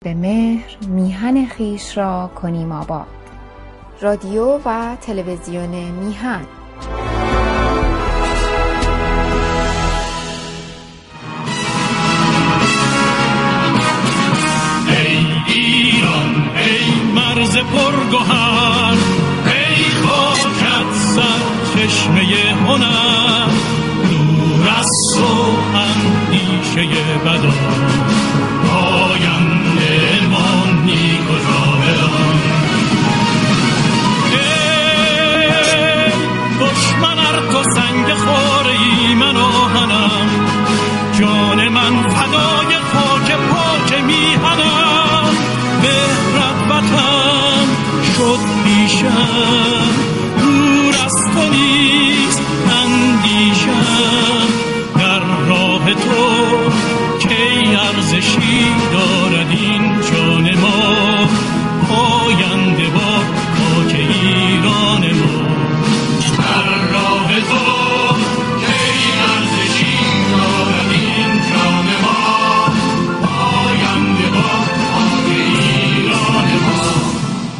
به مهر میهن خویش را کنیم آباد. رادیو و تلویزیون میهن. ای ایران، ای مرز پرگوهر، ای خاکت سرچشمه هنر، دور از تو اندیشه بدا، آینده مانی کجا برم. ای دشمن ار تو سنگ خواره ای من آهنم، جان من فدای خاک پاک میهنم. مهرت وطن شد پیشم، دور از تو نیست اندیشم. در راه تو کی ارزشی دارد این جان ما، آینده با خاک ایران ما. در راه تو کی ارزشی دارد این جان ما، آینده با خاک ایران ما.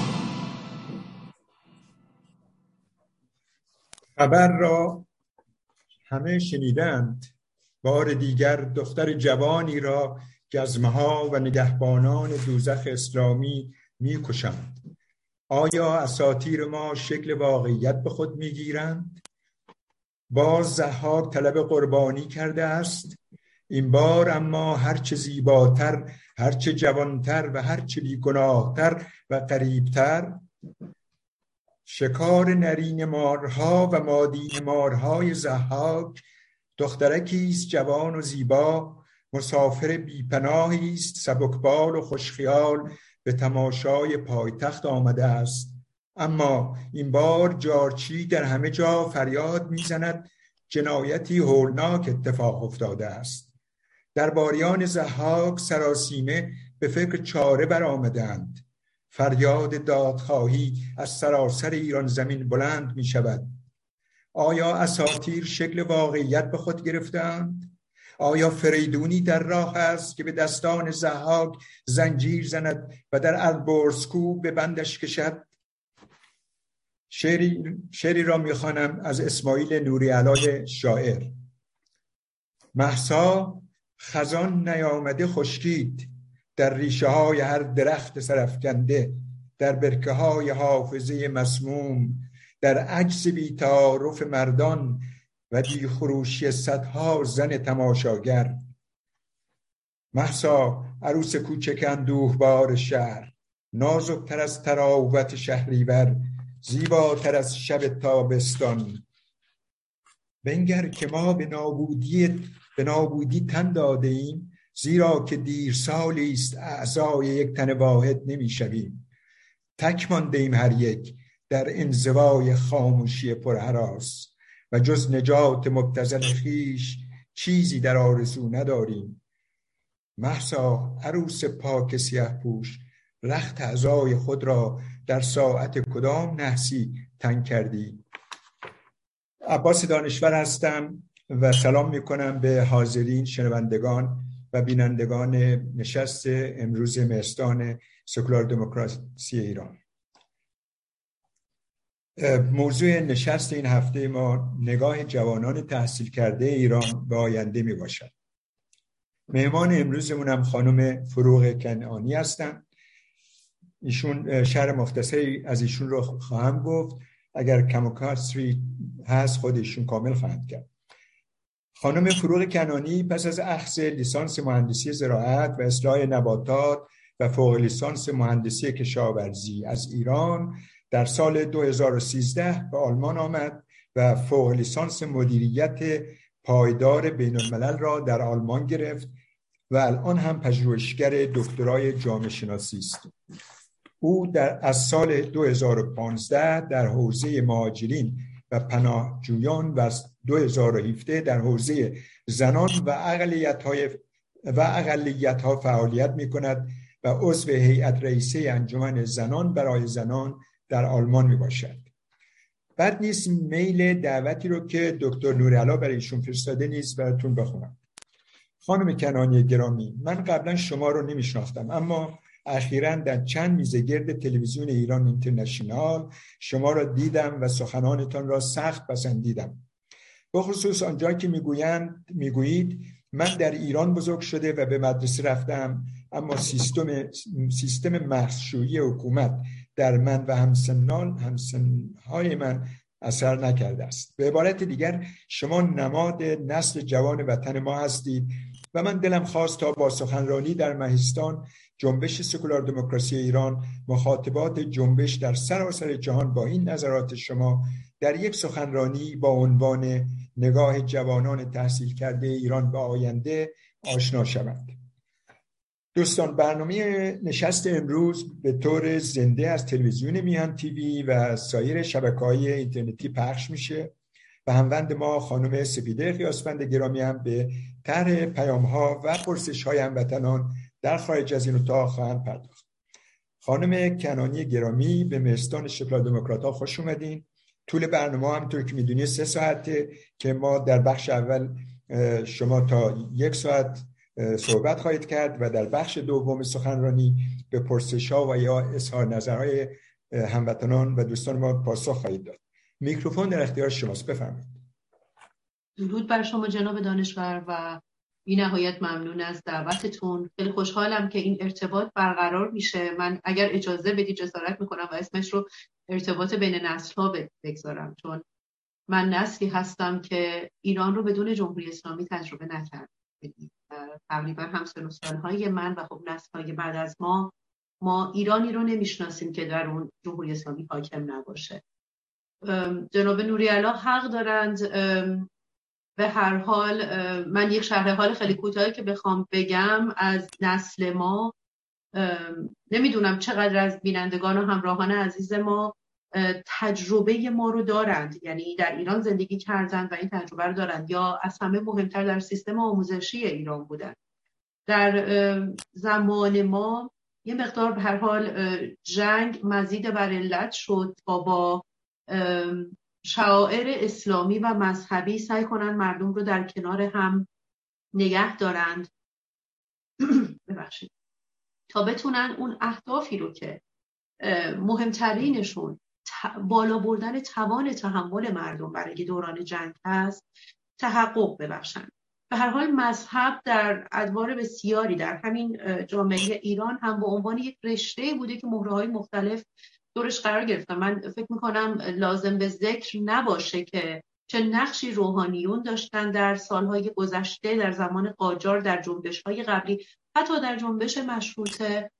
خبر را همه شنیدند. بار دیگر دختر جوانی را جزمه‌ها و نگهبانان دوزخ اسلامی می‌کشند. آیا اساطیر ما شکل واقعیت به خود می‌گیرند؟ باز ضحاک طلب قربانی کرده است. این بار اما هرچه زیباتر، هرچه جوانتر و هرچه بیگناهتر و قریبتر. شکار نرین مارها و مادین مارهای ضحاک دخترکی است جوان و زیبا، مسافر بی‌پناهی است سبکبال و خوشخیال، به تماشای پایتخت آمده است. اما این بار جارچی در همه جا فریاد میزند. جنایتی هولناک اتفاق افتاده است. درباریان ضحاک سراسیمه به فکر چاره برآمدند. فریاد دادخواهی از سراسر ایران زمین بلند می شود. آیا اساطیر شکل واقعیت به خود گرفتند؟ آیا فریدونی در راه است که به دستان ضحاک زنجیر زند و در البرزکو به بندش کشد؟ شعری را میخوانم از اسماعیل نوری‌علی شاعر. مهسا خزان نیامده خشکید، در ریشه های هر درخت سرفکنده، در برکه های حافظه مسموم، در عجز بی تعارف مردان و بی خروشی صدها زن تماشاگر. مهسا عروس کوچک اندوهبار شهر، نازکتر از تراوت شهریور، زیباتر از شب تابستان. بنگر که ما به نابودی تن داده ایم، زیرا که دیر سالی است اعضای یک تن واحد نمی شویم. تک مانده ایم هر یک در انزوای خاموشی پرهراس و جز نجات مبتذل خویش چیزی در آرزو نداریم. مهسا عروس پاک سیه پوش، رخت اعضای خود را در ساعت کدام نحسی تنگ کردی؟ عباس دانشور هستم و سلام میکنم به حاضرین، شنوندگان و بینندگان نشست امروز مهستان سکولار دموکراسی ایران. موضوع نشست این هفته ما نگاه جوانان تحصیل کرده ایران به آینده می باشد. مهمان امروزمون هم خانم فروغ کنعانی هستند. ایشون شرح مختصری از ایشون رو خواهم گفت، اگر کم و کسری هست خودشون کامل خواهند کرد. خانم فروغ کنعانی پس از اخذ لیسانس مهندسی زراعت و اصلاح نباتات و فوق لیسانس مهندسی کشاورزی از ایران در سال 2013 به آلمان آمد و فوق لیسانس مدیریت پایدار بین الملل را در آلمان گرفت و الان هم پژوهشگر دکترای جامعه شناسی است. او از سال 2015 در حوزه مهاجرین و پناهجویان و از 2017 در حوزه زنان و اقلیت‌ها فعالیت می‌کند و عضو هیئت رئیسه انجمن زنان برای زنان در آلمان میباشد. بد نیست میل دعوتی رو که دکتر نوری‌علی برای ایشون فرستاده نیز براتون بخونم. خانم کنعانی گرامی، من قبلا شما رو نمیشناختم، اما اخیراً در چند میزه گرد تلویزیون ایران اینترنشنال شما را دیدم و سخنانتان را سخت پسندیدم. بخصوص آنجا که میگویید من در ایران بزرگ شده و به مدرسه رفتم، اما سیستم مخشویی حکومت در من و همسنهای من اثر نکرده است. به عبارت دیگر شما نماد نسل جوان وطن ما هستید و من دلم خواست تا با سخنرانی در مهستان جنبش سکولار دموکراسی ایران مخاطبات جنبش در سراسر جهان با این نظرات شما در یک سخنرانی با عنوان نگاه جوانان تحصیل کرده ایران به آینده آشنا شوند. دوستان، برنامه نشست امروز به طور زنده از تلویزیون میهن تیوی و سایر شبکه‌های اینترنتی پخش میشه و هموند ما خانم سپیده قیاسفند گرامی هم به طرح پیام‌ها و پرسش‌های هموطنان در خارج از این اتاق خواهند پرداخت. خانم کنعانی گرامی، به مهستان سکولار دموکرات‌ها خوش اومدین. طول برنامه همونطور که میدونید 3 ساعته که ما در بخش اول شما تا 1 ساعت صحبت خواهید کرد و در بخش دوم سخنرانی به پرسش‌ها و یا اظهار نظرهای هموطنان و دوستان ما پاسخ خواهید داد. میکروفون در اختیار شماست، بفرمایید. درود بر شما جناب دانشور و بی نهایت ممنون از دعوتتون. خیلی خوشحالم که این ارتباط برقرار میشه. من اگر اجازه بدید جسارت میکنم و اسمش رو ارتباط بین نسل‌ها بگذارم، چون من نسلی هستم که ایران رو بدون جمهوری اسلامی تجربه نکرد. تقریبا همسن و سالهای من و خب نسل‌های بعد از ما ایرانی رو نمیشناسیم که در اون جمهوری اسلامی حاکم نباشه. جناب نوری‌علی حق دارند. به هر حال من یک شرح حال خیلی کوتاهی که بخوام بگم از نسل ما، نمیدونم چقدر از بینندگان و همراهان عزیز ما تجربه ما رو دارند، یعنی در ایران زندگی کردند و این تجربه رو دارند، یا از همه مهمتر در سیستم آموزشی ایران بودند. در زمان ما یه مقدار به هر حال جنگ مزید بر علت شد تا با شعائر اسلامی و مذهبی سعی کنن مردم رو در کنار هم نگه دارند ببخشید تا بتونن اون اهدافی رو که مهمترینشون بالا بردن توان تحمل مردم برای دوران جنگ هست تحقق ببخشن. به هر حال مذهب در ادوار بسیاری در همین جامعه ایران هم به عنوان یک رشته بوده که مهره‌های مختلف دورش قرار گرفتن. من فکر میکنم لازم به ذکر نباشه که چه نقشی روحانیون داشتن در سالهای گذشته، در زمان قاجار، در جنبش‌های قبلی، حتی در جنبش مشروطه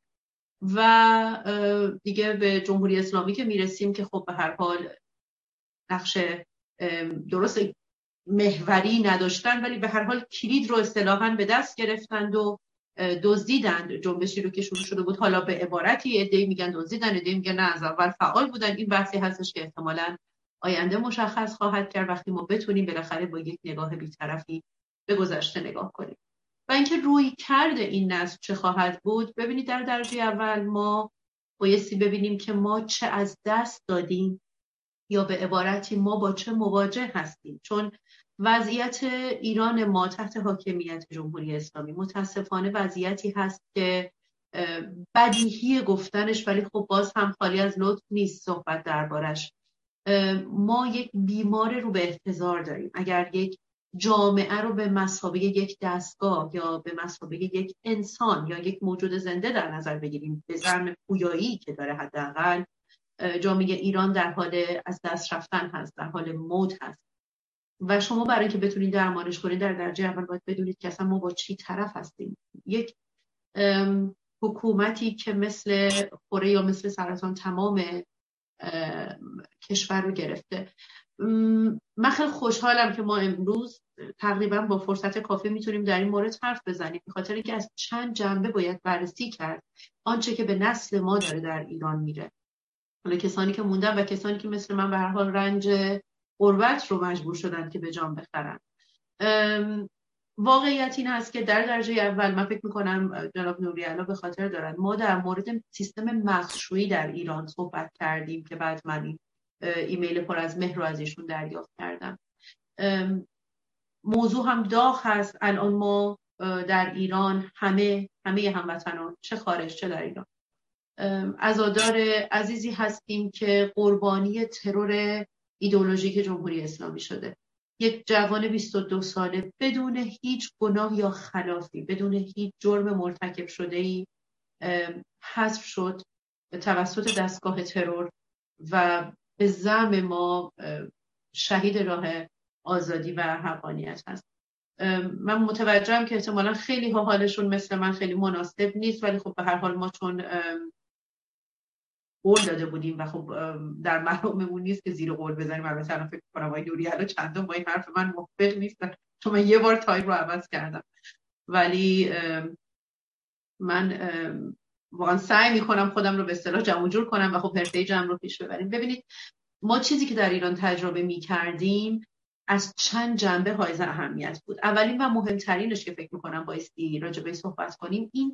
و دیگه به جمهوری اسلامی که میرسیم که خب به هر حال نقش درست محوری نداشتن، ولی به هر حال کلید رو اصطلاحاً به دست گرفتند و دزدیدند جنبشی رو که شروع شده بود. حالا به عبارتی عده‌ای میگن دزدیدن، عده‌ای میگن نه از اول فعال بودن. این بحثی هستش که احتمالاً آینده مشخص خواهد کرد وقتی ما بتونیم بالاخره با یک نگاه بی‌طرفی به گذشته نگاه کنیم. و اینکه روی کرده این نسل چه خواهد بود، ببینید در درجه اول ما بایستی ببینیم که ما چه از دست دادیم یا به عبارتی ما با چه مواجه هستیم، چون وضعیت ایران ما تحت حاکمیت جمهوری اسلامی متاسفانه وضعیتی هست که بدیهی گفتنش، ولی خب باز هم خالی از لطف نیست صحبت دربارش. ما یک بیمار رو به احتضار داریم. اگر یک جامعه رو به مثابه یک دستگاه یا به مثابه یک انسان یا یک موجود زنده در نظر بگیریم، به زعم پویایی که داره، حداقل جامعه ایران در حال از دست رفتن هست، در حال موت هست و شما برای اینکه بتونید درمانش کنید در درجه اول باید بدونید که اصلا ما با چی طرف هستیم. یک حکومتی که مثل خوره یا مثل سرطان تمام کشور رو گرفته. من خیلی خوشحالم که ما امروز تقریبا با فرصت کافی میتونیم در این مورد حرف بزنیم، به خاطر اینکه از چند جنبه باید بررسی کرد آنچه که به نسل ما داره در ایران میره. حالا کسانی که موندن و کسانی که مثل من به هر حال رنج غربت رو مجبور شدن که به جان بخرن. واقعیت این هست که در درجه اول من فکر میکنم جناب نوری‌علی به خاطر دارن ما در مورد سیستم مخشویی در ایران صحبت کردیم که بعد من این ایمیل پر از مهر رو از ایشون دریافت کردم. موضوع هم داغ هست. الان ما در ایران همه هموطنان چه خارج چه در ایران عزادار عزیزی هستیم که قربانی ترور ایدئولوژیک جمهوری اسلامی شده. یک جوان 22 ساله بدون هیچ گناه یا خلافی، بدون هیچ جرم مرتکب شده‌ای حذف شد توسط دستگاه ترور و به زعم ما شهید راه آزادی و حقانیت هست. من متوجهم که احتمالا خیلی ها حالشون مثل من خیلی مناسب نیست، ولی خب به هر حال ما چون قول داده بودیم و خب در مراممون نیست که زیر قول بزنیم. البته الان فکر کنم آقای نوری الان چندم با این حرف من موافق نیستن چون من یه بار تایم رو عوض کردم، ولی من واقعا سعی میکنم خودم رو به اصطلاح جمع جور کنم و خب حرفه جمع رو پیش ببریم. ببینید ما چیزی که در ایران تجربه میکردیم از چند جنبه حائز اهمیت بود. اولین و مهمترینش که فکر میکنم بایستی راجع بهش صحبت کنیم این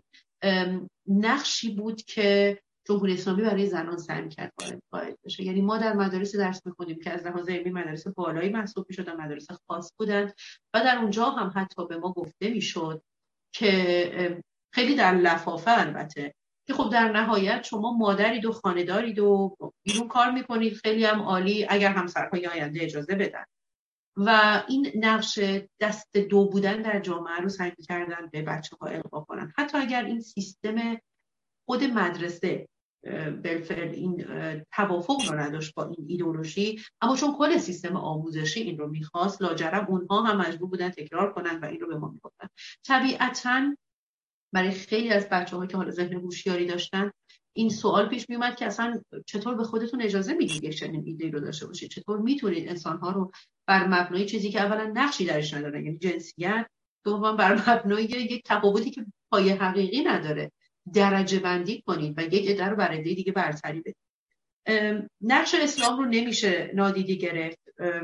نقشی بود که جمهوری اسلامی برای زنان سعی می‌کرد وارد بشه. یعنی ما در مدارس درس می‌خوندیم که از لحاظ علمی مدارس بالایی محسوب می‌شدن، مدارس خاص بودند و در اونجا هم حتی به ما گفته می‌شد که خیلی در لفافه البته که خب در نهایت شما مادرید و خانه‌دارید و بیرون کار می‌کنید، خیلی هم عالی اگر همسرهای آینده اجازه بدن. و این نقش دست دو بودن در جامعه رو سعی می‌کردن به بچه‌ها القا کنن. حتی اگر این سیستم خود مدرسه بالفعل این توافق رو نداشت با این ایدئولوژی، اما چون کل سیستم آموزشی این رو میخواست، لاجرم اونها هم مجبور بودن تکرار کنن و این رو به ما میگفتن. طبیعتاً برای خیلی از بچه‌ها که حالا ذهن هوشیاری داشتن این سوال پیش میومد که اصلا چطور به خودتون اجازه میدید یک چنین ایده رو داشته باشید؟ چطور میتونید انسان‌ها رو بر مبنای چیزی که اولا نقشی درش نداره، یعنی جنسیت، دوم بر مبنای یک تفاوتی که پایه حقیقی نداره درجه بندی کنید و یک عده رو بر عده دیگه برتری بدید؟ نقش اسلام رو نمیشه نادیده گرفت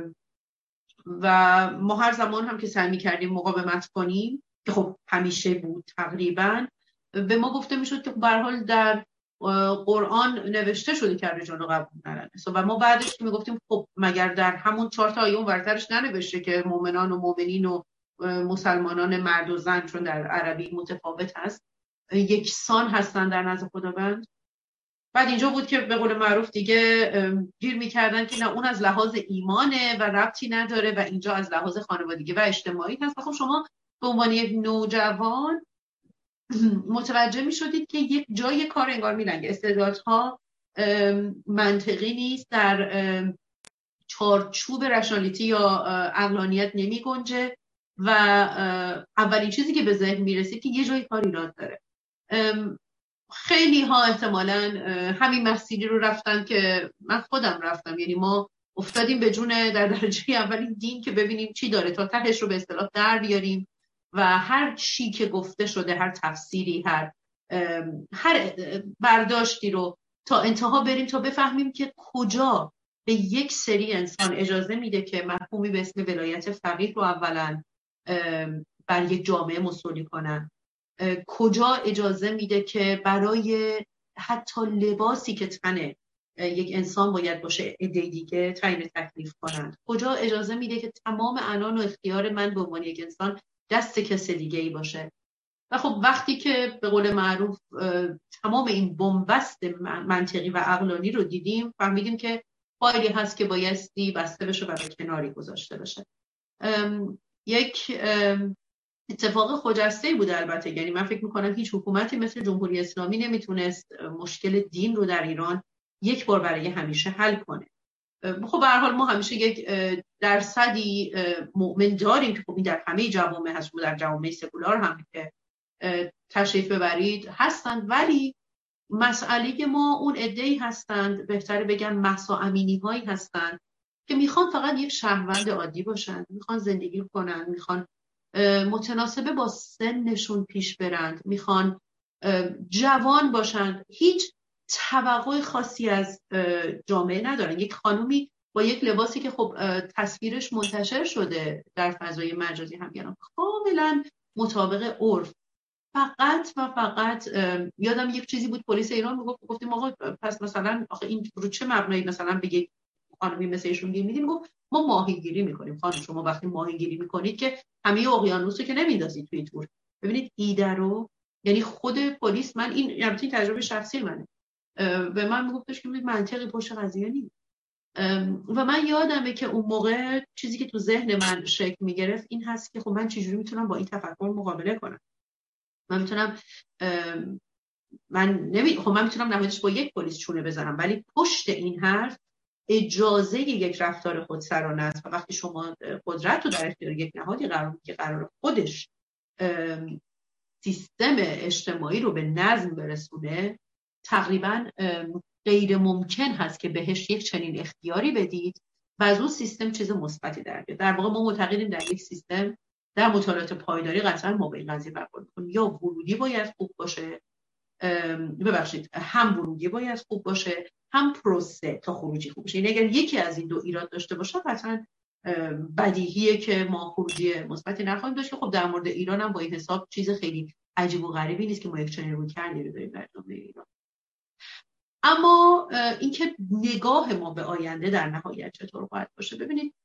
و ما هر زمان هم که سعی می‌کردیم مقاومت کنیم که خب همیشه بود تقریبا، به ما گفته میشد که به هر حال در قرآن نوشته شده که رجال قبول ندارن و ما بعدش میگفتیم خب مگر در همون 4 تا آیه ورترش ننوشته که مؤمنان و مؤمنین و مسلمانان مرد و زن چون در عربی متفاوت هست یکسان هستن در نزد خداوند؟ بعد اینجا بود که به قول معروف دیگه گیر میکردن که نه اون از لحاظ ایمانه و ربطی نداره و اینجا از لحاظ خانوادگی و اجتماعی هست. خب شما به عنوان یک نوجوان متوجه میشدید که یک جای کار انگار میلنگه، استعدادها منطقی نیست، در چارچوب رشنالیتی یا عقلانیت نمی گنجه و اولین چیزی که به ذهن میرسید که یه جای کار ایراد داره. خیلی ها احتمالاً همین مسیری رو رفتن که من خودم رفتم، یعنی ما افتادیم به جون در درجه اولین دین که ببینیم چی داره تا تهش رو به اصطلاح در بیاریم و هر چی که گفته شده، هر تفسیری، هر برداشتی رو تا انتها بریم تا بفهمیم که کجا به یک سری انسان اجازه میده که مفهومی به اسم ولایت فقیه رو اولا بر یک جامعه مصولی کنن، کجا اجازه میده که برای حتی لباسی که تنه یک انسان باید باشه عده دیگه تعیین تکلیف کنند، کجا اجازه میده که تمام عنان و اختیار من به عنوان یک انسان دست کس دیگه ای باشه. و خب وقتی که به قول معروف تمام این بنبست منطقی و عقلانی رو دیدیم فهمیدیم که فایلی هست که بایستی بسته بشه و به کناری گذاشته بشه. یک اتفاق خجسته‌ای بود البته، یعنی من فکر میکنم هیچ حکومتی مثل جمهوری اسلامی نمیتونست مشکل دین رو در ایران یک بار برای همیشه حل کنه. خب به هر حال ما همیشه یک درصدی مؤمن داریم که خب این در همه جوامع هست، در جوامع سکولار هم که تشریف ببرید هستند، ولی مسئله ما اون عده‌ای هستند، بهتره بگم مهسا امینی هایی هستند که میخوان فقط یک شهروند عادی باشن، میخوان زندگی کنن، میخوان متناسبه با سنشون پیش برند، میخوان جوان باشند، هیچ توقع خاصی از جامعه ندارن. یک خانومی با یک لباسی که خب تصویرش منتشر شده در فضای مجازی هم یعنی کاملا مطابق عرف، فقط و فقط یادم یک چیزی بود پلیس ایران گفتیم آقا پس مثلا آخه این رو چه مبنایی مثلا به یک خانومی مثل ایشون گیر میدیم؟ گفت ما ماهیگیری میکنیم. خانم شما وقتی ماهیگیری میکنید که همه اقیانوس رو که نمیندازید توی تور. ببینید ایده رو، یعنی خود پلیس، من این البته تجربه شخصی منه، به من میگفتش که منطقی پشت قضیه نیست. و من یادمه که اون موقع چیزی که تو ذهن من شکل میگرفت این هست که خب من چجوری میتونم با این تفکر مقابله کنم. من میتونم من میتونم نهایتش با یک پلیس چونه بزنم، ولی پشت این حرف اجازه یک رفتار خودسرانه است. و وقتی شما قدرت رو در اختیار یک نهادی قرار میدید که قرار خودش سیستم اجتماعی رو به نظم برسونه، تقریبا غیر ممکن هست که بهش یک چنین اختیاری بدید و از اون سیستم چیز مثبتی در بیاد. در واقع ما معتقدیم در یک سیستم، در مطالعات پایداری قطعا ما به این قضیه برخورد می‌کنیم، یا ورودی باید خوب باشه، هم ورودی باید خوب باشه، هم پروسه تا خروجی خوب باشه. یعنی اگر یکی از این دو ایراد داشته باشه قطعا بدیهیه که ما خروجی مثبتی نخواهیم داشت. خب در مورد ایران هم با این حساب چیز خیلی عجیب و غریبی نیست که ما یک چنین رویکردی رو داریم در جامعه ایران. اما اینکه نگاه ما به آینده در نهایت چطور باید باشه، ببینید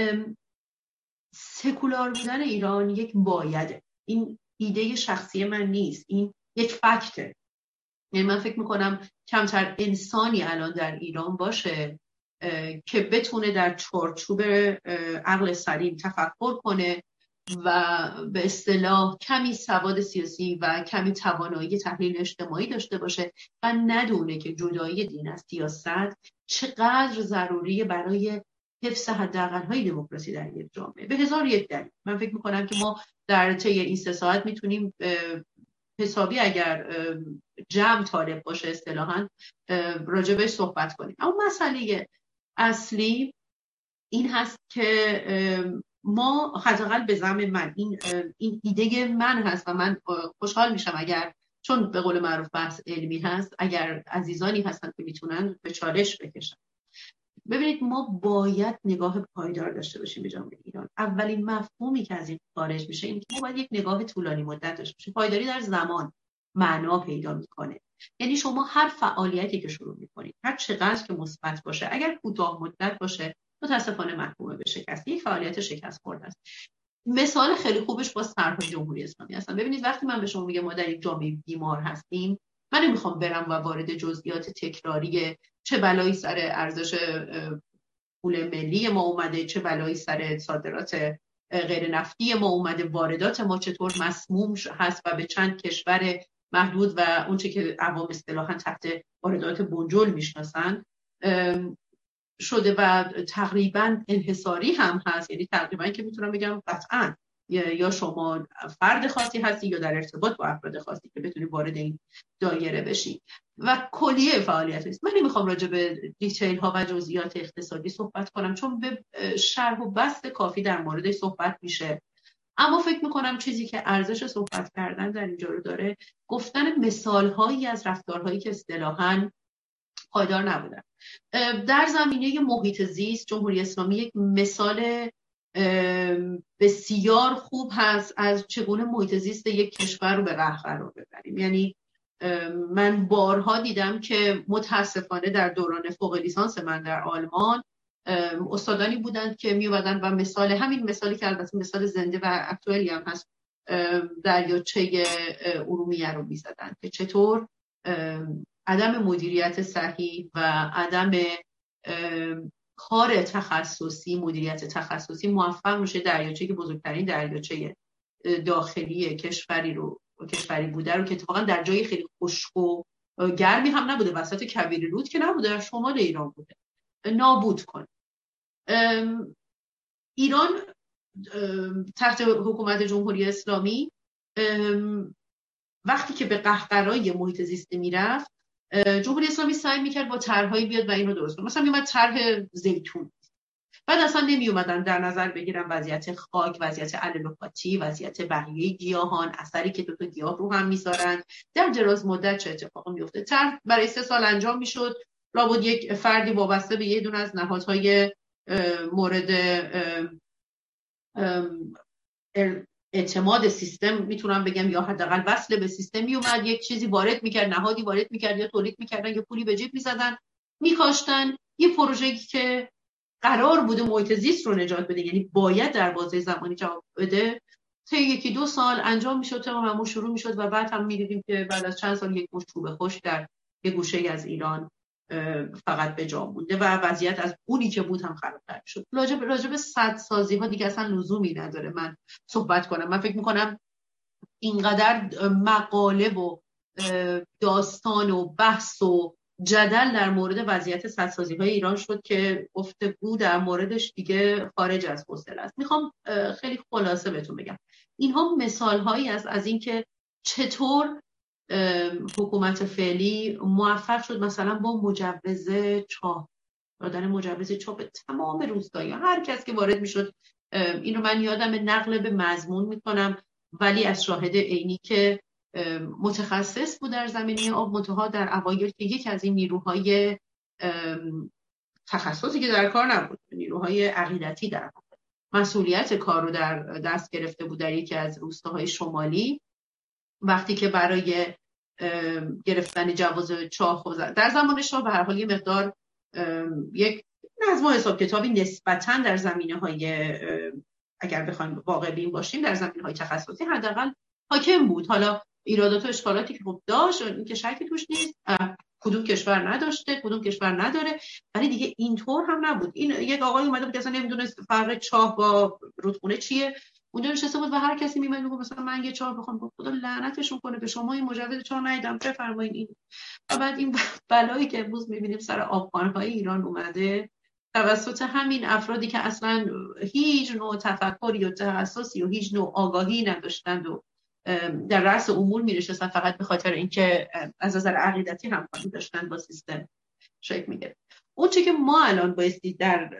سکولار بودن ایران یک بایده، این ایده شخصی من نیست، این یک فکته. یعنی من فکر میکنم کمتر انسانی الان در ایران باشه که بتونه در چارچوب عقل سلیم تفکر کنه و به اصطلاح کمی سواد سیاسی و کمی توانایی تحلیل اجتماعی داشته باشه و ندونه که جدایی دین از سیاست چقدر ضروریه برای حفظ حداقل‌های دموکراسی در یک جامعه. به هزار یک دلیل من فکر میکنم که ما در طی این 3 ساعت میتونیم حسابی اگر جمع طالب باشه اصطلاحاً راجبش صحبت کنیم. اما مسئله اصلی این هست که ما حداقل به زعم من این ایده من هست و من خوشحال میشم اگر، چون به قول معروف بحث علمی هست، اگر عزیزانی هستن که میتونن به چالش بکشن. ببینید ما باید نگاه پایدار داشته باشیم به جامعه ایران. اولین مفهومی که از این خارج میشه اینه که ما باید یک نگاه طولانی مدت داشته باشیم. پایداری در زمان معنا پیدا میکنه. یعنی شما هر فعالیتی که شروع میکنید، هر چقدر که مثبت باشه، اگر کوتاه مدت باشه متاسفانه محکوم به شکست. یک فعالیت شکست خورده است. مثال خیلی خوبش با طرحهای جمهوری اسلامی هستن. ببینید وقتی من به شما میگم ما در یک جامعه بیمار هستیم، من نمیخوام برم و وارد جزئیات تکراری چه بلایی سر ارزش پول ملی ما اومده، چه بلایی سر صادرات غیر نفتی ما اومده، واردات ما چطور مسموم هست و به چند کشور محدود و اونچه که عوام اصطلاحاً تحت واردات بنجل میشناسن شده و تقریبا انحصاری هم هست. یعنی تقریبا که میتونم بگم قطعاً یا شما فرد خاصی هستی یا در ارتباط با افراد خاصی که بتونی وارد این دایره بشی و کلیه فعالیت است. من نمیخوام راجع به دیتیل ها و جزئیات اقتصادی صحبت کنم چون به شرح و بسط کافی در موردش صحبت میشه، اما فکر میکنم چیزی که ارزش صحبت کردن در اینجا رو داره گفتن مثال هایی از رفتارهایی که اصطلاحاً پایدار نبودن. در زمینه محیط زیست جمهوری اسلامی یک مثال بسیار خوب هست از چگونه محیط زیست یک کشور رو به قهقرا رو ببریم. یعنی من بارها دیدم که متاسفانه در دوران فوق لیسانس من در آلمان استادانی بودند که می اومدن و همین مثالی که البته مثال زنده و اکتوالی هم هست دریاچه ارومیه رو می‌زدن که چطور عدم مدیریت صحیح و عدم کار تخصصی، مدیریت تخصصی موفق میشه دریاچه که بزرگترین دریاچه داخلی کشوری بوده رو که اتفاقا در جای خیلی خشک و گرمی هم نبوده، وسط کویر رود که نبوده، در شمال ایران بوده، نابود کنه. ایران تحت حکومت جمهوری اسلامی وقتی که به قهقرای محیط زیستی میرفت، جمهوری اسلامی سعی میکرد با طرحهایی بیاد و اینو درست کنه. مثلا میومد طرح زیتون، بعد اصلا نمیومدن در نظر بگیرن وضعیت خاک، وضعیت الوپاتی، وضعیت بقیه گیاهان، اثری که دو گیاه رو هم میذارن، در دراز مدت چه اتفاقی میفته. طرح برای 3 سال انجام میشد، لابد یک فردی وابسته به یه دونه از نهادهای مورد اعتماد سیستم میتونم بگم یا حداقل وصل به سیستم میومد، یک چیزی وارد میکرد، نهادی وارد میکرد یا تولید میکردن یا پولی به جیب میزدن میکاشتن یه پروژه‌ای که قرار بوده محیط زیست رو نجات بده، یعنی باید در بازه زمانی جواب بده، طی 1-2 سال انجام میشد، تمام شروع میشد و بعد هم میدیدیم که بعد از چند سال یک مشت چوب خشک در یه گوشه‌ای از ایران فقط به جا مونده و وضعیت از اونی که بود هم خرابتر شد. راجع به سدسازی ها دیگه اصلا لزومی نداره من صحبت کنم. من فکر میکنم اینقدر مقاله و داستان و بحث و جدل در مورد وضعیت سدسازی های ایران شد که گفتگو در موردش دیگه خارج از حوصله است. میخوام خیلی خلاصه بهتون بگم اینها مثال هایی از اینکه چطور حکومت فعلی موفق شد مثلا با مجوز چاه دادن مجوز چاه به تمام روستایی هر کس که وارد میشد. اینو من یادم نقل به مضمون میکنم ولی از شاهد عینی که متخصص بود در زمینه آب منتها در اوایل که یکی از این نیروهای تخصصی که در کار نبود نیروهای عقیدتی در مسئولیت کار رو در دست گرفته بود در یکی از روستاهای شمالی وقتی که برای گرفتن جواز چاه در زمان شاه به هر حال یه مقدار یک نظم و حساب کتابی نسبتاً در زمینه‌های اگر بخوایم واقع بین باشیم در زمینه‌های تخصصی حداقل حاکم بود. حالا ایرادات و اشکالاتی که خب داشت این که شکی توش نیست، کدوم کشور نداشته کدوم کشور نداره، ولی دیگه اینطور هم نبود. این یک آقای اومده بود که اصلا نمیدونست فرق چاه با رودخونه چیه، اونجا نشسته بود و هر کسی میمد میگه مثلا من یه چاه بخوام، خدا لعنتشون کنه به شما این مجوز چاه ندیدم بفرمایید این. و بعد این بلایی که امروز میبینیم سر آبخوان‌های ایران اومده توسط همین افرادی که اصلا هیچ نوع تفکری و تخصصی و هیچ نوع آگاهی نداشتند و در رأس امور می‌نشستن فقط به خاطر اینکه از نظر عقیدتی همخوانی داشتن با سیستم شکل می‌گرفت. اون چیزی که ما الان بایستی در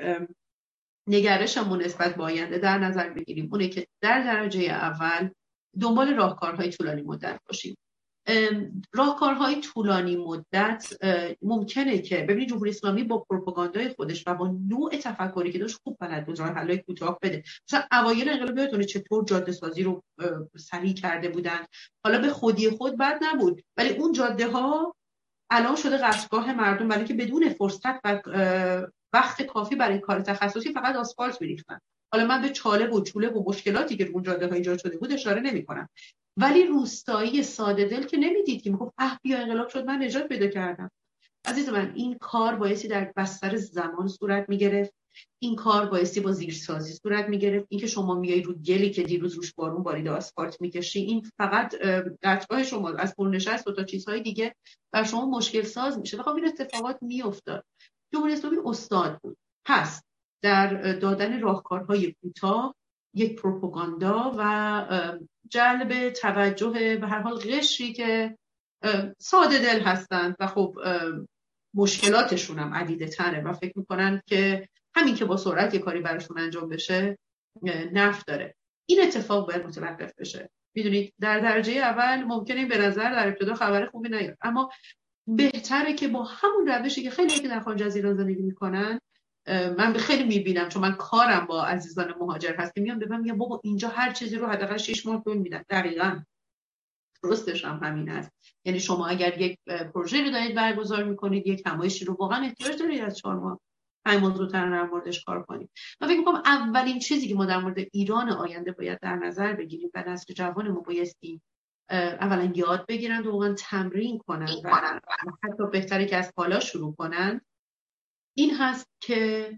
نگرشمون نسبت به آینده در نظر بگیریم اونه که در درجه اول دنبال راهکارهای طولانی مدت باشیم. راهکارهای طولانی مدت ممکنه که ببینید جمهوری اسلامی با پروپاگاندای خودش و با نوع تفکری که داشت خوب بلد بود راه حل‌های کوتاه بده. مثلا اوایل انقلاب یادتونه چطور جاده سازی رو سریع کرده بودن، حالا به خودی خود بد نبود ولی اون جاده ها الان شده قصرگاه مردم برای که بدون فرصت و وقت کافی برای کار تخصصی فقط آسفالت می‌ریختن. حالا من به چاله و چوله و مشکلاتی که اون جاده ها ایجاد شده بود اشاره نمی‌کنم، ولی روستایی ساده دل که نمیدید که میگفت بیا انقلاب شد من نجات پیدا کردم. عزیز من این کار بایستی در بستر زمان صورت میگرفت، این کار بایستی با زیرسازی صورت میگرفت. این که شما میای رو گلی که دیروز روش بارون باریده آسفالت میکشی این فقط قطعه شما از پرنشست و تا چیزهای دیگه بر شما مشکل ساز میشه. خب این اتفاقات میافتاد. جمهوری اسلامی استاد بود هست در دادن راهکارهای کوتاه، یک پروپاگاندا و جلب توجه به هر حال قشری که ساده دل هستند و خب مشکلاتشون هم عدیده تره و فکر میکنن که همین که با سرعت یه کاری براشون انجام بشه نفع داره. این اتفاق باید متوقف بشه. میدونید در درجه اول ممکنه به نظر در ابتدا خبر خوبی نیاد، اما بهتره که با همون روشی که خیلی که در خارج از ایران زندگی میکنن، من خیلی میبینم چون من کارم با عزیزان مهاجر هست که میگم بابا اینجا هر چیزی رو حداقل 6 ماه طول میدن. دقیقاً درستش هم همین است. یعنی شما اگر یک پروژه رو دارید برگزار میکنید، یک نمایشی رو واقعا احتیاج دارید از 4 ماه 5 ماه زودتر در موردش کار کنید. من فکر میکنم اولین چیزی که ما در مورد ایران آینده باید در نظر بگیریم و نسل جوانمون بایستی اولا یاد بگیرن و واقعا تمرین کنن و حتی بهتره که از حالا شروع کنن، این هست که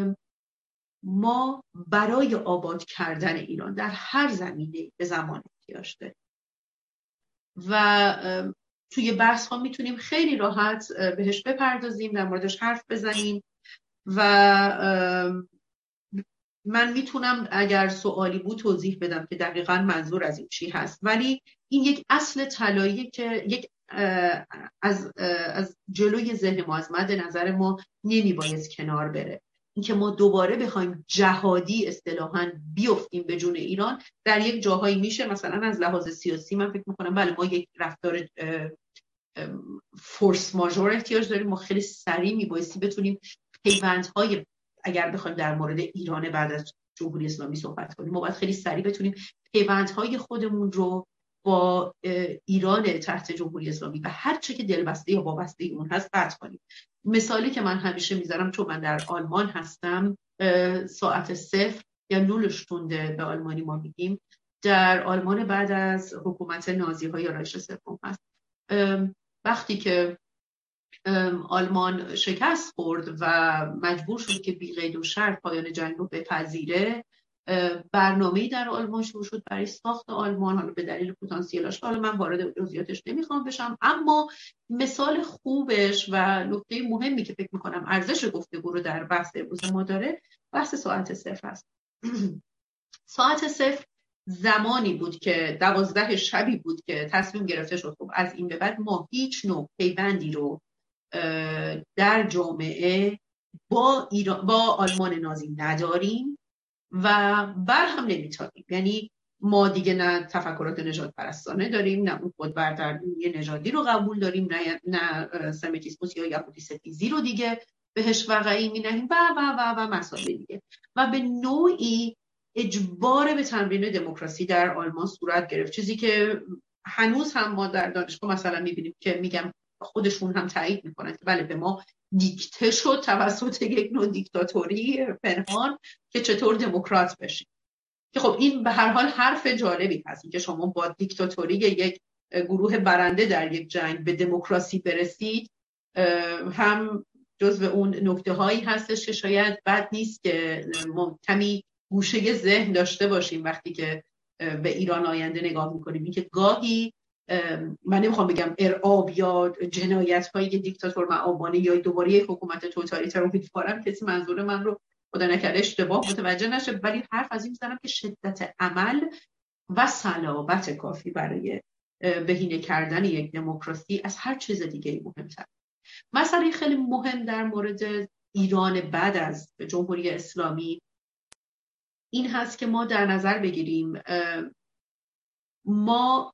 ما برای آباد کردن ایران در هر زمینه به زمان احتیاج داریم و توی بحث ها میتونیم خیلی راحت بهش بپردازیم، در موردش حرف بزنیم و من میتونم اگر سوالی بود توضیح بدم که دقیقاً منظور از این چی هست، ولی این یک اصل طلایی که یک از جلوی ذهن ما، از مد نظر ما نمیباید کنار بره. اینکه ما دوباره بخوایم جهادی اصطلاحاً بیفتیم به جون ایران در یک جاهایی میشه. مثلا از لحاظ سیاسی من فکر میکنم بله ما یک رفتار فورس ماژور احتیاج داریم. ما خیلی سریع میبایستی بتونیم پیوندهای، اگر بخوایم در مورد ایران بعد از جمهوری اسلامی صحبت کنیم، ما باید خیلی سریع بتونیم پیوندهای خودمون رو با ایران تحت جمهوری اسلامی و هر چه که دلبسته یا وابسته اون هست قطع کنیم. مثالی که من همیشه میذارم چون من در آلمان هستم، ساعت 0 یا نولشتونده به آلمانی ما میگیم، در آلمان بعد از حکومت نازی های رایش سوم هست. وقتی که آلمان شکست خورد و مجبور شد که بی قید و شرط پایان جنگ رو بپذیره، برنامه‌ای در آلمان شروع شد برای ساخت آلمان، حالا به دلیل پتانسیلش، حالا من وارد جزئیاتش نمیخوام بشم، اما مثال خوبش و نکته مهمی که فکر میکنم ارزش گفتگو رو در بحث امروز ما داره، بحث ساعت صفر است. ساعت صفر زمانی بود که 12 شبی بود که تصمیم گرفته شد خب از این به بعد ما هیچ نوع پیوندی رو در جامعه با آلمان نازی نداریم و بر هم نمیتابیم. یعنی ما دیگه نه تفکرات نژاد پرستانه داریم، نه اون خود برداری نژادی رو قبول داریم، نه سمیتیسموس یا یهودی ستیزی رو دیگه بهش وقعی می‌نهیم و مسائل دیگه، و به نوعی اجبار به تمرین دموکراسی در آلمان صورت گرفت، چیزی که هنوز هم ما در دانشگاه مثلا می‌بینیم که میگم خودشون هم تایید میکنن که بله به ما دیکته شد توسط یک نوع دیکتاتوری پنهان که چطور دموکرات بشیم. که خب این به هر حال حرف جالبی هست که شما با دیکتاتوری یک گروه برنده در یک جنگ به دموکراسی برسید، هم جزو اون نکته هایی هستش که شاید بد نیست که ما کمی گوشه ذهن داشته باشیم وقتی که به ایران آینده نگاه میکنیم. این که گاهی من نمیخوام بگم ارعاب یا جنایت هایی که دیکتاتور معابانه یا دوباره یک حکومت توتالیتر رو می‌فارم، کسی منظور من رو خدا نکرده اشتباه متوجه نشه، ولی حرف از این میزنم که شدت عمل و صلابت کافی برای بهینه کردن یک دموکراسی از هر چیز دیگه مهمتر. مسئله خیلی مهم در مورد ایران بعد از جمهوری اسلامی این هست که ما در نظر بگیریم ما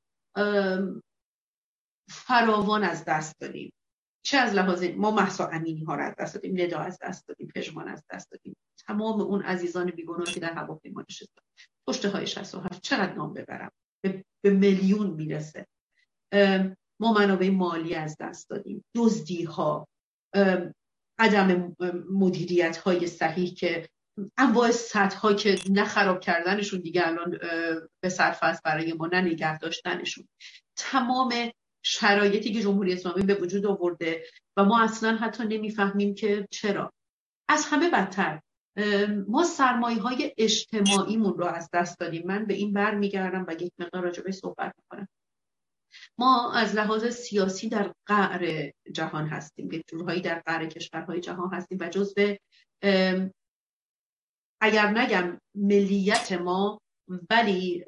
فراوان از دست دادیم. چه از لحاظ ما مهسا امینی ها رو از دست دادیم، ندا از دست دادیم، پژمان از دست دادیم، تمام اون عزیزان بیگناه که در هواپیما نشستن، پشت های 67 چقدر نام ببرم، به میلیون میرسه. ما منابع مالی از دست دادیم، دزدی ها، عدم مدیریت های صحیح که انواع سطح ها که نه خراب کردنشون دیگه الان به صرفه است برای ما، نه نگه داشتنشون، تمام شرایطی که جمهوری اسلامی به وجود آورده و ما اصلا حتی نمیفهمیم که چرا. از همه بدتر ما سرمایه‌های اجتماعیمون رو از دست دادیم. من به این برمیگردم و یک مقدار راجع بهش صحبت می‌کنم. ما از لحاظ سیاسی در قعر جهان هستیم، یک جورهایی در قعر کشورهای جهان هستیم و جزو اگر نگم ملیت ما ولی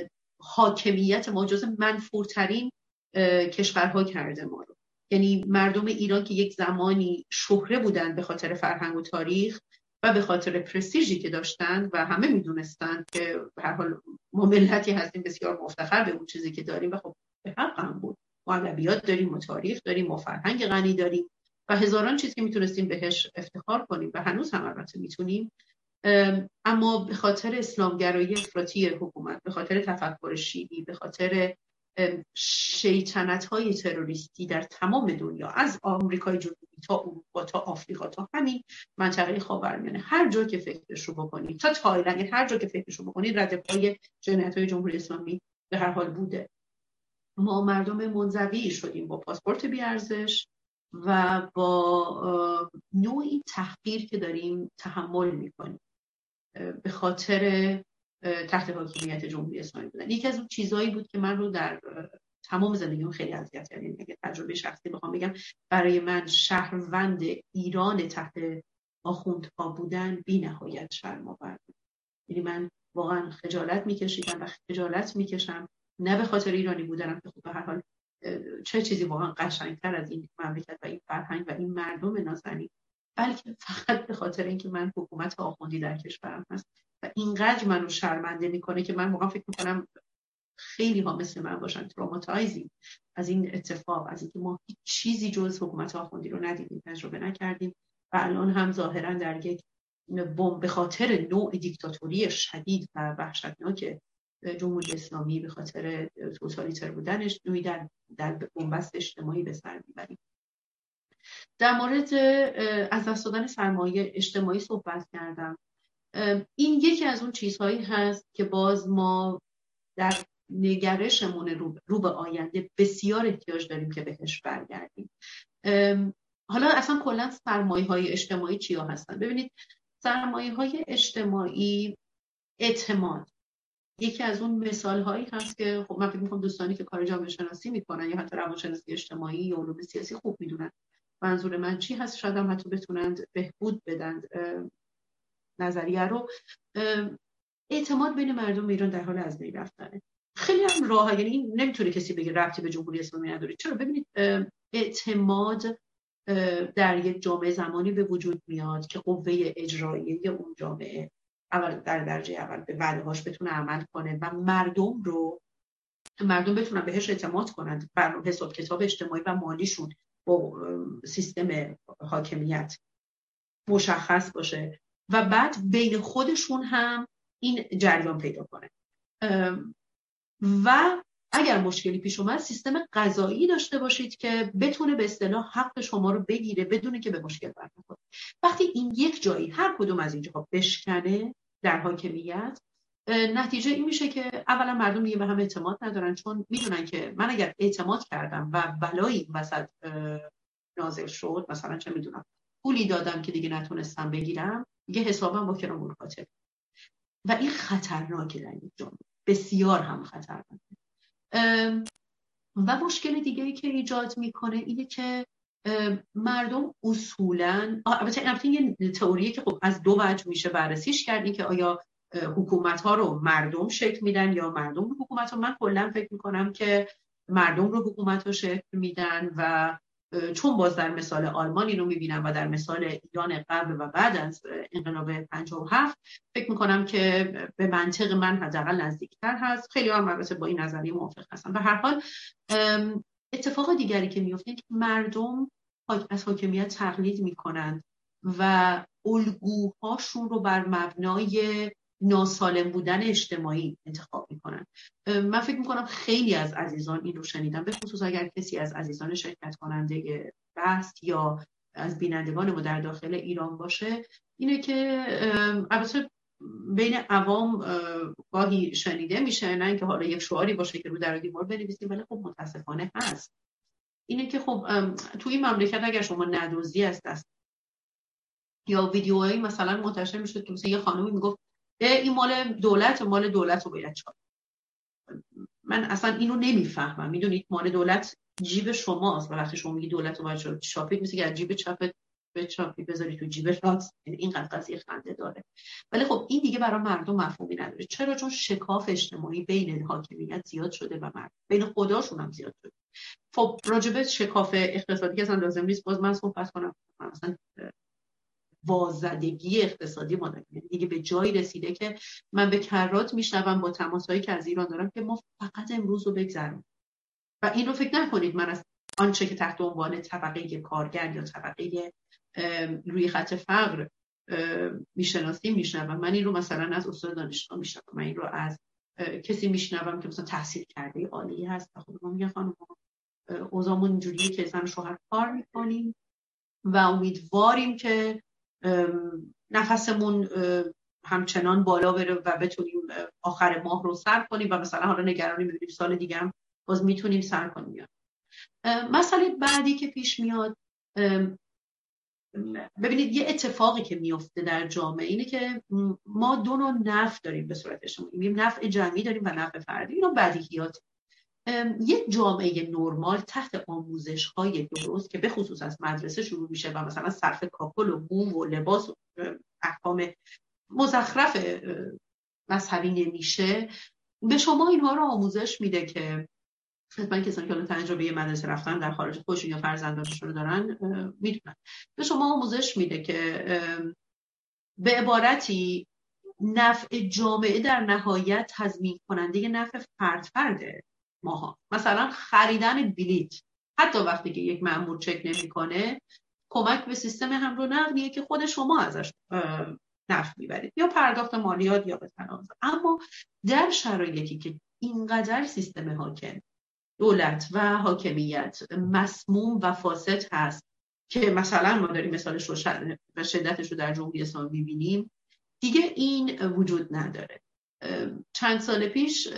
حاکمیت ما جزو منفورترین کشورها کرده ما رو. یعنی مردم ایران که یک زمانی شهره بودن به خاطر فرهنگ و تاریخ و به خاطر پرستیژی که داشتن و همه میدونستن که به هر حال ما ملتی هستیم بسیار مفتخر به اون چیزی که داریم و خب به حق هم بود. ما ادبیات داریم، ما تاریخ داریم، ما فرهنگ غنی داریم و هزاران چیز که میتونستیم بهش افتخار کنیم و هنوز هم البته میتونیم، اما به خاطر اسلامگرایی افراطی حکومت، به خاطر تفکر شیعی، به خاطر شیطنت‌های تروریستی در تمام دنیا، از آمریکای جنوبی تا اروپا تا آفریقا تا همین منطقه خاورمیانه، هر جا که فکرش رو بکنید، تا تایلند، هر جا که فکرش رو بکنید ردپای جنایت‌های جمهوری اسلامی به هر حال بوده. ما مردم منزوی شدیم با پاسپورت بی‌ارزش و با نوعی تحقیر که داریم تحمل می‌کنیم به خاطر تحت حاکمیت جمهوری اسلامی بودن. یکی از اون چیزایی بود که من رو در تمام زندگیم خیلی اذیت کرد. یعنی اگه تجربه شخصی بخوام بگم، برای من شهروند ایران تحت آخوندها بودن بی‌نهایت شرم‌آور بود. یعنی من واقعا خجالت می‌کشیدم و خجالت می‌کشم، نه به خاطر ایرانی بودنم که خب به هر حال چه چیزی واقعا قشنگتر از این مملکت و این فرهنگ و این مردم نازنین، بلکه فقط به خاطر اینکه من حکومت آخوندی در کشورم هست و اینقدر منو شرمنده میکنه که من واقعا فکر میکنم خیلی ها مثل من باشن تروماتایزینگ از این اتفاق، از اینکه ما هیچ چیزی جز حکومت آخوندی رو ندیدیم، تجربه نکردیم و الان هم ظاهرا در یک به خاطر نوع دیکتاتوری شدید و وحشتناک جمهوری اسلامی به خاطر توتالیتر بودنش نوعی در بنبست اجتماعی به سر میبریم. در مورد از دست دادن سرمایه اجتماعی صحبت کردم. این یکی از اون چیزهایی هست که باز ما در نگرشمون رو به آینده بسیار احتیاج داریم که بهش برگردیم. حالا اصلا کلا سرمایه‌های اجتماعی چیا هستن؟ ببینید سرمایه‌های اجتماعی اعتماد یکی از اون مثال‌هایی هست که خب من فکر می‌کنم دوستانی که کار جامعه شناسی می‌کنن یا حتی روانشناسی اجتماعی یا علوم سیاسی خوب می‌دونن منظور من چی هست، شاید هم حتی بتونند بهبود بدن نظریه رو. اعتماد بین مردم ایران در حال از بین رفتنه. خیلی هم راحت، یعنی نمیتونه کسی بگه ربطی به جمهوری اسلامی نداره. چرا؟ ببینید اعتماد در یک جامعه زمانی به وجود میاد که قوه اجراییه اون جامعه اول در درجه اول به وعده‌هاش بتونه عمل کنه و مردم بتونن بهش اعتماد کنند، بر حساب کتاب اجتماعی و مالیشون با سیستم حاکمیت مشخص باشه و بعد بین خودشون هم این جریان پیدا کنه. و اگر مشکلی پیش اومد سیستم قضایی داشته باشید که بتونه به اصطلاح حق شما رو بگیره بدون که به مشکل برخورد. وقتی این یک جایی هر کدوم از اینجاها بشکنه در حاکمیت، نتیجه این میشه که اولا مردم دیگه به هم اعتماد ندارن، چون میدونن که من اگر اعتماد کردم و بلایی وسط نازل شد، مثلا چه میدونم پولی دادم که دیگه نتونستم بگیرم، دیگه حسابم با کرام الکاتب. و این خطرناکه در یک جامعه، بسیار هم خطرناکه. و مشکل دیگه‌ای که ایجاد میکنه اینه که مردم اصولاً، البته این یه تئوریه که خب از دو وجه میشه بررسیش کرد، این که آیا حکومت‌ها رو مردم شکل میدن یا مردم رو حکومت رو. من کلاً فکر میکنم که مردم رو حکومت رو شکل میدن و چون باز در مثال آلمان اینو میبینم و در مثال ایران قبل و بعد از انقلاب 57 فکر میکنم که به منطق من حداقل نزدیکتر هست. خیلی هم البته با این نظریه موافق هستم. به هر حال اتفاق دیگری که میفته که مردم از حاکمیت تقلید میکنند و الگوهاشون رو بر مبنای ناسالم بودن اجتماعی انتخاب میکنن. من فکر میکنم خیلی از عزیزان این رو شنیدم، به خصوص اگر کسی از عزیزان شرکت کننده بحث یا از بینندگان ما در داخل ایران باشه، اینه که البته بین عوام گاهی شنیده میشه، نه اینکه حالا یک شعاری باشه که رو در دیوار بنویسیم، ولی خب متاسفانه هست. اینه که خب توی این مملکت اگر شما ندزدی از دست یا ویدیوهایی مثلا منتشر میشد که مثلا یه خانومی میگفت این مال دولت رو باید چاپ. من اصلا اینو نمیفهمم. میدونید مال دولت جیب شماست و وقتی شما میگی دولت رو باید چاپید، مثل که از جیب چپت به چاپی بذاری تو جیب راست. این قضیه خنده داره. ولی خب این دیگه برای مردم مفهومی نداره. چرا؟ چون شکاف اجتماعی بین حاکمیت زیاد شده و مردم بین خودشون هم زیاد شده. خب راجبه شکاف اقتصادی که اصلا لازم نیست باز من صحبت کنم. مثلا وازدگی اقتصادی ما داریم دیگه به جایی رسیده که من به کرات میشنوم با تماسایی که از ایران دارم که ما فقط امروز رو بگذرونیم. و این رو فکر نکنید من از آنچه که تحت عنوان طبقه کارگر یا طبقه روی خط فقر میشنوم. من این رو مثلا از استاد دانشگاه میشنوم، من این رو از کسی میشنوم که مثلا تحصیل کرده عالی هست و خود ما میگه خانم اوضاعمون اینجوریه که زن و شوهر کار میکنیم و امیدواریم که نفسمون همچنان بالا بره و بتونیم آخر ماه رو سر کنیم و مثلا حالا نگرانی می‌بینیم سال دیگه هم باز میتونیم سر کنیم. مسئله بعدی که پیش میاد، ببینید یه اتفاقی که میفته در جامعه اینه که ما دو نوع نفع داریم به صورت اجتماعی، نفع جمعی داریم و نفع فردی. اینا بدیهیات. یک جامعه نرمال تحت آموزش‌های درست که به خصوص از مدرسه شروع میشه و مثلا صرف کاکل و بوم و لباس و احکام مزخرف مذهبی نمیشه، به شما اینها رو آموزش میده که حتما کسانی که الان تجربه مدرسه رفتن در خارج خودشون یا فرزندانشون رو دارن میدونن، به شما آموزش میده که به عبارتی نفع جامعه در نهایت تضمین کننده نفع فرده ماها. مثلا خریدن بلیت حتی وقتی که یک مأمور چک نمیکنه کمک به سیستم حمل و نقلیه که خود شما ازش نفع میبرید یا پرداخت مالیات یا به تنازع. اما در شرایطی که اینقدر سیستم حاکم دولت و حاکمیت مسموم و فاسد هست که مثلا ما داریم مثالش رو و شدتش رو در جمهوری اسلامی میبینیم، دیگه این وجود نداره. چند سال پیش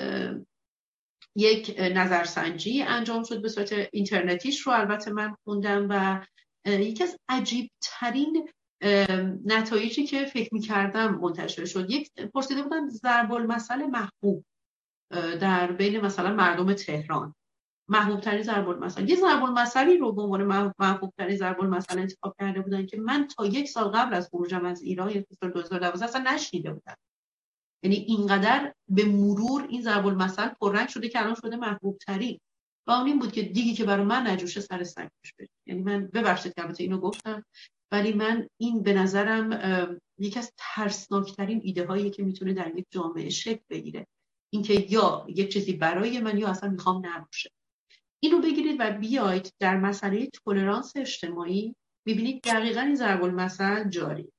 یک نظرسنجی انجام شد به صورت اینترنتیش رو البته من خوندم و یکی از عجیب ترین نتایجی که فکر می‌کردم منتشر شد، یک پرسیده بودن ضرب المثل محبوب در بین مثلا مردم تهران، محبوب ترین ضرب المثل، یه ضرب المثلی رو به عنوان محبوب ترین ضرب المثل انتخاب کرده بودن که من تا 1 سال قبل از خروجم از ایران، یعنی سال 2012 اصلا نشنیده بودم. یعنی اینقدر به مرور این ضرب المثل پررنگ شده که الان شده محبوب ترین. و اون این بود که دیگی که برای من نجوشه سر سگ پیش بره. یعنی من ببخشید که البته اینو گفتم، ولی من این به نظرم یکی از ترسناکترین ایده هایی که میتونه در یک جامعه شکل بگیره، اینکه یا یک چیزی برای من یا اصلا میخوام نباشه. اینو بگیرید و بیاید در مسئله تولرانس اجتماعی میبینید دقیقاً این ضرب المثل جاری.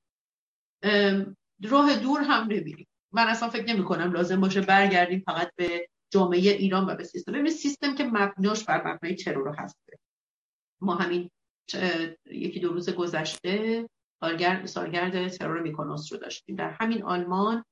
راه دور هم نمیریم. من اصلا فکر نمی کنم لازم باشه برگردیم فقط به جامعه ایران و به سیستم. ببینید سیستم که مبناش بر مبنای ترور هسته. ما همین 1-2 روز گذشته سالگرد ترور میکونوس رو داشتیم. در همین آلمان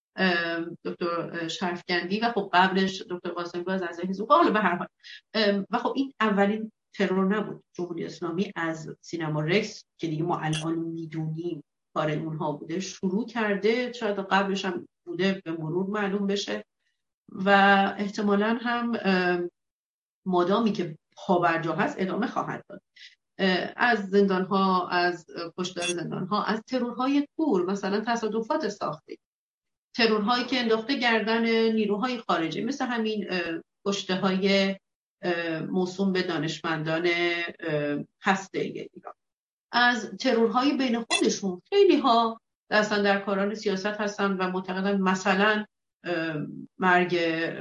دکتر شرفگندی و خب قبلش دکتر قاسمی باز از حزب حالا به هر حال و خب این اولین ترور نبود. جمهوری اسلامی از سینما رکس که دیگه ما الان میدونیم کار اونها بوده شروع کرده، شاید قبلش هم بوده به مرور معلوم بشه و احتمالاً هم مادامی که پابرجا هست ادامه خواهد داد. از زندان‌ها، از کشتار زندان‌ها، از ترورهای کور، مثلا تصادفات ساخته، ترورهایی که انداخته گردن نیروهای خارجی، مثل همین کشته‌های موسوم به دانشمندان هسته‌ای ایران، از ترورهای بین خودشون. خیلی ها اصلا در کاران سیاست هستن و معتقدن مثلا مرگ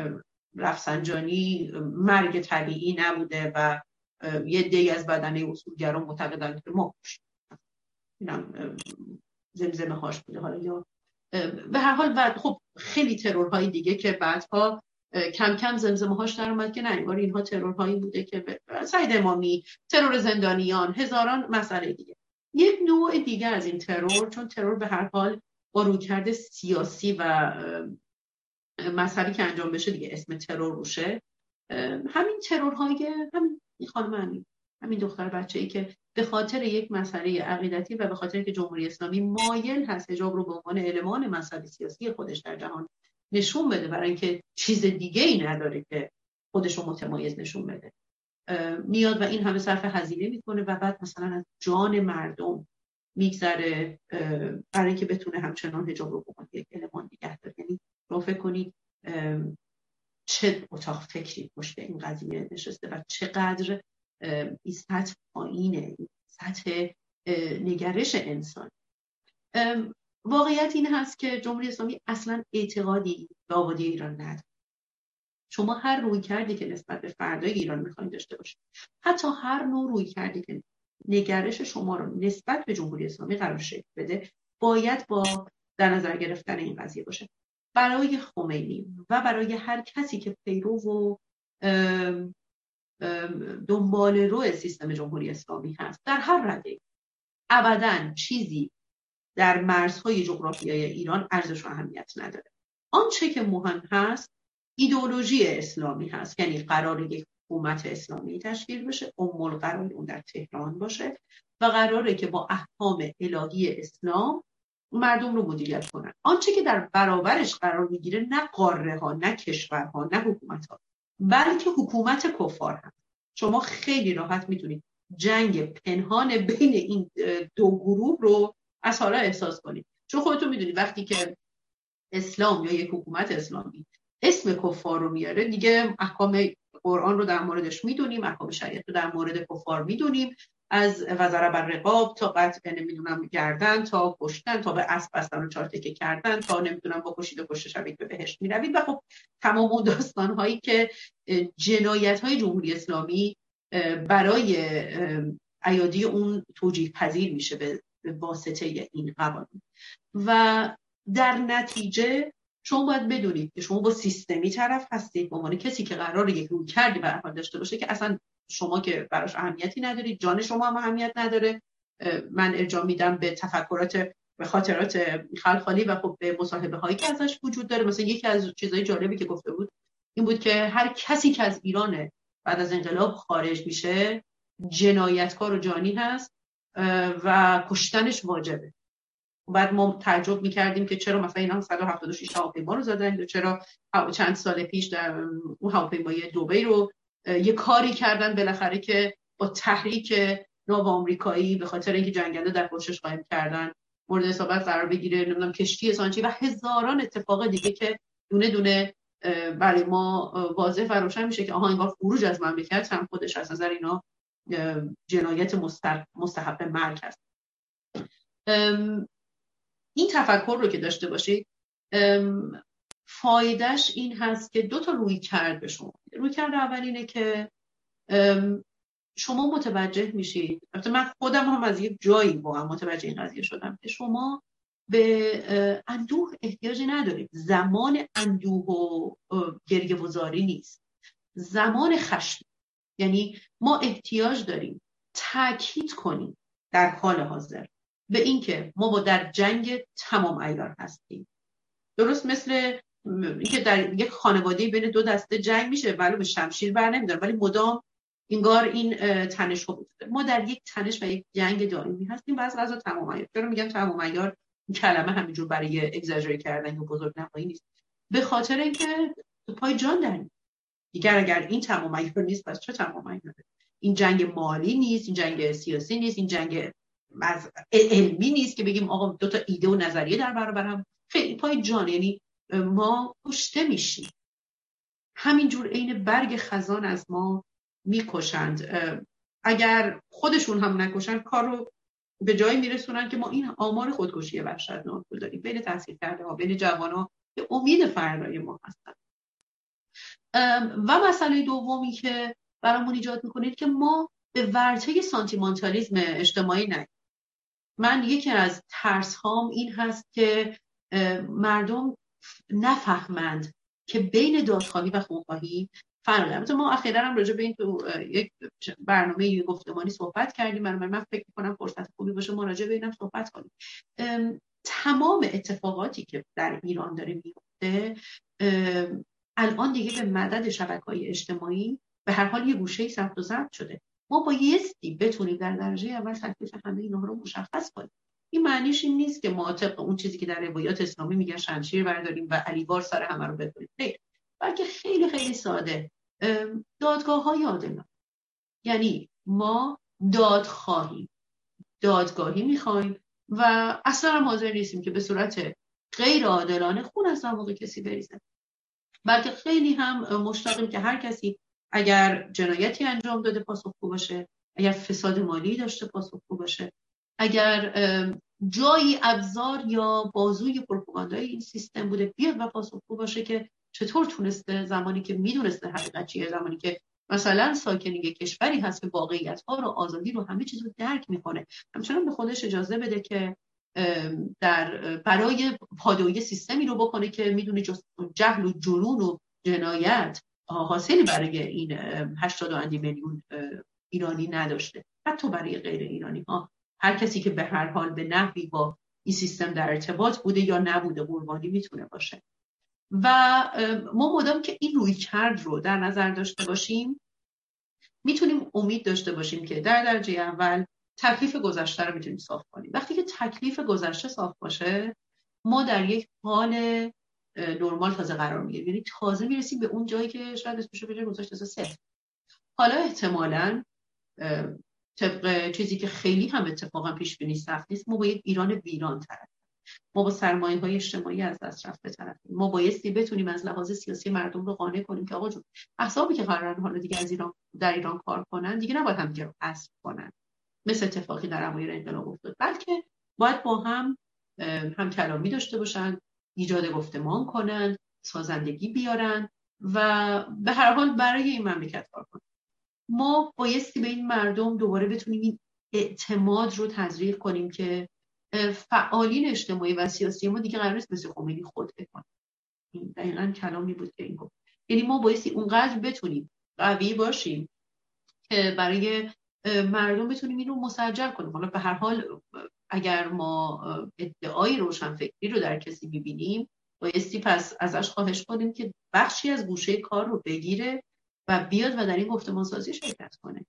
رفسنجانی مرگ طبیعی نبوده و یه عده‌ای از بدنه اصولگران معتقدن که ما اینم زمزمه هاش بوده. حالا یا به هر حال بعد خب خیلی ترورهای دیگه که بعدها کم کم زمزمه هاش در اومد که نه انگار اینها ترورهایی بوده که سعید امامی، ترور زندانیان، هزاران مسئله دیگه. یک نوع دیگه از این ترور، چون ترور به هر حال با رویکرد سیاسی و مذهبی که انجام بشه دیگه اسم ترور روشه، همین ترورهای همین خانم همین دختر بچه‌ای که به خاطر یک مسئله عقیدتی و به خاطر که جمهوری اسلامی مایل هست حجاب رو به عنوان المان مذهبی سیاسی خودش در جهان نشون بده برای اینکه چیز دیگه ای نداره که خودش رو متمایز نشون بده، میاد و این همه صرف هزینه میکنه و بعد مثلا از جان مردم میگذره برای اینکه بتونه همچنان حجاب رو به عنوان یک المان نگه داره. یعنی رو فکر کنید چه اتاق فکری پشت این قضیه نشسته و چقدر این سطح پایینه، سطح نگرش انسان. واقعیت این هست که جمهوری اسلامی اصلا اعتقادی به آبادی ایران نداره. شما هر روی کردی که نسبت به فردای ایران میخواید داشته باشید، حتی هر نوع روی کردی که نگرش شما رو نسبت به جمهوری اسلامی قرار شکل بده، باید با در نظر گرفتن این قضیه باشه. برای خمینی و برای هر کسی که پیرو و دنبال رو سیستم جمهوری اسلامی هست در هر رده، ابداً چیزی در مرزهای جغرافیایی ایران ارزش و اهمیت نداره. آنچه که مهم هست ایدئولوژی اسلامی هست، یعنی قرار یک حکومت اسلامی تشکیل بشه، القرار اون در تهران باشه و قراره که با احکام الهی اسلام مردم رو مدیریت کنن. آنچه که در برابرش قرار میگیره نه قاره ها، نه کشورها، نه حکومت ها، بلکه حکومت کفار هست. شما خیلی راحت میتونید جنگ پنهان بین این دو گروه رو از حالا احساس کنید، چون خودتون میدونید وقتی که اسلام یا یک حکومت اسلامی اسم کفار رو میاره، دیگه احکام قرآن رو در موردش میدونیم، احکام شریعت رو در مورد کفار میدونیم، از وزره بر رقاب تا قطع نمیدونم گردن، تا کشتن، تا به اسب بستن و 4 تکه کردن، تا نمیدونم با کشید و کشته شوید به بهشت میروید. و خب تمام اون داستان هایی که جنایت های جمهوری اسلامی برای ایادی اون توجیه پذیر میشه به واسطه این قوانین. و در نتیجه شما باید بدونید که شما با سیستمی طرف هستید، به عنوان کسی که قراره یک رویکردی به هر حال داشته باشه که اصلا شما که براش اهمیتی ندارید، جان شما هم اهمیت نداره. من ارجاع میدم به تفکرات و خاطرات خلخالی و خب به مصاحبه هایی که ازش وجود داره. مثلا یکی از چیزهای جالبی که گفته بود این بود که هر کسی که از ایران بعد از انقلاب خارج میشه جنایتکار و جانی هست و کشتنش واجبه. بعد ما تعجب می‌کردیم که چرا مثلا اینا 176 هواپیما رو زدن یا چرا چند سال پیش در اون هواپیمای دبی رو یه کاری کردن بالاخره که با تحریک ناو آمریکایی به خاطر اینکه جنگنده در پشتش قایم کردن مورد اصابت قرار بگیره، نمیدونم کشتی سانچی و هزاران اتفاق دیگه که دونه دونه برای ما واضح و روشن میشه که آها انگار خروج از مملکت هم خودش از نظر اینا جنایت مستحق مرگ هست. این تفکر رو که داشته باشید فایدهش این هست که 2 روی کرد به شما. روی کرد اول اینه که شما متوجه میشید، البته من خودم هم از یک جایی واقعا متوجه این قضیه شدم که شما به اندوه احتیاجی ندارید. زمان اندوه و گریه وزاری نیست، زمان خشم. یعنی ما احتیاج داریم تاکید کنیم در حال حاضر به این که ما با در جنگ تمام عیار هستیم. درست مثل اینکه در یک خانواده بین 2 دسته جنگ میشه، ولی به شمشیر بر نمیداره، ولی مدام انگار این تنش ها بوده. ما در یک تنش و یک جنگ دائمی هستیم و از قضا تمام عیار. چرا میگم تمام عیار؟ این کلمه همینجور برای اگزاژری کردن یا بزرگنمایی نیست، به خاطر اینکه پای جان داریم. اگر این تمام عیار نیست پس چه تمام عیاره؟ این جنگ مالی نیست، این جنگ سیاسی نیست، این جنگ علمی نیست که بگیم آقا 2 ایده و نظریه در برابر هم. خیلی پای جان، یعنی ما کشته میشیم. همینجور عین برگ خزان از ما میکشند. اگر خودشون هم نکشن کار رو به جایی میرسونن که ما این آمار خودکشی وحشتناک رو داریم بین تحصیل کرده ها، بین جوان‌ها که امید فردای ما هستن. و مسئله دومی که برامون ایجاد میکنید که ما به ورطه سانتیمانتالیسم اجتماعی نگیم. من یکی از ترس هام این هست که مردم نفهمند که بین دادخواهی و خونخواهی فرقه. مثلا ما اخیراً هم راجع به این تو یک برنامه گفتمانی صحبت کردیم. من فکر می‌کنم فرصت خوبی باشه ما راجع به اینم صحبت کنیم. تمام اتفاقاتی که در ایران داره میفته الان دیگه به مدد شبکه‌های اجتماعی به هر حال یه گوشه‌ای ثبت و ضبط شده. ما بایستی بتونیم در درجه اول تکلیف همه اینا رو مشخص کنیم. این معنیش این نیست که ما طبق اون چیزی که در روایات اسلامی میگن شمشیر برداریم و علیوار سر همه رو ببریم. نه، بلکه خیلی خیلی ساده دادگاه‌های عادلانه. یعنی ما دادگاهی می‌خوایم و اصلا هم حاضر نیستیم که به صورت غیر عادلانه خون از دماغ کسی بریزه. بلکه خیلی هم مشتاقیم که هر کسی اگر جنایتی انجام داده پاسخگو باشه، اگر فساد مالی داشته پاسخگو باشه، اگر جایی ابزار یا بازوی پروپاگاندای این سیستم بوده بیاد و پاسخگو باشه که چطور تونسته زمانی که میدونسته حقیقت چیه، زمانی که مثلا ساکن یک کشوری هست که واقعیت‌ها رو، آزادی رو، همه چیز رو درک میکنه، همچنان به خودش اجازه بده که برای پادویی سیستمی رو بکنه که میدونه جهل و جنون و جنایت حاصلی برای این 80 میلیون ایرانی نداشته. حتی برای غیر ایرانی ها، هر کسی که به هر حال به نحوی با این سیستم در ارتباط بوده یا نبوده قربانی میتونه باشه. و ما مدام که این رویکرد رو در نظر داشته باشیم میتونیم امید داشته باشیم که در درجه اول تکلیف گذشته رو میتونیم صاف کنیم. وقتی که تکلیف گذشته صاف باشه ما در یک حال نرمال تازه قرار میگیریم، یعنی تازه میرسیم به اون جایی که شاید اسمش رو بشه گذشته صفر. حالا احتمالاً طبق چیزی که خیلی هم اتفاقا پیش بینی سخت نیست، ما با یک ایران ویران طرف، ما با سرمایه‌های اجتماعی از دست رفته طرفیم. ما بایستی بتونیم از لحاظ سیاسی مردم رو قانع کنیم که آقا جون احزابی که قرارن حالا دیگه از ایران در ایران کار کنن دیگه نباید همدیگه رو حذف کنن مثل اتفاقی در اوایل انقلاب افتاد، بلکه باید با هم کلامی داشته باشن، ایجاد گفتمان کنن، سازندگی بیارن و به هر حال برای این مملکت کار کنن. ما بایستی به این مردم دوباره بتونیم این اعتماد رو تزریق کنیم که فعالین اجتماعی و سیاسی ما دیگه قرار نیست مثل خمینی خودعه کنن. این دقیقاً کلامی بود که این گفت. یعنی ما بایستی اونقدر بتونیم قوی باشیم که برای مردم بتونیم این رو مسجل کنیم. حالا به هر حال اگر ما ادعای روشنفکری رو در کسی ببینیم بایستی پس ازش خواهش کنیم که بخشی از گوشه کار رو بگیره و بیاد و در این گفتمان سازی شرکت کنه.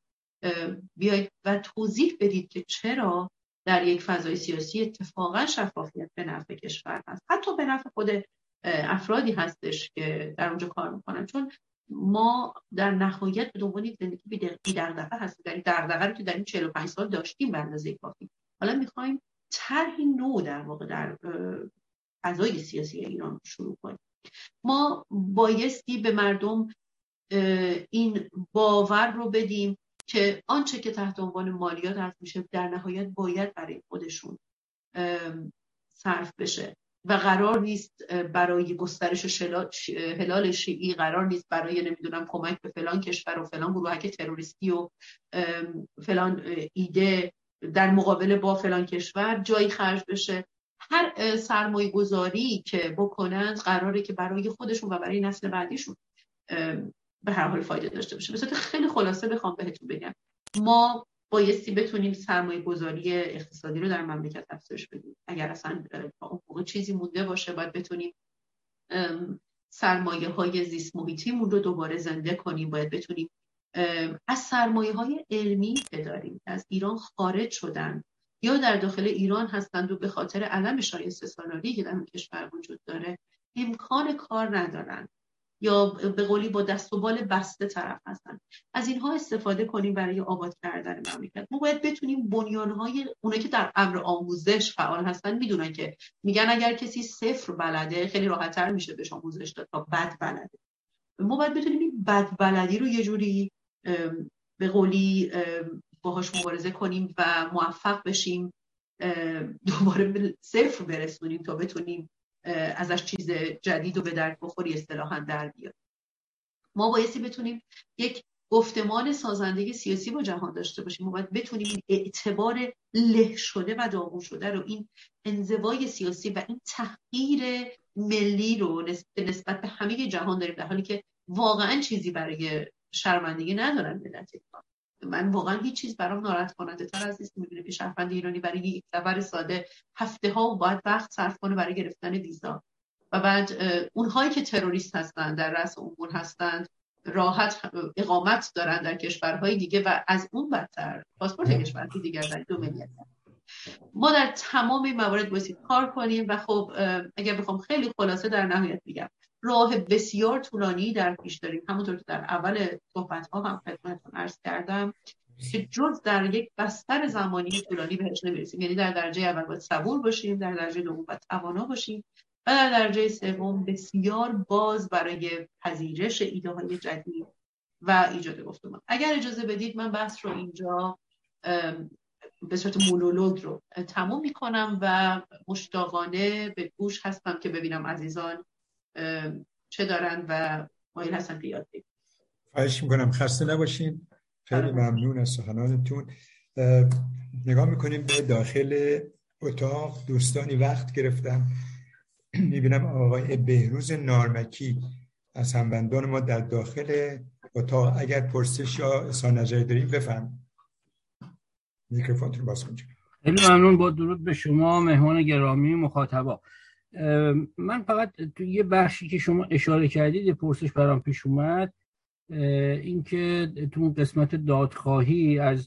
بیایید و توضیح بدید که چرا در یک فضای سیاسی اتفاقا شفافیت به نفع کشور هست، حتی به نفع خود افرادی هستش که در اونجا کار میکنن. چون ما در نهایت به دنبال یک زندگی بی دغدغه هستیم، در این دغدغه رو که در این 45 سال داشتیم به اندازه کافی. حالا میخوایم طرحی نو در واقع در فضای سیاسی ایران شروع کنیم. ما بایستی به مردم این باور رو بدیم که آنچه که تحت عنوان مالیات هست میشه در نهایت باید برای خودشون صرف بشه و قرار نیست برای گسترش هلال شیعی، قرار نیست برای نمیدونم کمک به فلان کشور و فلان گروهک تروریستی و فلان ایده در مقابله با فلان کشور جایی خرج بشه. هر سرمایه گذاری که بکنند قراره که برای خودشون و برای نسل بعدیشون به هر حال فایده داشته باشه. به صورت خیلی خلاصه بخوام بهتون بگم، ما بایستی بتونیم سرمایه گذاری اقتصادی رو در مملکت افزایش بدیم. اگر اصلا اون موقع چیزی مونده باشه باید بتونیم سرمایه های زیست محیطیمون رو دوباره زنده کنیم. باید بتونیم از سرمایه های علمی که داریم از ایران خارج شدن یا در داخل ایران هستند و به خاطر عدم شایسته سالاری که در اون کشور وجود داره امکان کار ندارن یا به قولی با دست و بال بسته طرف هستن، از اینها استفاده کنیم برای آباد کردن مملکت. ما باید بتونیم بنیانهای اونایی که در امر آموزش فعال هستن میدونن که میگن اگر کسی صفر بلده خیلی راحت‌تر میشه بهش آموزش داد تا بد بلده. ما باید بتونیم این بد بلدی رو یه جوری به قولی باهاش مبارزه کنیم و موفق بشیم دوباره به صفر برسونیم تا بتونیم ازش چیز جدید و به درد بخوری اصطلاحاً در بیاد. ما بایستی بتونیم یک گفتمان سازنده سیاسی با جهان داشته باشیم. ما باید بتونیم این اعتبار له شده و داغون شده رو، این انزوای سیاسی و این تحقیر ملی رو نسبت به همه جهان داریم، در حالی که واقعاً چیزی برای شرمندگی ندارن ملت ایران. من واقعا هیچ چیز برام ناراحت کننده تر از نیست میبینه که شهروند ایرانی برای یک سفر ساده هفته ها و باید وقت صرف کنه برای گرفتن ویزا و بعد اونهایی که تروریست هستن در رأس امور هستند راحت اقامت دارن در کشورهای دیگه و از اون بدتر پاسپورت کشورهای دیگر در دو ملیت. ما در تمام این موارد باید کار کنیم و خب اگر بخوام خیلی خلاصه در نهایت بگم، راه بسیار طولانی در پیش داریم. همونطور که در اول صحبت‌ها هم خدمتتون عرض کردم که جز در یک بستر زمانی طولانی بهش نمیرسیم. یعنی در درجه اول باید صبور باشیم، در درجه دوم باید توانا باشیم و در درجه سوم بسیار باز برای پذیرش ایده‌های جدید و ایجاد گفتمان. اگر اجازه بدید من بحث رو اینجا به صورت مونولوگ رو تموم می‌کنم و مشتاقانه به گوش هستم که ببینم عزیزان چه دارن و مایل هستن که یاد بگیرن. خواهش میکنم، خسته نباشین. خیلی ممنون از سخنانتون. نگاه میکنیم به داخل اتاق، دوستانی وقت گرفتن. میبینم آقای بهروز نارمکی از همبندان ما در داخل اتاق. اگر پرسش یا اظهار نظری داریم بفرمایید. میکروفونتون باز کنید. خیلی ممنون. با درود به شما مهمان گرامی مخاطبا. من فقط تو یه بخشی که شما اشاره کردید پرسش برام پیش اومد، این که تو قسمت دادخواهی از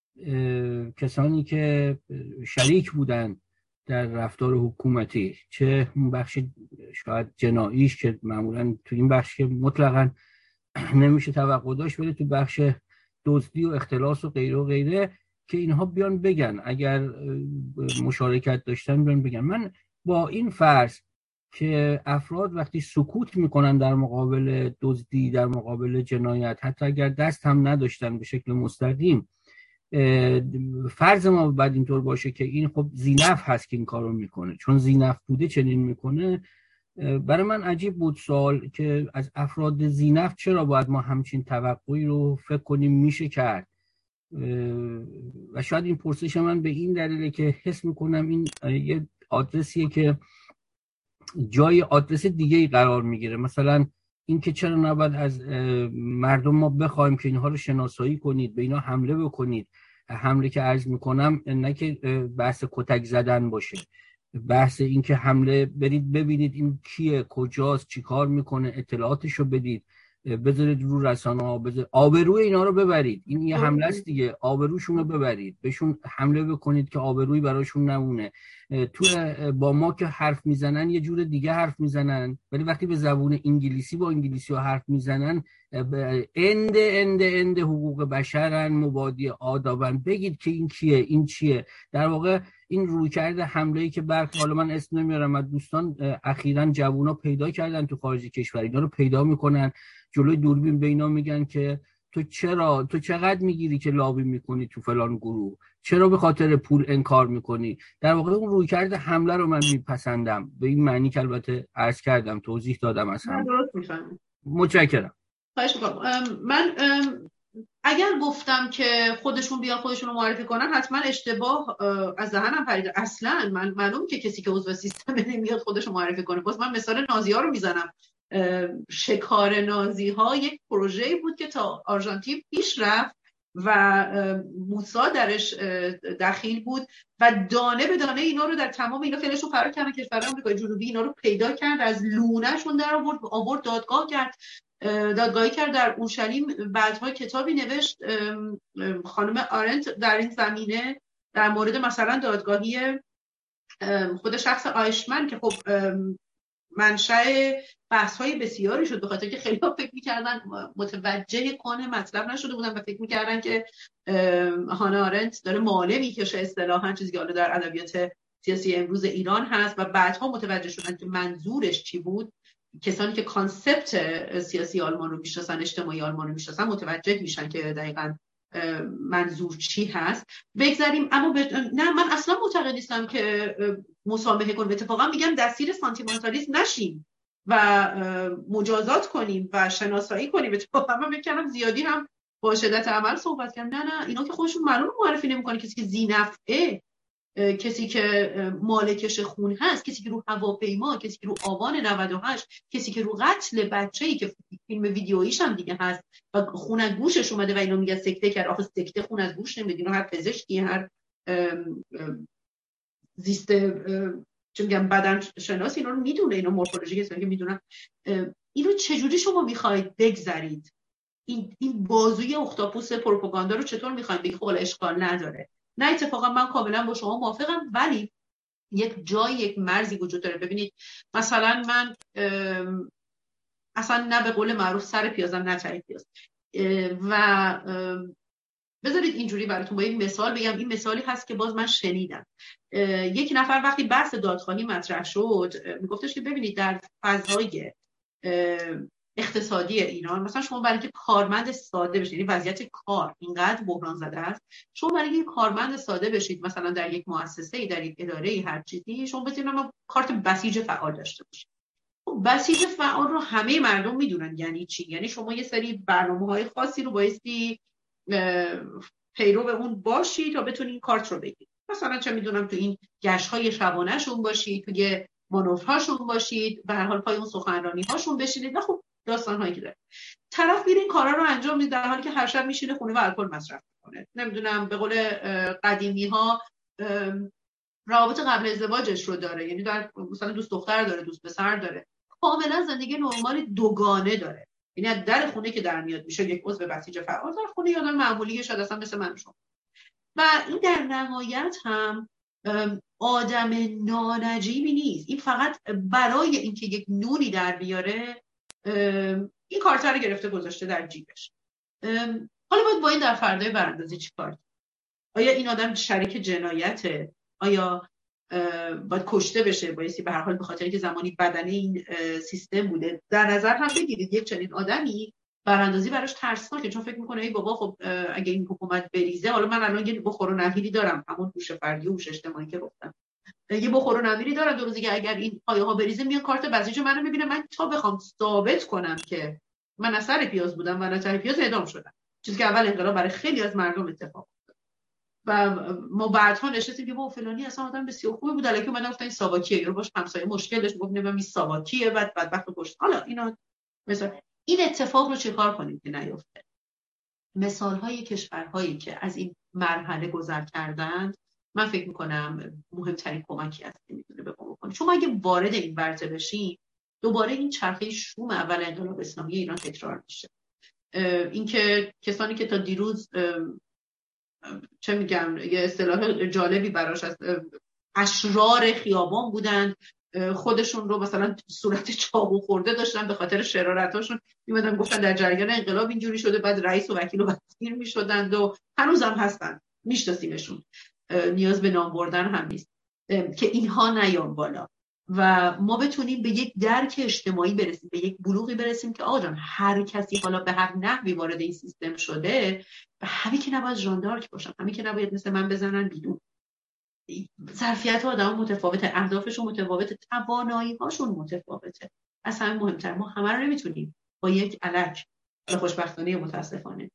کسانی که شریک بودن در رفتار حکومتی، چه بخش شاید جناییش که معمولا تو این بخش که مطلقاً نمیشه توقع داشت، ولی تو بخش دزدی و اختلاس و غیره و غیره، که اینها بیان بگن اگر مشارکت داشتن بیان بگن. من با این فرض که افراد وقتی سکوت میکنن در مقابل دزدی، در مقابل جنایت، حتی اگر دست هم نداشتن به شکل مستقیم، فرض ما باید اینطور باشه که این خب زینف هست که این کارو میکنه، چون زینف بوده چنین میکنه. برای من عجیب بود سوال که از افراد زینف چرا باید ما همچین توقعی رو فکر کنیم میشه کرد. و شاید این پرسش من به این دلیله که حس میکنم این یه آدرسیه که جای آدرس دیگه ای قرار میگیره. مثلا این که چرا نباید از مردم ما بخوایم که اینها رو شناسایی کنید، به اینا حمله بکنید. حمله که عرض میکنم نه که بحث کتک زدن باشه، بحث این که حمله برید ببینید این کیه، کجاست، چی کار میکنه، اطلاعاتشو بدید بذارید رو رسانه‌ها، آبروی اینا رو ببرید. این یه حمله است دیگه، آبروشون رو ببرید، بهشون حمله بکنید که آبرویی براشون نمونه. تو با ما که حرف میزنن یه جور دیگه حرف میزنن، ولی وقتی به زبون انگلیسی با انگلیسی‌ها حرف میزنن اند حقوق بشرن، مبادی آدابن. بگید که این کیه، این چیه. در واقع این رویکرد حمله‌ای که برخی، حالا من اسم نمیارم، از دوستان اخیراً جوونا پیدا کردن تو خارج کشور، اینا رو پیدا میکنن جلوی دوربین به اینا میگن که تو چقدر میگیری که لابی میکنی تو فلان گروه، چرا به خاطر پول انکار میکنی. در واقع اون رویکرد حمله رو من میپسندم، به این معنی که البته عرض کردم، توضیح دادم اصلا. متشکرم. خواهش می‌کنم. من اگر گفتم که خودشون رو معرفی کنن، حتما اشتباه از ذهنم پرید. اصلا من معلوم که کسی که عضو سیستم نمیاد خودش رو معرفی کنه. باز من مثال نازی‌ها رو میزنم. شکار نازی‌ها یک پروژه‌ای بود که تا آرژانتین پیش رفت و موسا درش دخیل بود و دانه به دانه اینا رو در تمام اینا فعلشون فرار کردن. کشورهای آمریکای جنوبی اینا رو پیدا کرد، از لونه‌شون در آورد دادگاه کرد، دادگاهی کرد در اورشلیم. بعدها کتابی نوشت خانم آرنت در این زمینه در مورد مثلا دادگاهی خود شخص آیشمن که خب منشأ بحث‌های بسیاری شد، به خاطر که خیلی فکر می‌کردن متوجه کنه مطلب نشده بودن و فکر می‌کردن که هانا آرنت داره ماله میکشه، اصطلاحاً چیزی که حالا در ادبیات سیاسی امروز ایران هست، و بعدها متوجه شدن که منظورش چی بود. کسانی که کانسپت سیاسی آلمان رو میشناسن، اجتماعی آلمان رو میشناسن، متوجه میشن که دقیقاً منظور چی هست. بگذاریم. اما نه، من اصلا معتقد نیستم که مسامحه کنیم. اتفاقا میگم دستگیر سانتیمانتالیسم نشیم و مجازات کنیم و شناسایی کنیم. اتفاقا من میگم زیادی هم با شدت عمل صحبت کردم. نه اینا که خودشون معلوم معرفی نمیکنه. کسی که ذی‌نفعه، کسی که مالکش خون هست، کسی که رو هواپیما، کسی که رو آبان 98، کسی که رو قتل بچه‌ای که فیلم ویدیوییش هم دیگه هست و خون از گوشش اومده و اینا میگن سکته کرد. آخه سکته خون از گوش نمیاد. اینو هر پزشکی، هر زیست چه میگم بدن شناس اینا رو میدونه، اینا مورفولوژی هستن که میدونن. اینو چجوری شما میخواید بگذارید؟ این بازوی اختاپوس پروپاگاندا رو چطور میخواید بگید خب اشکال نداره؟ نه، اتفاقا من کاملا با شما موافقم، ولی یک مرزی وجود داره. ببینید مثلا من اصلا نه به قول معروف سر پیازم نه ته پیاز، و بذارید اینجوری براتون با یک مثال بگم. این مثالی هست که باز من شنیدم. یک نفر وقتی بحث دادخواهی مطرح شد میگفتش که ببینید در فضای اقتصادی ایران، مثلا شما برای اینکه کارمند ساده بشید، این وضعیت کار اینقدر بحران زده است، شما برای اینکه کارمند ساده بشید مثلا در یک مؤسسه‌ای، در یک اداره‌ای، هر چیزی، شما باید کارت بسیج فعال داشته باشید. بسیج فعال رو همه مردم میدونن یعنی چی. یعنی شما یه سری برنامه‌های خاصی رو بایستی پیرو به اون باشی تا بتونین کارت رو بگیرید. مثلا چه میدونم تو این گشت‌های شبانه‌شون باشید، تو مانورهاشون باشید، به هر حال پای اون سخنرانی‌هاشون بشینید و خب داستان‌هایی که داره. طرف میره این کارا رو انجام میده در حالی که هر شب میشینه خونه و الکل مصرف میکنه. نمیدونم به قول قدیمی‌ها روابط قبل ازدواجش رو داره، یعنی در مثلا دوست دختر داره، دوست پسر داره، کاملا زندگی نرمال دوگانه داره. یعنی از در خونه که در میاد میشه یک عضو بسیج فعال، در خونه یه آدم معمولیه، شاید اصلا مثل من و شما. و این در نهایت هم آدم نانجیبی نیست. این فقط برای اینکه یک نونی در بیاره این کارت رو گرفته گذاشته در جیبش. حالا باید با این در فردای براندازی چی کار؟ آیا این آدم شریک جنایته؟ آیا باید کشته بشه؟ بایستی به هر حال به خاطر اینکه زمانی بدنه این سیستم بوده. در نظر هم بگیرید یک چنین آدمی براندازی براش ترسناکه، چون فکر میکنه ای بابا خب اگه این حکومت بریزه، حالا من الان یه بخور و نویری دارم، همون هوش فردی و هوش اجتماعی که گفتم، یه بخور و نویری دارم دو روزی که اگر این پایه ها بریزه میاد کارت بسیج منو میبینه، من تا بخوام ثابت کنم که من از سر پیاز بودم و نه ته پیاز اعدام شدم، چیزی که اول انقلاب برای خیلی از مردم اتفاق افتاد. و ما بعدها نشستیم که با فلانی اصلا آدم بسیار خوبی بود، الکی اومدن گفتن این ساواکیه، یا باش همسایه مشکل داشت گفت نمیدونم این ساواکیه، بعد بدبختو کشت. حالا اینا مثلا این اتفاق رو چیکار کنیم که نیفته؟ مثال‌های کشورهایی که از این مرحله گذر کردند، من فکر می‌کنم مهمترین کمکی است که میتونه به ما بکنه. شما اگه وارد این ورطه بشین، دوباره این چرخه شوم اول انقلاب اسلامی ایران تکرار میشه. اینکه کسانی که تا دیروز چه میگم یه اصطلاح جالبی براش از اشرار خیابان بودند، خودشون رو مثلا صورت چاقو خورده داشتن به خاطر شرارتاشون، میمدن گفتن در جریان انقلاب اینجوری شده، بعد رئیس و وکیل و وزیر میشدند و هنوزم هستن، میشناسیمشون، نیاز به نام بردن هم نیست، که اینها نیان بالا و ما بتونیم به یک درک اجتماعی برسیم، به یک بلوغی برسیم که آقا جان هر کسی حالا به هر نحوی وارد این سیستم شده، همین که نباید ژاندارک باشن، همین که نباید مثل من بزنن بیرون. ظرفیت آدم متفاوته، اهدافشون متفاوته، توانایی‌هاشون متفاوته. از همه مهمتر ما همه رو نمیتونیم با یک الک، خوشبختانه متاسفانه،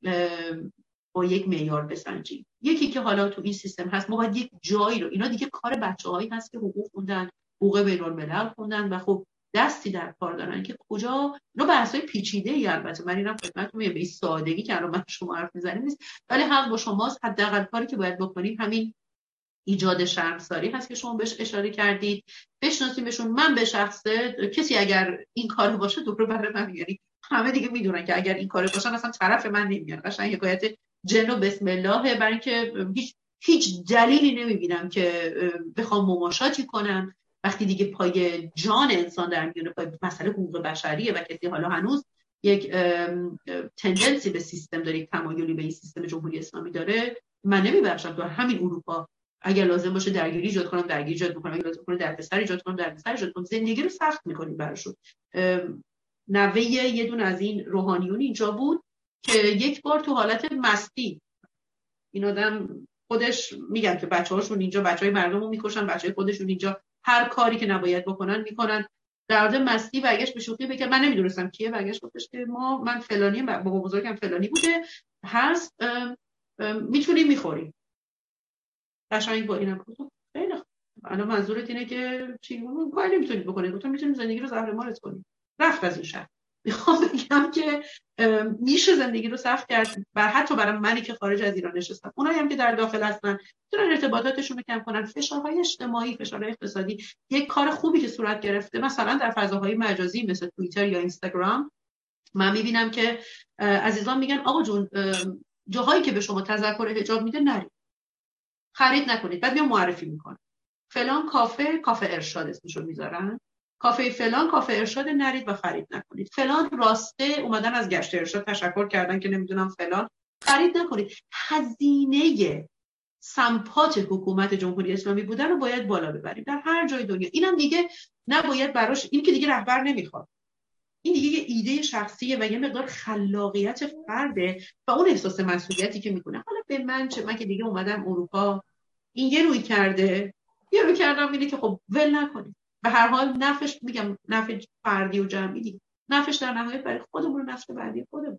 با یک معیار بسنجیم. یکی که حالا تو این سیستم هست، ما باید یک جایی رو، اینا دیگه کار بچه‌هایی هست که حقوق خوندن، حقوق بین‌الملل خوندن و خب دستی در کار دارن که کجا، اینا بحث‌های پیچیده‌ای البته من اینم خدمتتون میگم به این سادگی که الان من شما حرف می‌زنیم نیست، ولی حق با شماست. حداقل کاری که باید بکنیم همین ایجاد شرمساری هست که شما بهش اشاره کردید، بشناسیمشون. من به شخصه کسی اگر این کارو باشه دوباره برای من، یعنی همه دیگه میدونن که اگر این کارو باشن اصلا طرف من نمیان، قشنگ حکایت جن و بسم الله، برای اینکه هیچ دلیلی نمیبینم که بخوام مماشاتی کنم وقتی دیگه پای جان انسان در میونه، پای مسئله حقوق بشریه و کسی حالا هنوز یک تندنسی به سیستم داره، تمایلی به این سیستم جمهوری اسلامی داره. من نمیبخشم تو همین اروپا اگر لازم باشه درگیری ایجاد کنم درگیری ایجاد میکنم، اگر لازم کنه دردسر ایجاد کنم دردسر ایجاد کنم، زندگی رو سخت میکنیم براشون. نوه یه دونه از این روحانیون اینجا بود که یک بار تو حالت مستی، این آدم خودش میگن که بچه‌هاشون اینجا بچهای مردمو میکشن، بچهای خودشون اینجا هر کاری که نباید بکنن میکنن، در حالت مستی برگشت به شوخی بگه من نمیدونستم کیه، برگشت گفتش که من فلانی، بابا بزرگم فلانی بوده هست، میتونیم میخوریم. قشنگ با اینم گفتم خیلی خوب، الان منظورت اینه که چی کاری نمیتونید بکنید؟ گفتم میتونیم زندگی رو زهرمارت کنیم. رفت از این شهر. میخوام بگم که میشه زندگی رو سخت کرد، حتی برای منی که خارج از ایران نشستم، اونایی هم که در داخل هستن میتونن ارتباطاتشون رو کم کنن. فشارهای اجتماعی، فشارهای اقتصادی، یک کار خوبی که صورت گرفته مثلا در فضاهای مجازی مثل توییتر یا اینستاگرام، من میبینم که عزیزان میگن آقا جون جاهایی که به شما تذکر حجاب میده نرید، خرید نکنید، بعد میام معرفی میکنن فلان کافه ارشاد اسمشو میذارن، کافه فلان کافه ارشاد، نرید و خرید نکنید. فلان راسته اومدن از گشت ارشاد تشکر کردن که نمیدونم فلان، خرید نکنید. هزینه سمپات حکومت جمهوری اسلامی بودن رو باید بالا ببریم در هر جای دنیا. اینم دیگه نباید براش، این که دیگه رهبر نمیخواد، این دیگه یه ایده شخصیه و یه مقدار خلاقیت فرده و اون احساس مسئولیتی که میکنه. حالا به من چه، من که دیگه اومدم اروپا، این یه روی کرده، یه روی کردم اینه که خب ول نکنید. به هر حال نفعش، میگم نفع فردی و جمعی دیگه، نفعش در نهایت برای خودمون، نفع بعدی خودمون.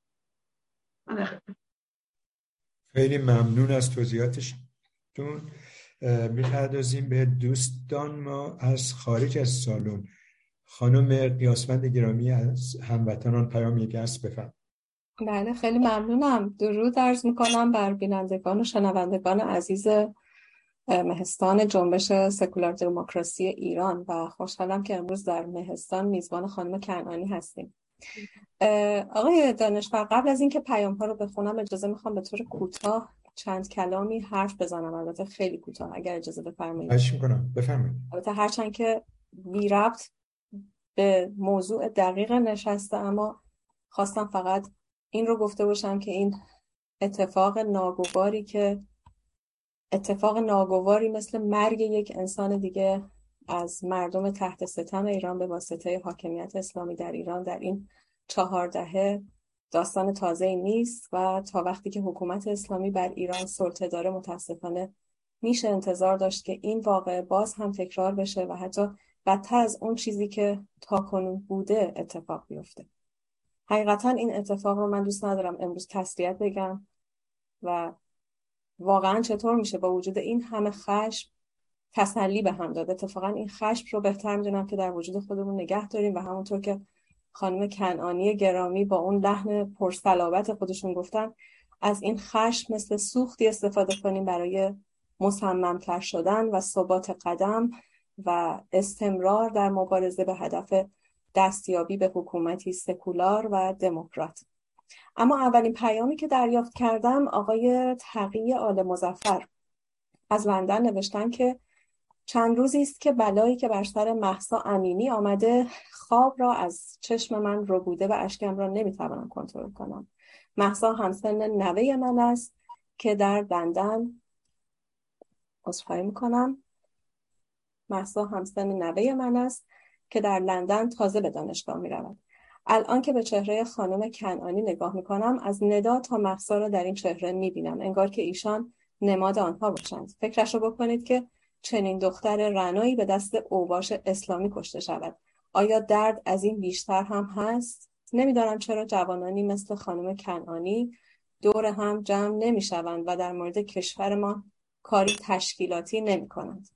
خیلی ممنون از توضیحاتشون. می‌پردازیم به دوستان ما از خارج از سالن. خانم قیاسمند گرامی از هموطنان پیام یک است بفرمایید. بله خیلی ممنونم. درود عرض میکنم بر بینندگان و شنوندگان عزیز مهستان جنبش سکولار دموکراسی ایران و خوشحالم که امروز در مهستان میزبان خانم کنعانی هستیم. آقای دانشور، قبل از اینکه پیام ها رو بخونم اجازه میخوام به طور کوتاه چند کلامی حرف بزنم، البته خیلی کوتاه اگر اجازه بفرمایید. خواهش میکنم بفرمایید. البته هرچند که بی ربط به موضوع دقیق نشسته، اما خواستم فقط این رو گفته باشم که این اتفاق ناگواری مثل مرگ یک انسان دیگه از مردم تحت ستم ایران به واسطه حاکمیت اسلامی در ایران در این 4 دهه داستان تازه‌ای نیست و تا وقتی که حکومت اسلامی بر ایران سلطه داره متاسفانه میشه انتظار داشت که این واقعه باز هم تکرار بشه و حتی بدتر از اون چیزی که تاکنون بوده اتفاق بیفته. حقیقتا این اتفاق رو من دوست ندارم امروز تسلیت بگم و واقعا چطور میشه با وجود این همه خشم تسلی به هم داد. اتفاقا این خشم رو بهتر میدونم که در وجود خودمون نگه داریم و همونطور که خانم کنعانی گرامی با اون لحن پرصلابت خودشون گفتن، از این خشم مثل سوختی استفاده کنیم برای مصمم‌تر شدن و ثبات قدم و استمرار در مبارزه به هدف دستیابی به حکومتی سکولار و دموکرات. اما اولین پیامی که دریافت کردم آقای تقی آل مظفر از لندن نوشتن که چند روزی است که بلایی که بر سر مهسا امینی آمده خواب را از چشم من ربوده و اشکم را نمیتوانم کنترل کنم. مهسا همسن نوه من است که در لندن تازه به دانشگاه می رود. الان که به چهره خانم کنعانی نگاه می کنم از ندا تا مهسا را در این چهره می بینم، انگار که ایشان نماد آنها باشند. فکرش رو بکنید که چنین دختر رعنایی به دست اوباش اسلامی کشته شود. آیا درد از این بیشتر هم هست؟ نمیدانم چرا جوانانی مثل خانم کنعانی دور هم جمع نمی شوند و در مورد کشور ما کاری تشکیلاتی نمی کنند.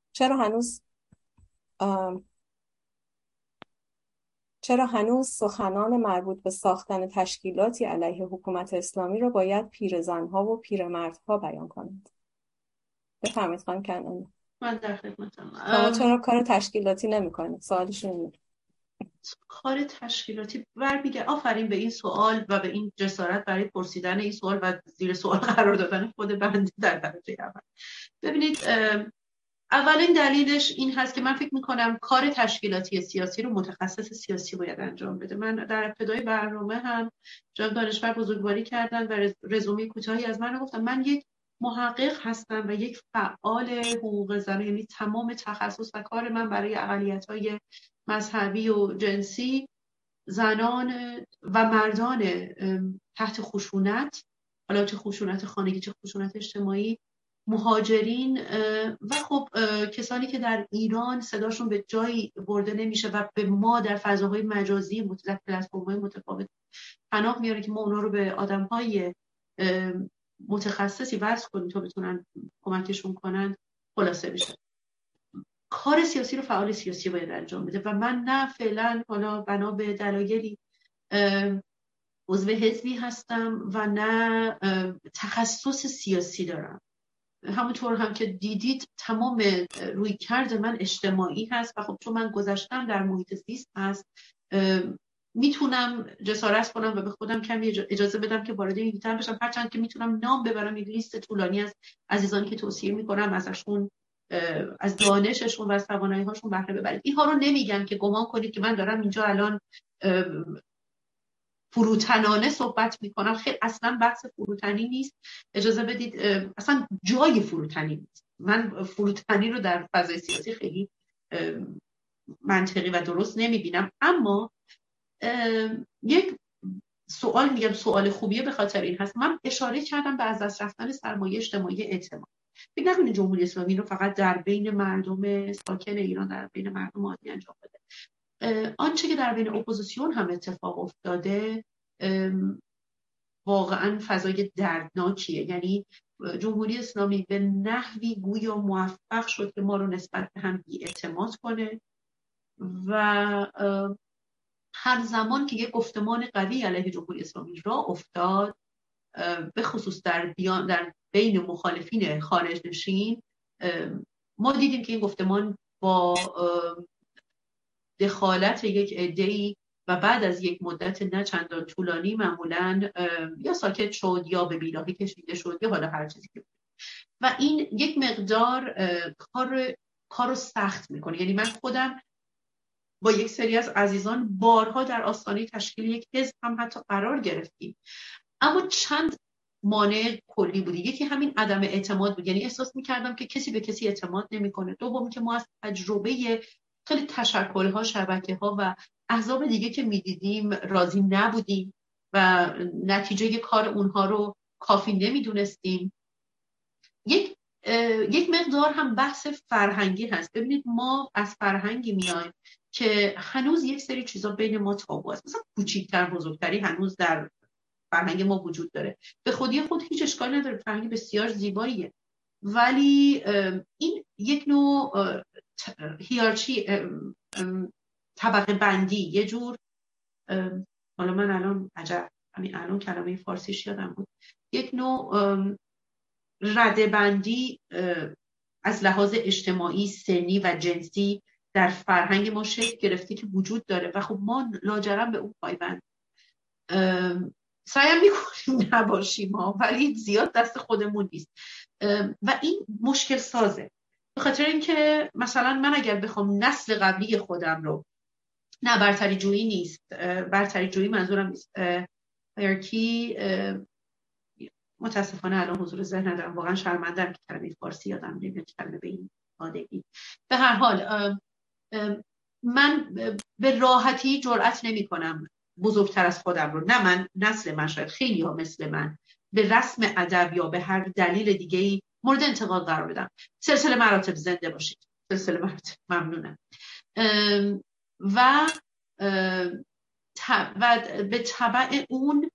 چرا هنوز سخنان مربوط به ساختن تشکیلاتی علیه حکومت اسلامی را باید پیرزنها و پیرمردها بیان کنند؟ بفرمایید خانم کنعانی. من در خدمتم. شما چرا کار تشکیلاتی نمی‌کنید؟ سوالشون اینه. کار تشکیلاتی برمیگه آفرین به این سوال و به این جسارت برای پرسیدن این سوال و زیر سوال قرار دادن خود بنده در درجه اول. ببینید اولین دلیلش این هست که من فکر میکنم کار تشکیلاتی سیاسی رو متخصص سیاسی باید انجام بده. من در ابتدای برنامه هم جناب دانشور بزرگواری کردن و رزومه کوتاهی از من رو گفتم. من یک محقق هستم و یک فعال حقوق زن، یعنی تمام تخصص و کار من برای اقلیت‌های مذهبی و جنسی، زنان و مردان تحت خشونت، حالا چه خشونت خانگی چه خشونت اجتماعی، مهاجرین و خب کسانی که در ایران صداشون به جایی برده نمیشه و به ما در فضاهای مجازی مختلف پلتفرم‌های متفاوت پناه میاره که ما اونا رو به آدم‌های متخصصی وصل کنیم تا بتونن کمکشون کنن. خلاصه بشه کار سیاسی رو فعال سیاسی باید انجام بده و من نه فعلا حالا بنا به دلایلی عضو حزبی هستم و نه تخصص سیاسی دارم. همونطور هم که دیدید تمام رویکرد من اجتماعی هست و خب چون من گذشتم در محیط زیست هست میتونم جسارت کنم و به خودم کمی اجازه بدم که وارد این دیتیل بشم، هرچند که میتونم نام ببرم. یک لیست طولانی از عزیزانی که توصیه میکنم ازشون، از دانششون و از توانایی‌هاشون بهره ببرید. اینها رو نمیگم که گمان کنید که من دارم اینجا الان فروتنانه صحبت میکنم. خیلی اصلا بحث فروتنی نیست، اجازه بدید، اصلا جای فروتنی نیست. من فروتنی رو در فضای سیاسی خیلی منطقی و درست نمیبینم. اما یک سوال میگم سوال خوبیه به خاطر این هست. من اشاره کردم به از دست رفتن سرمایه اجتماعی اعتماد. فکر نکنید جمهوری اسلامی رو فقط در بین مردم ساکن ایران، در بین مردم عادی انجام بده. آنچه که در بین اپوزیسیون هم اتفاق افتاده واقعا فضای دردناکیه. یعنی جمهوری اسلامی به نحوی گویا موفق شد که ما رو نسبت به هم بی‌اعتماد کنه و هر زمان که یک گفتمان قوی علیه جمهوری اسلامی راه افتاد، به خصوص در بین مخالفین خارج نشین، ما دیدیم که این گفتمان با دخالت یک عده‌ای و بعد از یک مدت نه چندان طولانی معمولاً یا ساکت شد یا به بیراهه کشیده شد یا حالا هر چیزی که بود. و این یک مقدار کار رو سخت میکنه. یعنی من خودم با یک سری از عزیزان بارها در آستانه تشکیل یک حزب هم حتی قرار گرفتیم، اما چند مانع کلی بود. یکی همین عدم اعتماد بود، یعنی احساس میکردم که کسی به کسی اعتماد نمیکنه. دوم که ما از تجربه خیلی تشکل‌ها، شبکه‌ها و احزاب دیگه که می‌دیدیم راضی نبودیم و نتیجه کار اونها رو کافی نمی‌دونستیم. یک مقدار هم بحث فرهنگی هست. ببینید ما از فرهنگی میایم که هنوز یک سری چیزا بین ما تابو است. مثلا کوچیک‌تر بزرگتری هنوز در فرهنگ ما وجود داره. به خودی خود هیچ اشکالی نداره، فرهنگ بسیار زیباییه، ولی این یک نوع هیرارچی، طبقه بندی، یه جور، حالا من الان همین کلمه فارسیش یادم بود، یک نوع رده بندی از لحاظ اجتماعی، سنی و جنسی در فرهنگ ما شکل گرفته که وجود داره و خب ما لاجرم به اون پایبند. سعی میکنیم نباشیم ولی زیاد دست خودمون نیست و این مشکل سازه. به خاطر اینکه مثلا من اگر بخوام نسل قبلی خودم رو، نه برتری جویی نیست، برتری جویی منظورم نیست، هایرکی، متاسفانه الان حضور ذهن ندارم، واقعا شرمندم که کلمه فارسی یادم نمیاد کلمه به این سادگی. به هر حال من به راحتی جرئت نمی کنم بزرگتر از خودم رو، نه من، نسل من، شاید خیلی ها مثل من، به رسم ادب یا به هر دلیل دیگه‌ای مورد انتقاد قرار بدم. سلسله مراتب زنده باشید. سلسله مراتب، ممنونم. و به تبع اون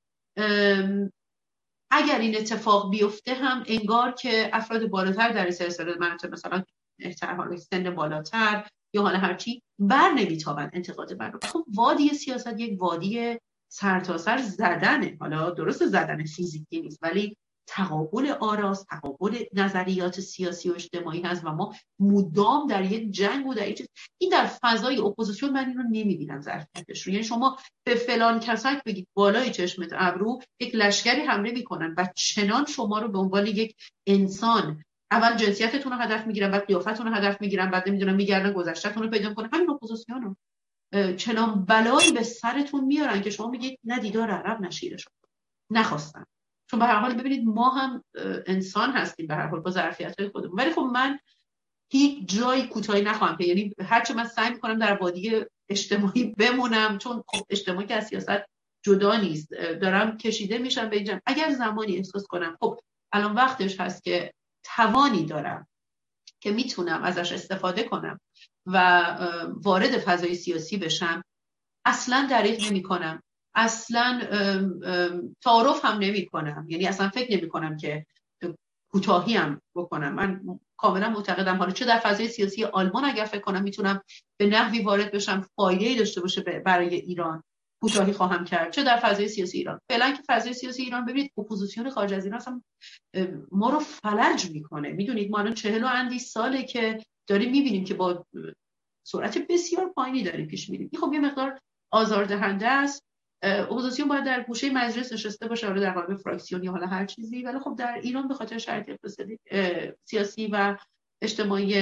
اگر این اتفاق بیفته هم انگار که افراد بالاتر در سلسله مراتب، مثلا احتمال سن بالاتر یا حالا هرچی، بر نمیتابن انتقاد من رو. خب وادی سیاست یک وادی سرتاسر زدنه، حالا درست زدن فیزیکی نیست ولی تقابل آراست، تقابل نظریات سیاسی و اجتماعی هست و ما مدام در یک جنگ و در این در فضای اپوزیسیون من این رو نمیبینم ظرفیتش رو. یعنی شما به فلان کسک بگید بالای چشمت ابرو، یک لشکری حمله میکنن و چنان شما رو به عنوان یک انسان، اول جنسیتتون رو هدف میگیرن، بعد قیافتون رو هدف میگیرن، بعد نمیدونم میگردن گذشته‌تون رو پیدا میکنن. همین اپوزیسیون رو چنان بلایی به سرتون میارن که شما میگید نه دیدار عرب نشیره شد، نخواستن. چون به هر حال ببینید ما هم انسان هستیم به هر حال با ظرفیت‌های خودمون. ولی خب من هیچ جایی کوتاهی نخواهم کرد، یعنی هرچه من سعی می‌کنم در وادی اجتماعی بمونم، چون خب اجتماعی که از سیاست جدا نیست، دارم کشیده میشم به اینجا. اگر زمانی احساس کنم خب الان وقتش هست که توانی دارم که میتونم ازش استفاده کنم و وارد فضای سیاسی بشم، اصلا دریغ نمی‌کنم، اصلا تعارف هم نمی کنم، یعنی اصلا فکر نمی کنم که کوتاهی هم بکنم. من کاملا معتقدم حالا چه در فضای سیاسی آلمان اگر فکر کنم میتونم به نحوی وارد بشم فایده‌ای داشته باشه برای ایران، کوتاهی خواهم کرد، چه در فضای سیاسی ایران. فعلا که فضای سیاسی ایران ببینید اپوزیسیون خارج از ایران اصلا ما رو فلج میکنه. میدونید ما الان 40 و اندی ساله که داریم میبینیم که با سرعت بسیار پایینی داریم پیش میریم. این خب یه مقدار آزاردهنده است. اپوزیسیون باید در گوشه مجلس نشسته باشه، حالا در قالب فراکسیون یا حالا هر چیزی، ولی خب در ایران به خاطر شرایط اقتصادی، سیاسی و اجتماعی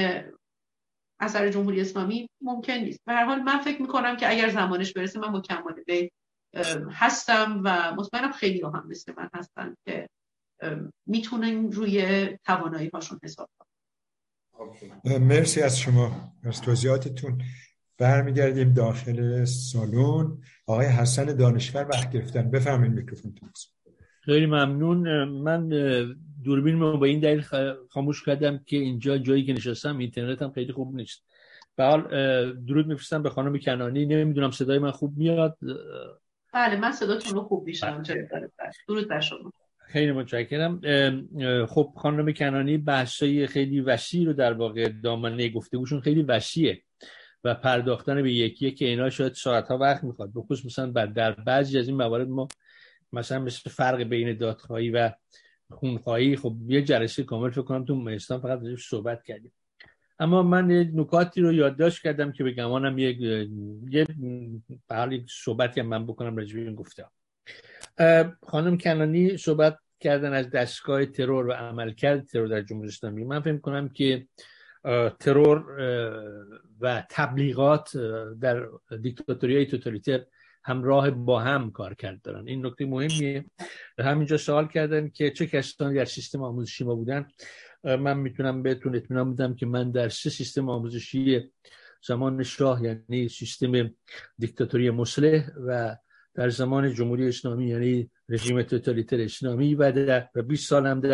اثر جمهوری اسلامی ممکن نیست. به هر حال من فکر میکنم که اگر زمانش برسه من با کمال میل هستم و مطمئنم خیلی هم مثل من هستن که میتونن روی توانایی هاشون حساب کنن. مرسی از شما، از توضیحاتتون. برمیگردیم داخل سالن. آقای حسن دانشور وقت گرفتن، بفرمایید میکروفون تو. خیلی ممنون. من دوربینمو با این دلیل خاموش کردم که اینجا جایی که نشستم اینترنت هم خیلی خوب نیست. به حال درود میفرستم به خانم کنانی. نمیدونم صدای من خوب میاد؟ بله من صداتون رو خوب میشنوم. درود بر شما. خیلی متشکرم. خب خانم کنانی بحثای خیلی وسیع رو در واقع دامنه گفتگوشون خیلی وسیعه و پرداختن به یکی که اینا شاید ساعت‌ها وقت میخواد. به خصوص مثلا در بعضی از این موارد ما مثلا مثل فرق بین دادخواهی و خونخواهی، خب یه جلسه کامل فکر کنم تو مهستان فقط ازش صحبت کردیم. اما من نکاتی رو یادداشت کردم که به گمانم یه به حال صحبتی هم من بکنم راجع به این گفتم. خانم کنانی صحبت کردن از دستگاه ترور و عملکرد ترور در جمهوری اسلامی. من فکر می‌کنم که ترور و تبلیغات در دیکتاتوری‌های توتالیتر همراه با هم کار کرد دارن. این نکته مهمیه. همینجا سوال کردن که چه کسانی در سیستم آموزشی ما بودن. من میتونم بهتون اطمینان بدم که من در 3 سیستم آموزشی زمان شاه، یعنی سیستم دیکتاتوری مصلح، و در زمان جمهوری اسلامی یعنی رژیم توتالیتر اسلامی، و 20 سال هم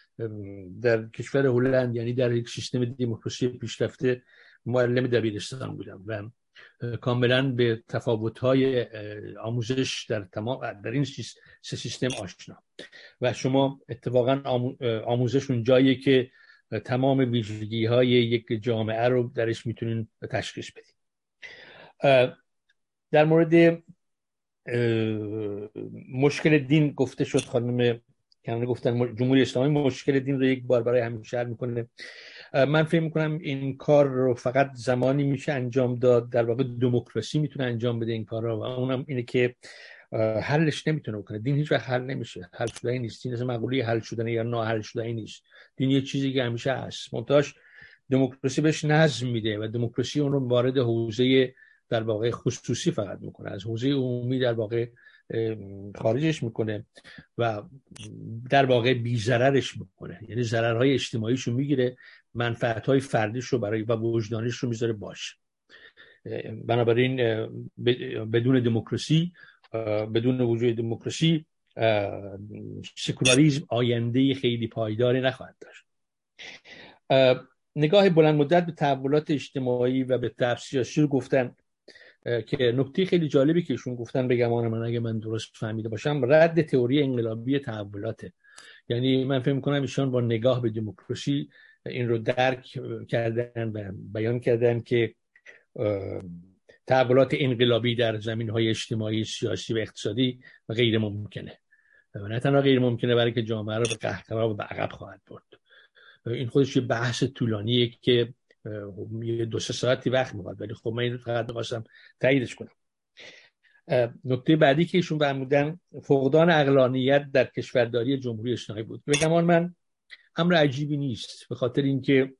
در کشور هلند یعنی در یک سیستم دموکراسی پیشرفته معلم دبیرستان بودم و کاملا به تفاوت‌های آموزش در این 3 سیستم آشنا. و شما اتفاقا آموزش اون جاییه که تمام ویژگی‌های یک جامعه رو درش میتونین تشخیص بدید. در مورد مشکل دین گفته شد. خانم کنانی گفتن جمهوری اسلامی مشکل دین رو یک بار برای همیشه حل میکنه. من فکر میکنم این کار رو فقط زمانی میشه انجام داد، در واقع دموکراسی میتونه انجام بده این کار رو، و اونم اینه که حلش نمیتونه بکنه. دین هیچ وقت حل نمیشه، حل شدنی نیست. دین اصلا مقوله حل شدن یا ناحل شدنی نیست. دین یه چیزی که همیشه هست، منتهاش دموکراسی بهش نظم میده و دموکراسی اون رو وارد حوزه در واقع خصوصی فقط میکنه، از حوزه عمومی در واقع خارجش میکنه و در واقع بی‌ضررش میکنه، یعنی ضررهای اجتماعیشو میگیره، منفعتهای فردیشو برای و وجدانیشو میذاره باشه. بنابراین بدون دموکراسی، بدون وجود دموکراسی، سکولاریسم آینده خیلی پایداری نخواهد داشت. نگاه بلند مدت به تحولات اجتماعی و به تحول سیاسی رو گفتن که نکته خیلی جالبی که ایشون گفتن، بگمان من اگه من درست فهمیده باشم، رد تئوری انقلابی تحولاته. یعنی من فکر می‌کنم ایشون با نگاه به دموکراسی این رو درک کردن و بیان کردن که تحولات انقلابی در زمین‌های اجتماعی، سیاسی و اقتصادی غیر ممکنه و نه تنها غیر ممکنه بلکه جامعه رو به قهقرا و به عقب خواهد برد. این خودش یه بحث طولانیه که یه 2-3 ساعتی وقت می‌خواد، ولی خب من این رو فقط می‌خواستم تاییدش کنم. نکته بعدی که ایشون فرمودن فقدان عقلانیت در کشورداری جمهوری اسلامی بود. بگم من امر عجیبی نیست، به خاطر اینکه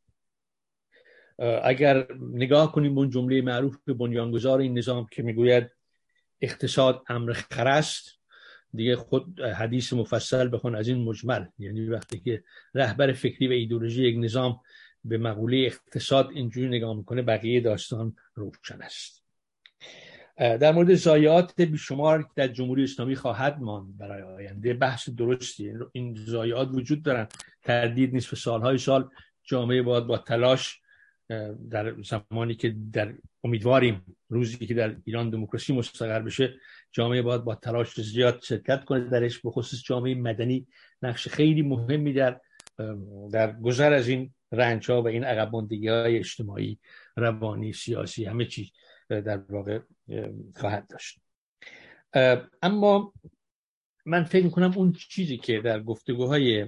اگر نگاه کنیم اون جمله معروف به بنیانگذار این نظام که میگوید اقتصاد امر خر است، دیگه خود حدیث مفصل بخون از این مجمل، یعنی وقتی که رهبر فکری و ایدئولوژی یک نظام به مقوله اقتصاد اینجوری نگاه میکنه، بقیه داستان روشن است. در مورد ضایعات بیشمار که در جمهوری اسلامی خواهد ماند برای آینده، بحث درستی. این ضایعات وجود دارن، تردید نیست. سالهای سال جامعه باید با تلاش، در زمانی که در امیدواریم روزی که در ایران دموکراسی مستقر بشه، جامعه باید با تلاش زیاد شرکت کنه درش، به خصوص جامعه مدنی نقش خیلی مهمی در گذر از این رنج‌ها و این عقب ماندگی‌های اجتماعی، روانی، سیاسی، همه چیز در واقع خواهد داشت. اما من فکر می‌کنم اون چیزی که در گفتگوهای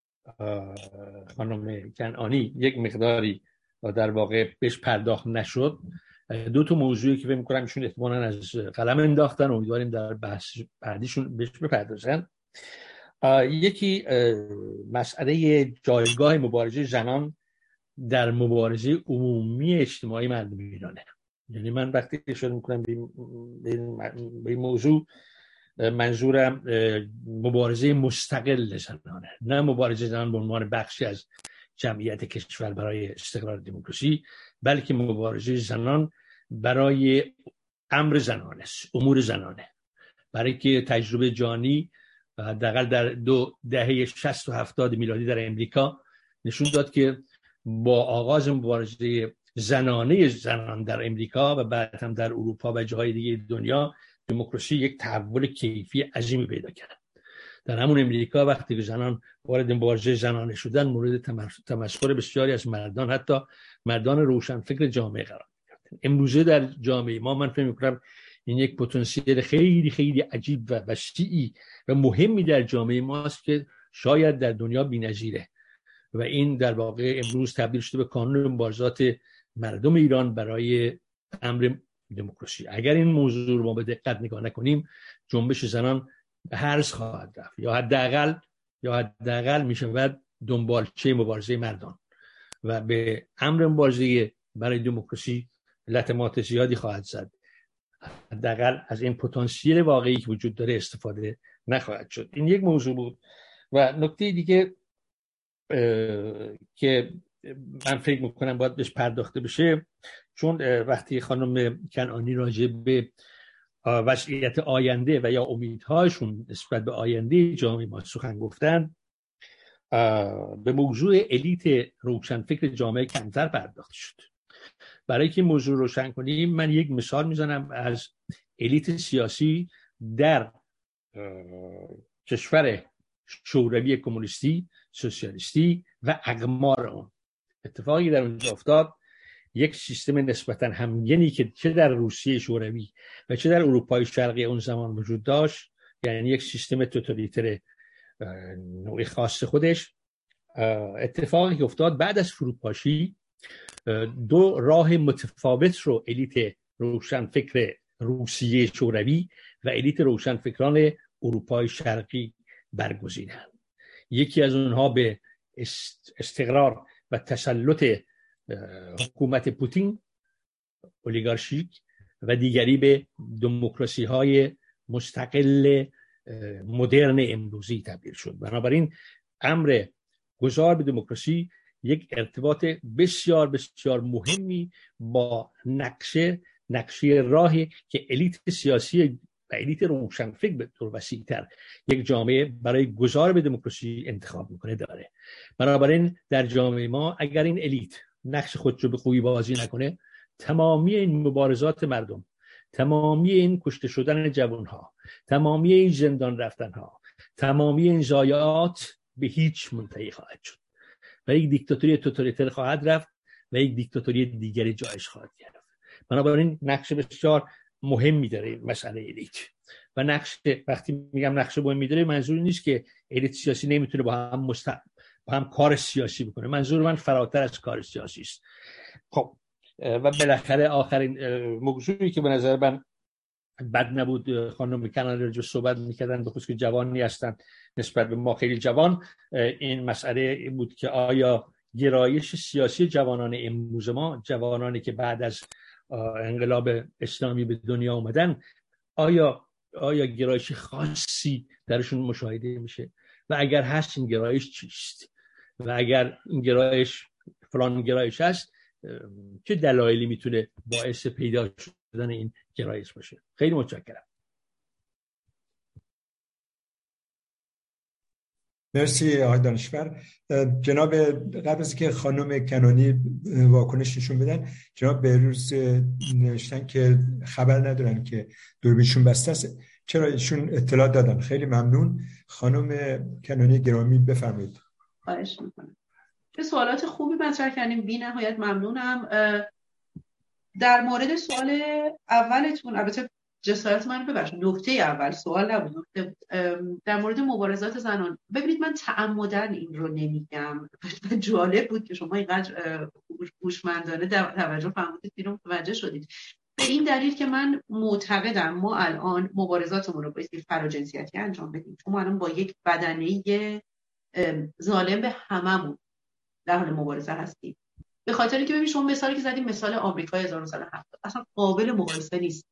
خانم کنعانی یک مقداری در واقع بهش پرداخت نشد، 2 موضوعی که فکر می‌کنم ایشون احتمالاً از قلم انداختن، امیدواریم در بحث بعدیشون بهش بپردازن. یکی مسئله جایگاه مبارزه زنان در مبارزه عمومی اجتماعی مردم ایرانه. یعنی من وقتی اشاره می‌کنم به این موضوع، منظورم مبارزه مستقل زنانه، نه مبارزه زنان به عنوان بخشی از جمعیت کشور برای استقرار دموکراسی، بلکه مبارزه زنان برای امر زنانه، امور زنانه. برای که تجربه جهانی حداقل در 2 دهه 60 و 70 میلادی در امریکا نشون داد که با آغاز مبارزه زنانه زنان در امریکا و بعد هم در اروپا و جاهای دیگه دنیا، دموکراسی یک تحول کیفی عظیمی پیدا کرد. در همون امریکا وقتی که زنان وارد مبارزه زنانه شدن، مورد تمسخر بسیاری از مردان، حتی مردان روشنفکر جامعه قرار گرفتن. امروزه در جامعه ما من فکر می‌کنم این یک پتانسیل خیلی خیلی عجیب و وسیعی و مهمی در جامعه ماست که شاید در دنیا بی‌نظیره و این در واقع امروز تبدیل شده به کانون مبارزات مردم ایران برای امر دموکراسی. اگر این موضوع رو ما به دقت نگاه نکنیم، جنبش زنان به هرز خواهد رفت یا حداقل می شود دنبالچه مبارزه مردان و به امر مبارزه برای دموکراسی لطمات زیادی خواهد زد. حداقل از این پتانسیل واقعی که وجود داره استفاده نخواهد شد. این یک موضوع بود. و نکته دیگه که من فکر میکنم باید بهش پرداخته بشه، چون وقتی خانم کنعانی راجع به وضعیت آینده و یا امیدهاشون نسبت به آینده جامعه ما سخن گفتن، به موضوع الیت روشنفکر جامعه کمتر پرداخته شد. برای که موضوع روشن کنیم، من یک مثال میزنم از الیت سیاسی در کشور شوروی کمونیستی، سوسیالیستی و اقمار اون. اتفاقی در اونجا افتاد، یک سیستم نسبتاً همگنی که چه در روسیه شوروی و چه در اروپای شرقی اون زمان وجود داشت، یعنی یک سیستم توتالیتر نوعی خاص خودش، اتفاقی که افتاد بعد از فروپاشی، دو راه متفاوت رو الیت روشنفکر روسیه شوروی و الیت روشنفکران اروپای شرقی برگزیدند. یکی از اونها به استقرار و تسلط حکومت پوتین اولیگارشیک و دیگری به دموکراسی های مستقل مدرن امروزی تبدیل شد. بنابراین امر گذار به دموکراسی یک ارتباط بسیار بسیار مهمی با نقشه راهی که الیت سیاسی و الیت روشنفکر به طور وسیع‌تر یک جامعه برای گذار به دموکراسی انتخاب میکنه داره. بنابراین در جامعه ما اگر این الیت نقش خود رو به خوبی بازی نکنه، تمامی این مبارزات مردم، تمامی این کشته شدن جوانها، تمامی این زندان رفتنها، تمامی این ضایعات به هیچ منتهی خواهد شد و یک دیکتاتوری توتالیتر خواهد رفت و یک دیکتاتوری دیگری جایش خواهد گرفت. بنابراین نقش بسیار مهمی داره مسئله الیت و وقتی میگم نقش مهمی داره، منظور نیست که الیت سیاسی نمیتونه با هم کار سیاسی بکنه. منظور من فراتر از کار سیاسی است. خب و بالاخره آخرین موضوعی که به نظر من بد نبود، خانم کنانی راجع صحبت میکردن، به خصوص که جوانی هستن نسبت به ما خیلی جوان، این مسئله بود که آیا گرایش سیاسی جوانان امروز ما، جوانانی که بعد از انقلاب اسلامی به دنیا اومدن، آیا گرایش خاصی درشون مشاهده میشه و اگر هست این گرایش چیست و اگر این گرایش فلان گرایش هست چه دلایلی میتونه باعث پیدا شدن این گرایش باشه؟ خیلی متشکرم. مرسی آقای دانشور. جناب قبل از که خانم کنانی واکنش نشون بدن، جناب بهروز نوشتن که خبر ندارن که دوربینشون بسته است. چرا ایشون اطلاع دادن؟ خیلی ممنون. خانم کنانی گرامی بفرمایید. خواهش میکنم. چه سوالات خوبی مطرح کردیم، بی نهایت ممنونم. در مورد سوال اولتون، البته جسارت من ببخشید، نکته اول سوال نبود، نکته بود. در مورد مبارزات زنان، ببینید من تعمداً این رو نمیگم. جالب بود که شما اینقدر هوشمندانه توجه فرمودید، اینو متوجه شدید. به این دلیل که من معتقدم ما الان مبارزاتمون رو باید فراجنسیتی انجام بدیم. چون ما الان با یک بدنه ظالم به هممون در حال مبارزه هستیم. به خاطر که ببین شما مثالی که زدیم، مثال آمریکا 1970 اصلا قابل مقایسه نیست.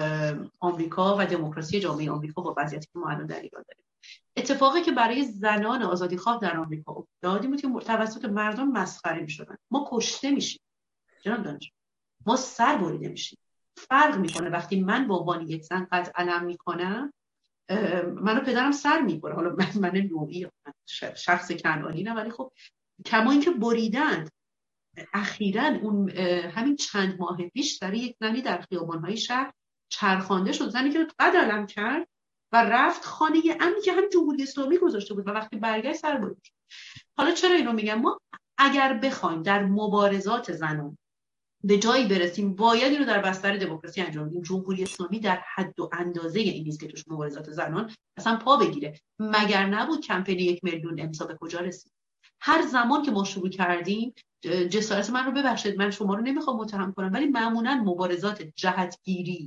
آمریکا و دموکراسی جامعه آمریکا با وضعیتی که ما الان در ایران داریم. اتفاقی که برای زنان آزادیخواه در آمریکا افتاد بود که توسط مردم مسخره می‌شدن. ما کشته میشیم. جناب دانش، ما سر بریده میشیم. فرق میکنه وقتی من به عنوان یک زن قد علم میکنم، منو پدرم سر میبره. حالا من نوعی شخص کنعانی نه، ولی خب کما اینکه بریدند. اخیراً اون همین چند ماه پیش در یک زنی در خیابان‌های شهر چرخانده شد، زنی که قد علم کرد و رفت خانه امنی که هم جمهوری اسلامی گذاشته بود و وقتی برگشت سر برید. حالا چرا اینو میگم؟ ما اگر بخوایم در مبارزات زنان به جایی برسیم، باید اینو در بستر دموکراسی انجام بدیم. جمهوری اسلامی در حد و اندازه این نیست که توش مبارزات زنان اصلا پا بگیره. مگر نبود کمپین 1 میلیون امضا به کجا رسید؟ هر زمان که ما شروع کردیم، جسارت من رو ببخشید، من شما رو نمیخوام متهم کنم، ولی معمولا مبارزات جهتگیری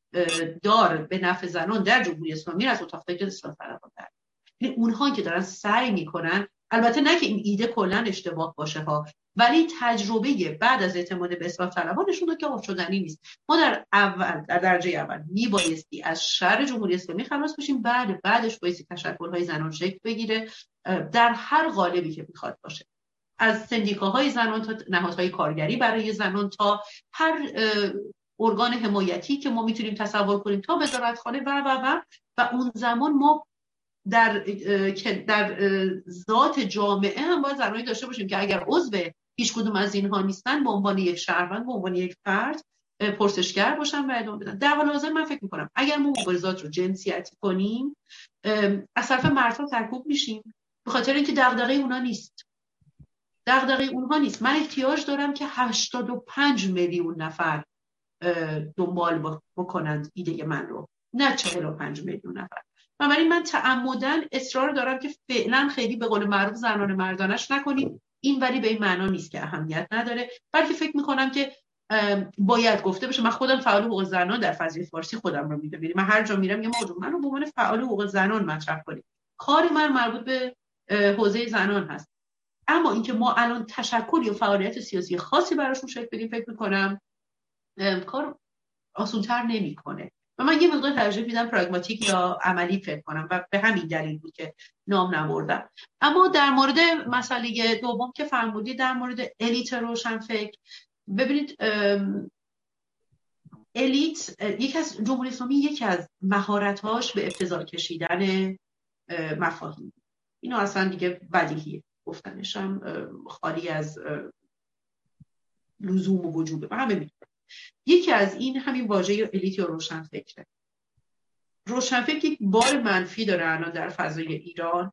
دار به نفع زنان در جمهوری اسلامی از اتاق اصلاح طلبان در، یعنی اونها که دارن سعی میکنن، البته نه که این ایده کلا اشتباه باشه ها، ولی تجربه بعد از اعتماد به اصلاح طلبان نشون داد که آقا شدنی نیست. ما در درجه اول میبایستی از شر جمهوری اسلامی خلاص بشیم، بعدش بایستی تشکل‌های زنان شکل بگیره در هر قالبی که میخواد باشه، از سندیکاهای زنان تا نهادهای کارگری برای زنان تا هر ارگان حمایتی که ما میتونیم تصور کنیم تا وزارتخانه و اون زمان ما در ذات جامعه هم باید زنانی داشته باشیم که اگر عضو هیچ کدوم از اینها نیستن، به عنوان یک شهروند، به عنوان یک فرد پرسشگر باشن و ادامه بدن. در حال حاضر من فکر میکنم اگر ما مبارزات رو جنسیتی کنیم، از طرف مردها سرکوب میشیم، به خاطر اینکه دغدغه اونها نیست. من احتیاج دارم که 85 میلیون نفر دنبال بکنند ایده من رو، نه 45 میلیون نفر. بنابراین من تعمداً اصرار دارم که فعلا خیلی به قول معروف زنان مردانش نکنید. این ولی به این معنا نیست که اهمیت نداره، بلکه فکر میکنم که باید گفته بشه. من خودم فعال حقوق زنان در فضای فارسی خودم رو میدونم، من هر جا میرم یه موضوع منو به عنوان فعال حقوق زنان مطرح کنید. کار من مربوط به حوزه زنان هست، اما اینکه ما الان تشکل یا فعالیت سیاسی خاصی براشون شکل بدیم فکر میکنم کار آسان‌تر نمیکنه و من یه مقدار ترجیح میدم پراگماتیک یا عملی فکر کنم و به همین دلیل بود که نام نبردم. اما در مورد مسئله دوم که فرمودید در مورد الیت روشنفکر، ببینید الیت یکی از جمهوری اسلامی یکی از مهارت‌هاش به ابتذال کشیدن مفاهیم، اینو اصلا دیگه بدیهیه گفتنش هم خالی از لزوم و وجوبه و همه میدونن. یکی از این همین واژه الیت یا روشنفکره. روشنفکر یک بار منفی داره الان در فضای ایران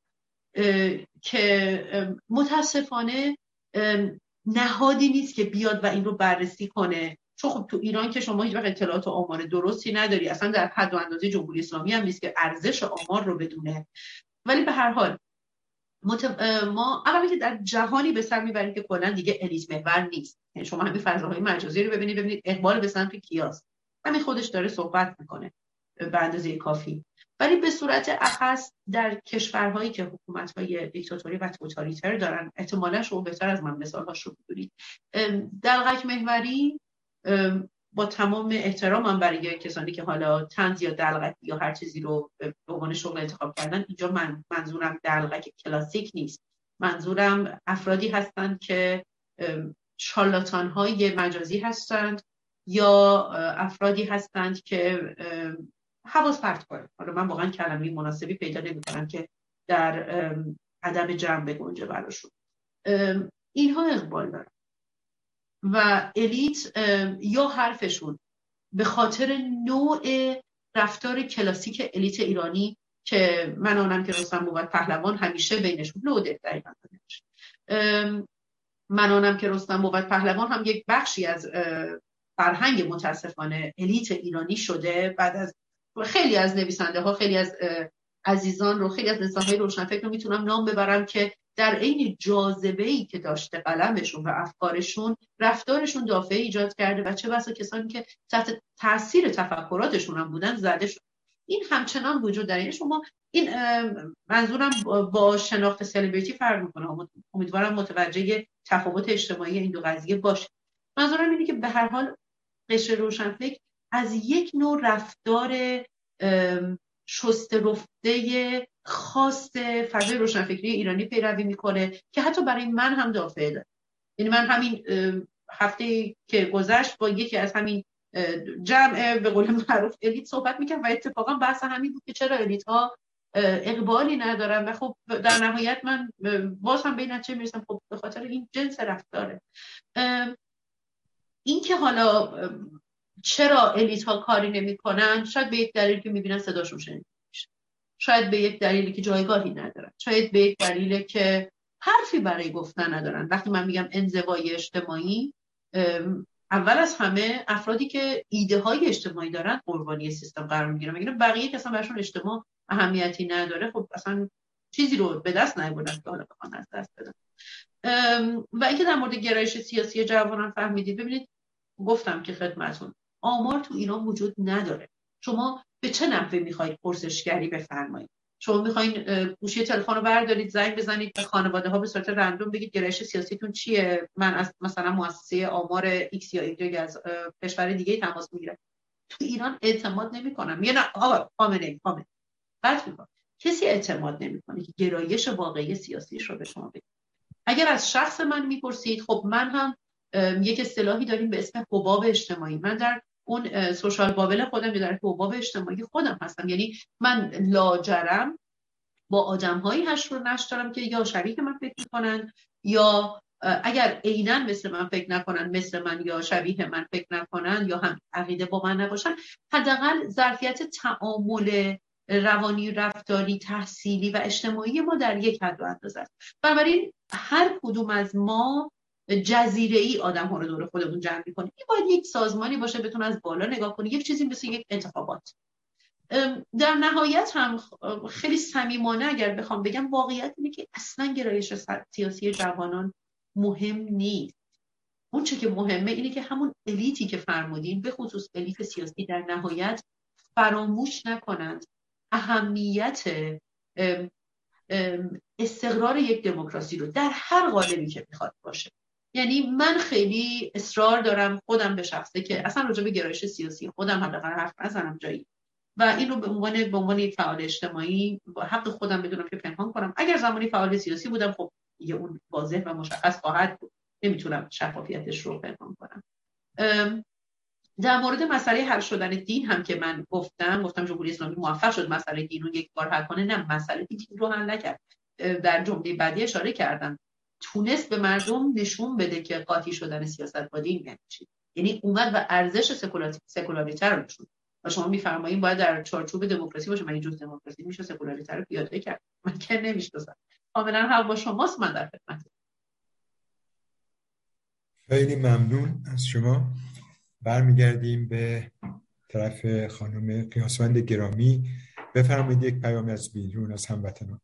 که متاسفانه نهادی نیست که بیاد و این رو بررسی کنه، چون خب تو ایران که شما هیچ وقت اطلاعات و آمار درستی نداری، اصلا در حد و اندازه جمهوری اسلامی هم نیست که ارزش آمار رو بدونه. ولی به هر حال ما اولی که در جهانی به سر میبریم که کلا دیگه الیت محور نیست. یعنی شما همین فضاهای مجازی رو ببینید اقبال به سمت کیاس همین خودش داره صحبت میکنه به اندازه کافی. ولی به صورت اخص در کشورهایی که حکومت‌های دیکتاتوری و توتالیتر دارن، احتمالاً شما بهتر از من مثال‌هاش رو بدونید، دلقک محوری با تمام احترامم برای کسانی که حالا طنز یا دلقک یا هر چیزی رو به عنوان شغل انتخاب کردن، اینجا منظورم دلقک کلاسیک نیست. منظورم افرادی هستند که شارلاتان‌های مجازی هستند یا افرادی هستند که حواس پرت کنه. حالا من واقعا کلمه مناسبی پیدا نمی‌کنم که در عدم جمع بگنجه براشون. اینها اقبال دارن و الیت یا حرفشون به خاطر نوع رفتار کلاسیک الیت ایرانی که من آنم که رستم بود پهلوان همیشه بینشون لوده دقیقاً من آنم که رستم بود پهلوان هم یک بخشی از فرهنگ متاسفانه الیت ایرانی شده. بعد از خیلی از نویسنده ها، خیلی از عزیزان رو، خیلی از انسان‌های روشنفکر رو میتونم نام ببرم که در عین جاذبه‌ای که داشته قلمشون و افکارشون، رفتارشون دافعه ایجاد کرده و چه بسا کسانی که تحت تاثیر تفکراتشون هم بودن زده شد. این همچنان وجود داره. شما این منظورم با شناخت سلبریتی فرق میکنه. امیدوارم متوجه تفاوت اجتماعی این دو قضیه باشه. منظورم اینه که به هر حال قشر روشنفکر از یک نوع رفتار شسته رفته خاص فضای روشنفکری ایرانی پیروی میکنه که حتی برای من هم دافعه داره. یعنی من همین هفته که گذشت با یکی از همین جمع به قول معروف الیت صحبت میکنم و اتفاقا بحث همین بود که چرا الیت ها اقبالی ندارن و خب در نهایت من باز هم به این نتیجه میرسم خب به خاطر این جنس رفتاره. این که حالا چرا الیت ها کاری نمیکنن، شاید به یک دلیل که میبینن صداشون شنیده میشه، شاید به یک دلیلی که جایگاهی ندارن، شاید به یک دلیلی که حرفی برای گفتن ندارن. وقتی من میگم انزوای اجتماعی، اول از همه افرادی که ایده های اجتماعی دارن قربانی سیستم قرار میگیرن. میگن بقیه که اصلا براشون اجتماع اهمیتی نداره، خب اصلا چیزی رو به دست نیاوردن که حالا بخوان از دست بدن. و اینکه در مورد گرایش سیاسی جوانان فهمیدید، ببینید گفتم که خدمتتون آمار تو ایران وجود نداره. شما به چه نحوی میخواید پرسشگری بفرمایید؟ شما میخواین گوشی تلفن رو بردارید زنگ بزنید به خانواده ها به صورت رندوم بگید گرایش سیاسیتون چیه، من از مثلا مؤسسه آمار ایکس یا ایگرگ از کشور دیگه تماس میگیرم. تو ایران اعتماد نمیکنم. میگن آقا خامنه‌ای بعد میگم کسی اعتماد نمیکنه که گرایش واقعی سیاسیش رو به شما بگه. اگر از شخص من میپرسید، خب من هم یک اصطلاحی داریم به اسم حباب اجتماعی. من در اون سوشال بابل خودم در حباب اجتماعی خودم هستم. یعنی من لاجرم با آدم‌هایی هشت رو نشت دارم که یا شبیه من فکر می‌کنن یا اگر عیناً مثل من فکر نکنن، مثل من یا شبیه من فکر نکنن یا هم عقیده با من نباشن، حداقل ظرفیت تعامل روانی، رفتاری، تحصیلی و اجتماعی ما در یک حد و اندازه است. بنابراین هر کدوم از ما جزیره‌ای آدم‌ها رو دور خودمون جمع می‌کنیم. این باید یک سازمانی باشه بتونه از بالا نگاه کنه، یک چیزی مثل یک انتخابات. در نهایت هم خیلی صمیمانه اگر بخوام بگم، واقعیت اینه که اصلا گرایش سیاسی جوانان مهم نیست. اون چه که مهمه اینه که همون الیتی که فرمودین، به خصوص الیت سیاسی، در نهایت فراموش نکنند اهمیت استقرار یک دموکراسی رو در هر قالبی که میخواد باشه. یعنی من خیلی اصرار دارم خودم به شخصه که اصلا راجع به گرایش سیاسی خودم حداقل حرف نزنم جایی، و اینو به عنوان یک فعال اجتماعی با حق خودم بدونم که پنهان کنم. اگر زمانی فعال سیاسی بودم خب دیگه اون واضح و مشخص خواهد بود، نمیتونم شفافیتش رو پنهان کنم. در مورد مسئله حل شدن دین هم که من گفتم جمهوری اسلامی موفق شد مسئله دین رو یک بار حل کنه. نه، مسئله دین رو حل نکرد. در جمله بعدی اشاره کردم، تونست به مردم نشون بده که قاطی شدن سیاست با دین یعنی چی. یعنی اومد و ارزش سکولاریته رو نشون. و شما میفرمایید باید در چارچوب دموکراسی باشه. من جز دموکراسی میشه سکولاریته رو پیاده کرد؟ من که نمیشناسم. کاملا حق با شماست، من در خدمتم. خیلی ممنون از شما. برمیگردیم به طرف خانم قیاسوند گرامی. بفرمایید یک پیام از بیرون از هموطنان.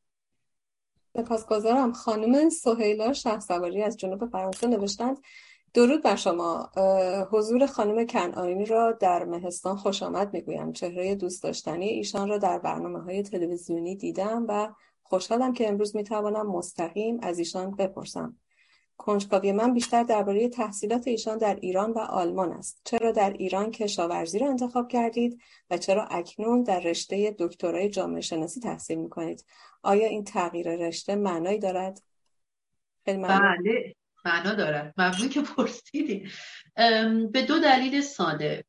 سپاسگزارم. خانم سهیلا شهسواری از جنوب فرانسه نوشتند: درود بر شما. حضور خانم کنعانی را در مهستان خوش آمد میگویم. چهره دوست داشتنی ایشان را در برنامه‌های تلویزیونی دیدم و خوشحالم که امروز میتوانم مستقیم از ایشان بپرسم. کنجکاوی من بیشتر درباره تحصیلات ایشان در ایران و آلمان است. چرا در ایران کشاورزی را انتخاب کردید و چرا اکنون در رشته دکترای جامعه شناسی تحصیل میکنید؟ آیا این تغییر رشته معنایی دارد؟ خیلی ممنون. بله، معنا دارد. ممنون که پرسیدید. به دو دلیل ساده.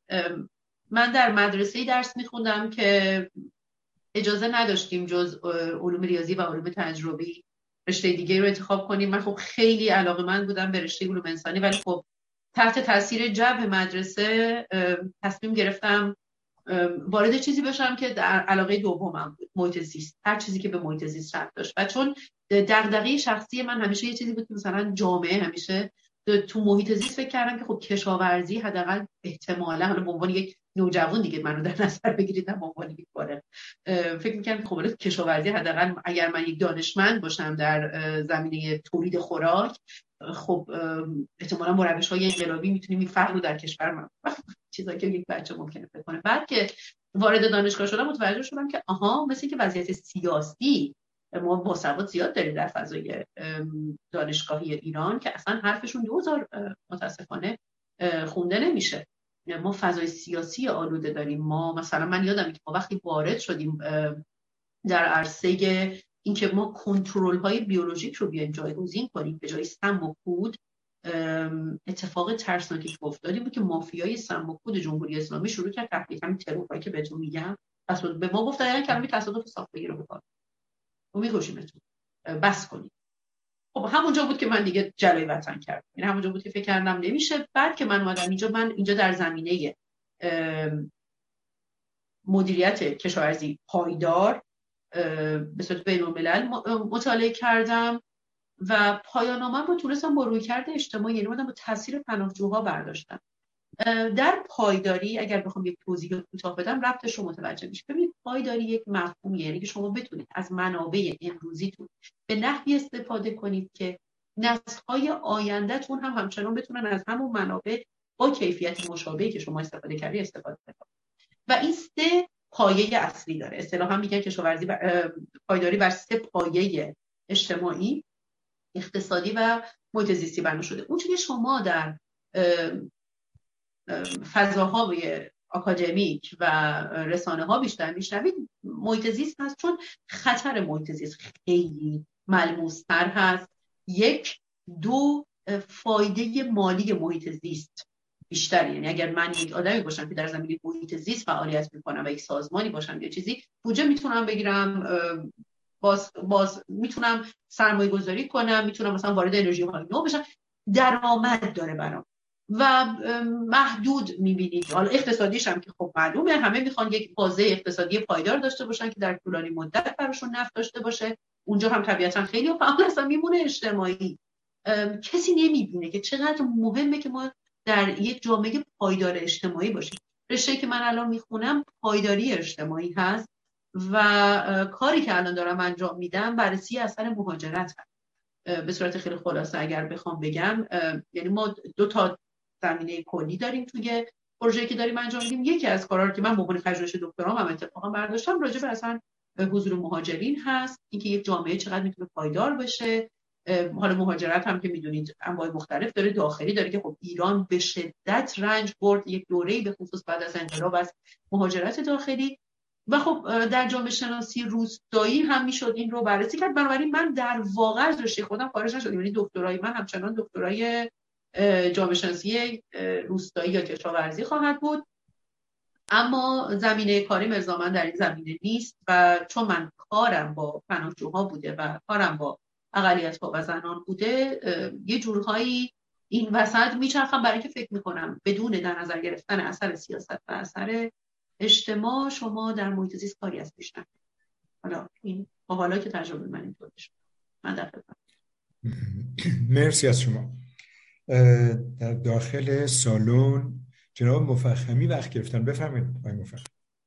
من در مدرسه‌ای درس میخوندم که اجازه نداشتیم جز علوم ریاضی و علوم تجربی رشته دیگه رو انتخاب کنیم. من خب خیلی علاقه‌مند بودم به رشته علوم انسانی، ولی خب تحت تاثیر جو مدرسه تصمیم گرفتم وارد چیزی بشم که در علاقه دومم بود، محیط زیست. هر چیزی که به محیط زیست ربط داشت. و چون دغدغه شخصی من همیشه یه چیزی بود که مثلا جامعه، همیشه تو محیط زیست فکر کردم که خب کشاورزی حداقل احتمالاً، حالا به عنوان یک نوجوان دیگه منو در نظر بگیرید، نه به عنوان یک بالغ، فکر می‌کردم خب کشاورزی حداقل اگر من یک دانشمند باشم در زمینه تولید خوراک، خب احتمالاً با روش‌های انقلابی میتونیم این فرق رو در کشور من چیزایی که یک بچه ممکنه فکر کنه. بعد که وارد دانشگاه شدم متوجه شدم که آها، مثل اینکه وضعیت سیاسی ما باسواد زیاد داریم در فضای دانشگاهی ایران که اصلا حرفشون 2000 متاسفانه خونده نمیشه. ما فضای سیاسی آلوده داریم. ما مثلا من یادم که ما وقتی وارد شدیم در عرصه اینکه ما کنترل های بیولوژیک رو بیایم جایگزین کنیم به جای سم و کود، اتفاق ترسناکی که افتادی بود که مافیای سم و کود جمهوری اسلامی شروع کرد تحریک همین تروری که بهتون میگم. پس به ما گفتن این کلمه تصادف ساختگی رو بکن و می‌کشیمتون، بس کنید. خب همونجا بود که من دیگه جلوی وطن کردم. یعنی همونجا بود که فکر کردم نمیشه. بعد که من اومدم اینجا، من اینجا در زمینه مدیریت کشاورزی پایدار به صورت بین‌الملل مطالعه کردم و پایان نامه‌ام رو تونستم با رویکرد اجتماعی، یعنی اومدم با تاثیر پناهجوها برداشتم. در پایداری اگر بخوام یک توضیح کوتاه بدم ربطش رو متوجه میشه. ببینید پایداری یک مفهومیه، یعنی که شما بتونید از منابع امروزیتون به نحوی استفاده کنید که نسل‌های آینده‌تون هم همچنان بتونن از همون منابع با کیفیت مشابهی که شما استفاده کردید استفاده کنید. و این 3 پایه اصلی داره. اصطلاحاً میگن کشاورزی پایداری بر 3 پایه اجتماعی، اقتصادی و محیط زیستی بنا شده. اون چیزی شما در فضاهای آکادمیک و رسانه ها بیشتر میشنوید محیط زیست هست، چون خطر محیط زیست خیلی ملموس‌تر هست. 1 2 فایده مالی محیط زیست بیشتره. یعنی اگر من یک آدمی باشم که در زمینه محیط زیست فعالیت میکنم و یک سازمانی باشم یا چیزی، بودجه میتونم بگیرم، باز میتونم سرمایه گذاری کنم، میتونم مثلا وارد انرژی های نو بشم، درآمد داره برام و محدود میبینید. حالا اقتصادیش هم که خب معلومه، همه میخوان یک بازه اقتصادی پایدار داشته باشن که در طولانی مدت براشون نفع داشته باشه. اونجا هم طبیعتا خیلی فعال هستن. میمونه اجتماعی. کسی نمیبینه که چقدر مهمه که ما در یک جامعه پایدار اجتماعی باشیم. رشته که من الان میخونم پایداری اجتماعی هست و کاری که الان دارم انجام میدم بررسی اثر مهاجرت هست. به صورت خیلی خلاصه اگر بخوام بگم، یعنی ما 2 زمینه کلی داریم توی پروژه‌ای که داریم انجام میدیم. یکی از کارهایی که من به عنوان پژوهش دکترام هم اتفاقا برداشتم راجع به اصلا حضور مهاجرین هست، اینکه یک جامعه چقدر میتونه پایدار بشه. حالا مهاجرت هم که میدونید انواع مختلف داره، داخلی داره که خب ایران به شدت رنج برد یک دوره‌ای به خصوص بعد از انقلاب از مهاجرت داخلی، و خب در جامعه شناسی روستایی هم میشد این رو بررسی کرد. بنابراین من در واقع از رشته خودم خارج نشدم، یعنی دکترای من همچنان دکترای جامعه شناسی روستایی یا کشاورزی خواهد بود، اما زمینه کاریم الزاما در این زمینه نیست و چون من کارم با پناهجوها بوده و کارم با اقلیت‌ها و زنان بوده، یه جورهایی این وسط میچرخم برای که فکر میکنم بدون در نظر گرفتن اثر سیاست و اثر اجتماع شما در محیط زیست کاری از پیش نکنید. حالا این با حالا که تجربه من اینطور شد. من در خدمت. مرسی از شما. در داخل سالن جناب مفخمی وقت گرفتن، بفرمایید آقای مفخمی.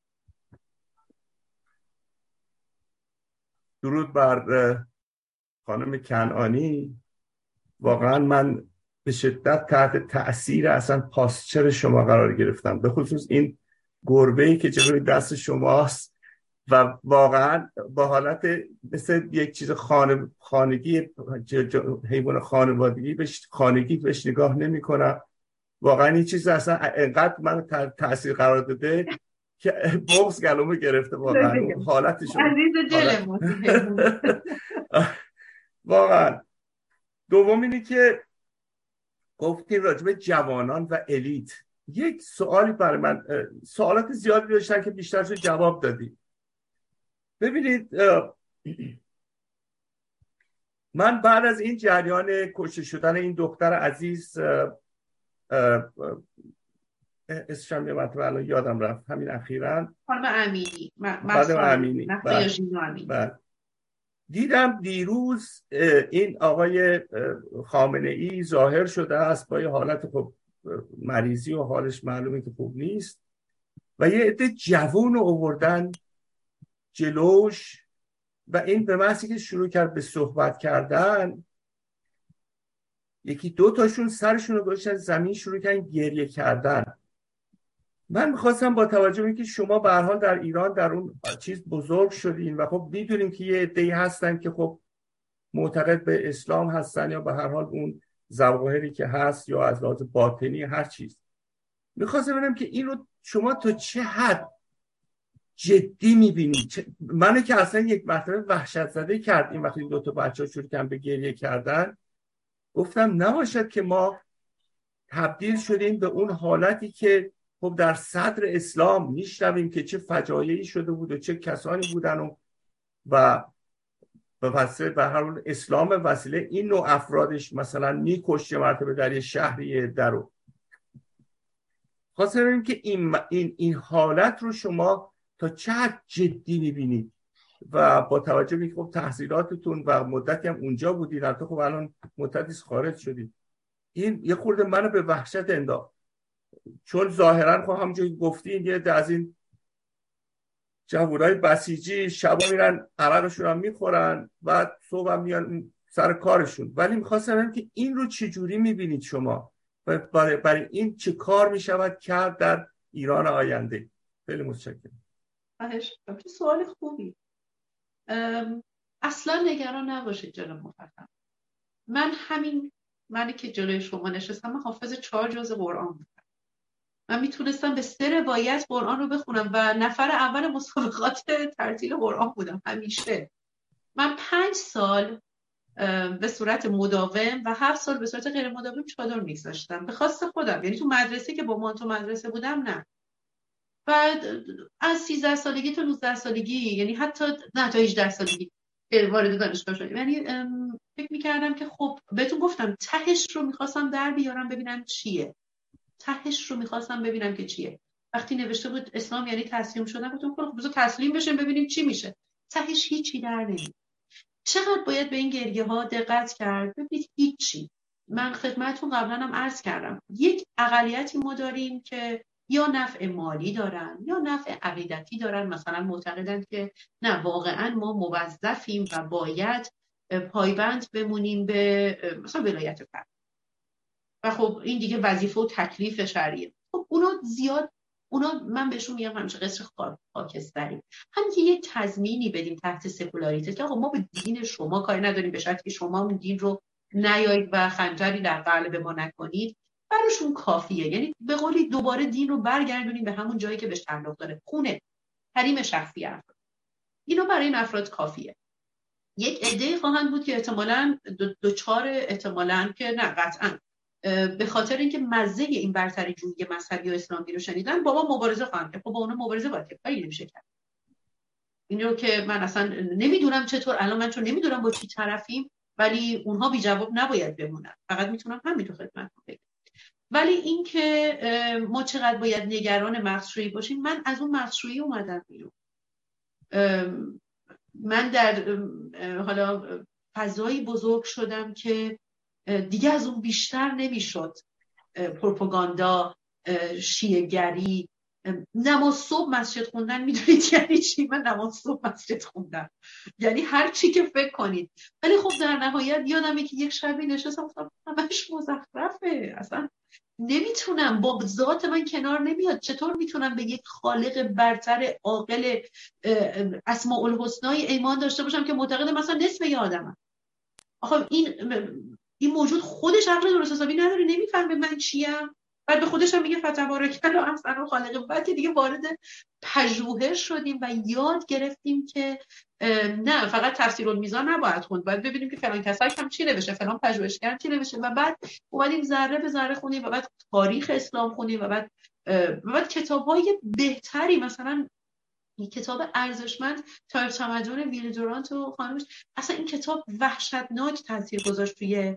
درود بر خانم کنعانی. واقعا من به شدت تحت تأثیر اصلا پاسچر شما قرار گرفتم، به خصوص این گربه‌ای که جلوی دست شماست و واقعا با حالت مثل یک چیز خانگی، حیوان خانگی بهش نگاه نمی کنم. واقعا این چیز اصلا انقدر من تأثیر قرار داده که بغض گلومو گرفته. واقعا حالت شما عزیز دل ما. واقعا. دوم اینی که گفتیم راجع به جوانان و الیت، یک سوالی برای من، سوالات زیادی داشتن که بیشترش جواب دادی. ببینید من بعد از این جریان کشته شدن این دختر عزیز، اسمشم یه مرتبه الان یادم رفت، همین اخیراً، خانم امینی دیدم دیروز این آقای خامنه ای ظاهر شده است با یه حالت خب مریضی و حالش معلومه که خوب نیست و یه عده جوون رو آوردن جلوش و این به محضی که شروع کرد به صحبت کردن، یکی دو تاشون سرشون رو گذاشتن زمین، شروع کردن گریه کردن. من میخواستم با توجه به اینکه شما به هر حال در ایران در اون چیز بزرگ شدین و خب میدونیم که یه عده‌ای هستن که خب معتقد به اسلام هستن یا به هر حال اون ظواهری که هست یا از لحاظ باطنی هر چیز، میخواستم ببینم که این رو شما تا چه حد جدی میبینید. منو که اصلا یک مرتبه وحشت زده کرد این وقتی 2 بچه‌ها شروع کردن به گریه کردن. گفتم نباشد که ما تبدیل شدیم به اون حالتی که خب در صدر اسلام میشنویم که چه فجایعی شده بود و چه کسانی بودن و به هر حال اسلام وسیله این نوع افرادش مثلا میکشه مرتبه در یه شهری درو. خواستم ببینیم که این حالت رو شما تا چه حد جدی میبینید و با توجه به خب تحصیلاتتون و مدتی هم اونجا بودید، البته خب الان مدتی خارج شدید، این یه خورده منو به وحشت انداخت. چون ظاهرا خب همونجوری گفتین یه از این جوانای بسیجی شبا میرن عرقشون هم میخورن بعد صبح هم میان سر کارشون، ولی میخواستم ببینم که این رو چجوری میبینید شما و برای این چه کار میشود کرد در ایران آینده. خیلی متشکرم. سوال خوبی. اصلا نگران نباشید جناب محترم. منی که جلوی شما نشستم، من حافظ 4 جزء قرآن بودم. من میتونستم به 3 روایت قرآن رو بخونم و نفر اول مسابقات ترتیل قرآن بودم همیشه. من 5 سال به صورت مداوم و 7 سال به صورت غیر مداوم چادر میگذاشتم به خواست خودم، یعنی تو مدرسه که با مانتو مدرسه بودم نه. بعد از 13 سالگی تا 19 سالگی، یعنی حتی نه تا 18 سالگی که وارد دانشگاه شدم، یعنی فکر میکردم که خب بهتون گفتم تهش رو میخواستم در بیارم ببینم چیه. تهش رو میخواستم ببینم که چیه. وقتی نوشته بود اسلام یعنی تسلیم شدن، گفتم خب بذار تسلیم بشیم ببینیم چی میشه. تهش هیچی در نمیاد. چقدر باید به این گریه ها دقت کرد؟ ببینید هیچی. من خدمتتون قبلا هم عرض کردم یک اقلیتی ما داریم که یا نفع مالی دارن یا نفع عقیدتی دارن. مثلا معتقدن که نه واقعا ما موظفیم و باید پایبند بمونیم به مثلا ولایت فقیه و خب این دیگه وظیفه و تکلیف شرعیه. خب اونا من بهشون میگم همیشه قصر خاکستری، همین که یه تضمینی بدیم تحت سکولاریته که آقا ما به دین شما کاری نداریم، به شرطی که شما اون دین رو نیایید و خنجری در قلب ما نکنید، براشون کافیه. یعنی به قولی دوباره دین رو برگردونیم به همون جایی که بهش تعلق داره، خونه، حریم شخصی افراد. اینو برای این افراد کافیه. یک عده خواهند بود که احتمالاً دوچار احتمالاً که نه قطعاً به خاطر اینکه مزه این برتری جویی مذهبی و اسلامی رو شنیدن بابا مبارزه خواهند کرد. خب با اون مبارزه باید کرد، کاری نمیشه کرد. اینو که من اصلا نمیدونم چطور، الان من چون نمیدونم با چی طرفیم، ولی اونها بی جواب نباید بمونن. فقط میتونم همین تو خدمتتون بگم. ولی این که ما چقدر باید نگران مردشویی باشیم، من از اون مردشویی اومدم بیرون. من در حالا فضایی بزرگ شدم که دیگه از اون بیشتر نمیشد. پروپاگاندا، شیعه‌گری، نماز صبح مسجد خوندن، میدونید یعنی چی؟ من نماز صبح مسجد خوندم یعنی هر چی که فکر کنید. ولی خب در نهایت یادمه که یک شبی نشستم گفتم همش مزخرفه، اصلا نمیتونم، با ذات من کنار نمیاد. چطور میتونم به یک خالق برتر عاقل اسماء الحسنای ایمان داشته باشم که معتقد مثلا نصف یه آدمم؟ آخه این موجود خودش عقل درست حسابی نداره، نمیفهمه من چیم، بعد به خودش هم میگه فتبارکالله احسن خالق. بعد که دیگه وارد پژوهش شدیم و یاد گرفتیم که نه فقط تفسیرالمیزان نباید خوند، باید ببینیم که فلان کسایی هم چی نوشته، فلان پژوهشگر چی نوشته، و بعد اومدیم ذره به ذره خوندیم و بعد تاریخ اسلام خوندیم و بعد کتاب‌های بهتری، مثلا این کتاب ارزشمند تاریخ تمدن ویل دورانت و خانمش، اصلا این کتاب وحشتناک تاثیر گذاشت توی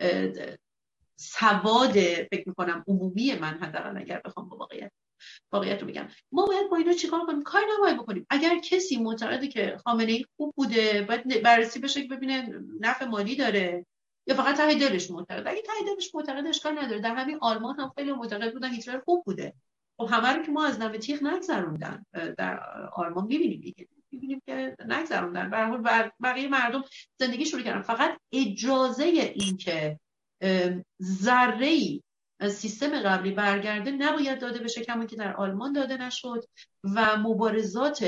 سواد فکر می‌کنم عمومی من، حداقل اگر بخوام با واقعیت رو بگم. ما باید با اینا چیکار کنیم؟ کاری نباید بکنیم. اگر کسی معتقده که خامنه‌ای خوب بوده، باید بررسی بشه که ببینه نفع مالی داره یا فقط ته دلش معتقده. اگه ته دلش معتقده اشکال نداره. در همین آلمان هم خیلی معتقد بودن هیتلر خوب بوده. خب همه رو که ما از نوه تیغ نگذروندن. در آلمان می‌بینیم که نگذروندن. به هر حال بقیه مردم زندگی شروع کردن. فقط اجازه این که ذره‌ای سیستم قبلی برگرده نباید داده بشه، کما که در آلمان داده نشد. و مبارزات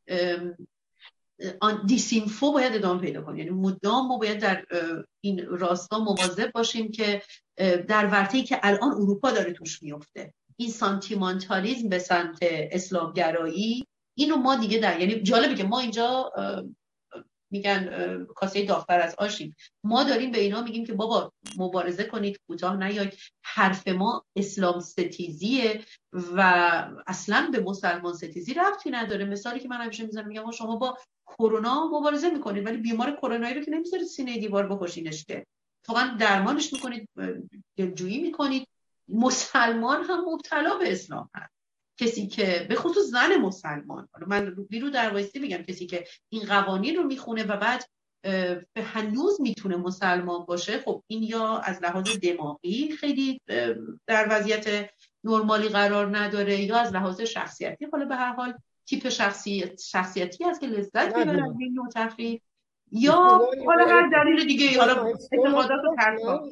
دیسینفو باید ادامه پیدا کنه. یعنی مدام ما باید در این راستا مواظب باشیم که در ورطه‌ای که الان اروپا داره توش میفته، این سانتیمانتالیسم به سمت اسلامگرایی، اینو ما دیگه یعنی جالبه که ما اینجا میگن کاسه داغ‌تر از آشیم، ما داریم به اینا میگیم که بابا مبارزه کنید، کوتاه نیاید. حرف ما اسلام ستیزیه و اصلا به مسلمان ستیزی ربطی نداره. مثالی که من همیشه میزنم میگم شما با کرونا مبارزه میکنید ولی بیمار کرونایی رو که نمیذارید سینه دیوار بکشینش، که واقعا درمانش میکنید، دلجویی میکنید. مسلمان هم مبتلا به اسلام هست. کسی که به خصوص زن مسلمان، من بیرو در وایسی میگم، کسی که این قوانین رو میخونه و بعد به هنوز میتونه مسلمان باشه، خب این یا از لحاظ دماغی خیلی در وضعیت نرمالی قرار نداره یا از لحاظ شخصیتی، حالا به هر حال تیپ شخصیتی هست که لذت میبره از این نوع تفریح، یا حالا هر دلیل دیگه، حالا اعتقادات و ترس‌ها،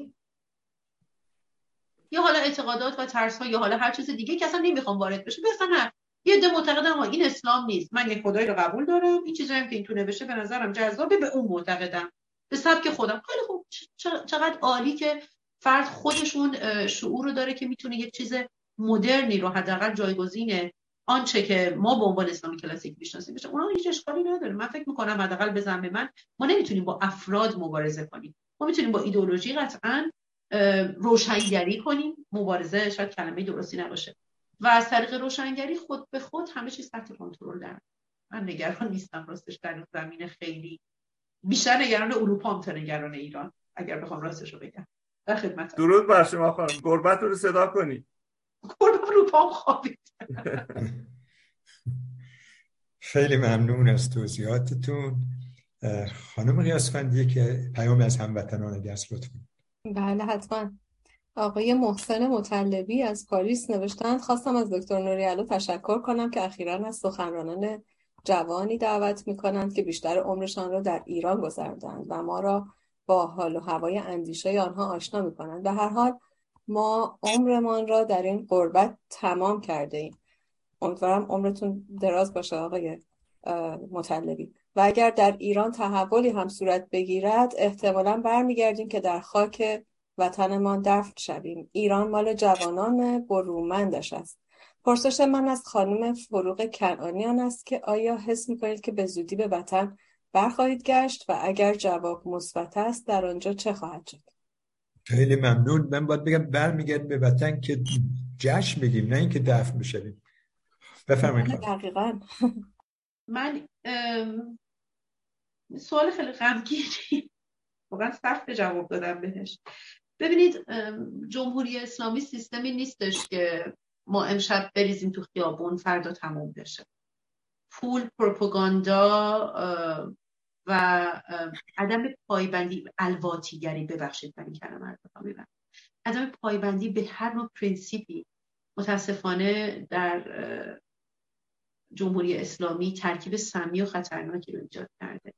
یا حالا اعتقادات و ترس‌ها، یا حالا هر چیز دیگه که اصلا نمیخوام وارد بشه. مثلا یه عده معتقدن این اسلام نیست، من یک خدایی رو قبول دارم، این چیزایی که این تو نوشته به نظرم جذابه، به اون معتقدم، به سبک خودم. خیلی خوب، چقدر عالی که فرد خودشون شعور رو داره که میتونه یک چیز مدرنی رو حداقل جایگزین آنچه که ما به عنوان اسلامی کلاسیک میشناسیم بشه. اونها هیچ اشکالی نداره. من فکر می‌کنم حداقل به زعم من ما نمیتونیم با افراد مبارزه کنیم، ما میتونیم با ایدئولوژی قطعاً روشنگری کنیم. مبارزه شاید کلمه درستی نباشه، و از طریق روشنگری خود به خود همه چیز تحت کنترل داره. من نگران نیستم راستش در زمین، خیلی بیشتر نگران اروپا هم تا نگران ایران، اگر بخوام راستش رو بگم. در خدمتم. درود بر شما خانم. گربت رو صدا کنی. گربت رو پام خوابید. خیلی ممنون از توضیحاتتون. خانم قیاسفندی که پیام از هموطنان اگه هست لطفا. بله حتما. آقای محسن مطلبی از پاریس نوشتند خواستم از دکتر نوری‌علا تشکر کنم که اخیراً از سخنرانان جوانی دعوت می‌کنند که بیشتر عمرشان را در ایران گذراندند و ما را با حال و هوای اندیشه آنها آشنا می‌کنند. به هر حال ما عمرمان را در این غربت تمام کرده ایم. امیدوارم عمرتون دراز باشه آقای مطلبی. و اگر در ایران تحولی هم صورت بگیرد احتمالاً برمیگردیم که در خاک وطنمان دفن شویم. ایران مال جوانان برومندش است. پرسش من از خانم فروغ کنعانیان است که آیا حس می‌کنید که به زودی به وطن برخواهید گشت و اگر جواب مثبت است در آنجا چه خواهد شد؟ خیلی ممنون. من باید بگم برمیگردیم به وطن که جشن بگیم، نه اینکه دفن بشویم. بفرمایید. دقیقاً. من سوال خیلی غمگینی واقعا سخت جواب دادم بهش. ببینید جمهوری اسلامی سیستمی نیستش که ما امشب بریزیم تو خیابون فردا تموم بشه. پول، پروپاگاندا و عدم پایبندی، الواتیگری، ببخشید من این کلمه رو میگم، عدم پایبندی به هر نوع پرینسیپی متاسفانه در جمهوری اسلامی ترکیب سمی و خطرناکی رو ایجاد کرده.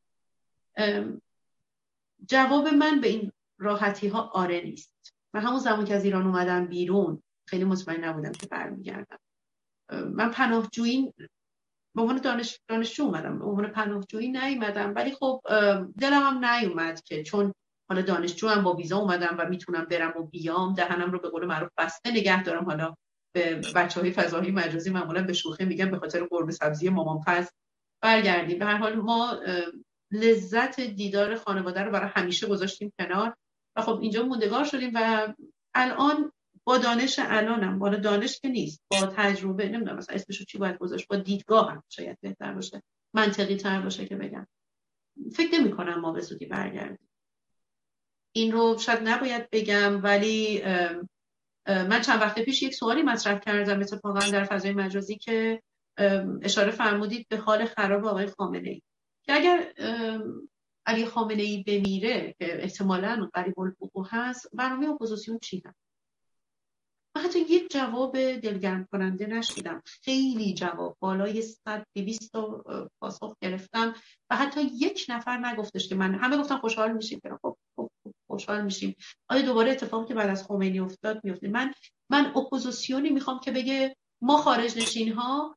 جواب من به این راحتی ها آره نیست. من همون زمان که از ایران اومدم بیرون خیلی مطمئن نبودم که برمیگردم. من پناهجویی به عنوان دانشجو اومدم، به عنوان پناهجویی نیومدم، ولی خب دلم هم نیومد که چون حالا دانشجو هم با ویزا اومدم و میتونم برم و بیام، دهنم رو به قول معروف بسته نگه دارم. حالا به بچهای فضایی مجازی معمولا به شوخی میگم به خاطر قرمه سبزی مامان پس برگردیم. به هر حال ما لذت دیدار خانواده رو برای همیشه گذاشتیم کنار و خب اینجا موندگار شدیم و الان با دانش الانم، بالا دانش که نیست، با تجربه، نمیدونم مثلا اسمشو چی باید گذاشت، با دیدگاه هم شاید بهتر باشه، منطقی تر باشه که بگم، فکر نمی کنم ما به زودی برگردیم. این رو شاید نباید بگم، ولی من چند وقت پیش یک سوالی مطرح کردم اتفاقا در فضای مجازی که اشاره فرمودید به حال خراب آقای خامنه‌ای، که اگر علی خامنه‌ای بمیره که احتمالاً قریب الوقوع هست، برنامه اپوزیسیون چی هست؟ من حتی یک جواب دلگرم کننده نشیدم. خیلی جواب بالای 100-200 پاسخ گرفتم و حتی یک نفر نگفتش که من، همه گفتن خوشحال میشیم. خب خوشحال میشیم. آیا دوباره اتفاقی که بعد از خمینی افتاد میفته؟ من اپوزیسیونی میخوام که بگه ما خارج نشین ها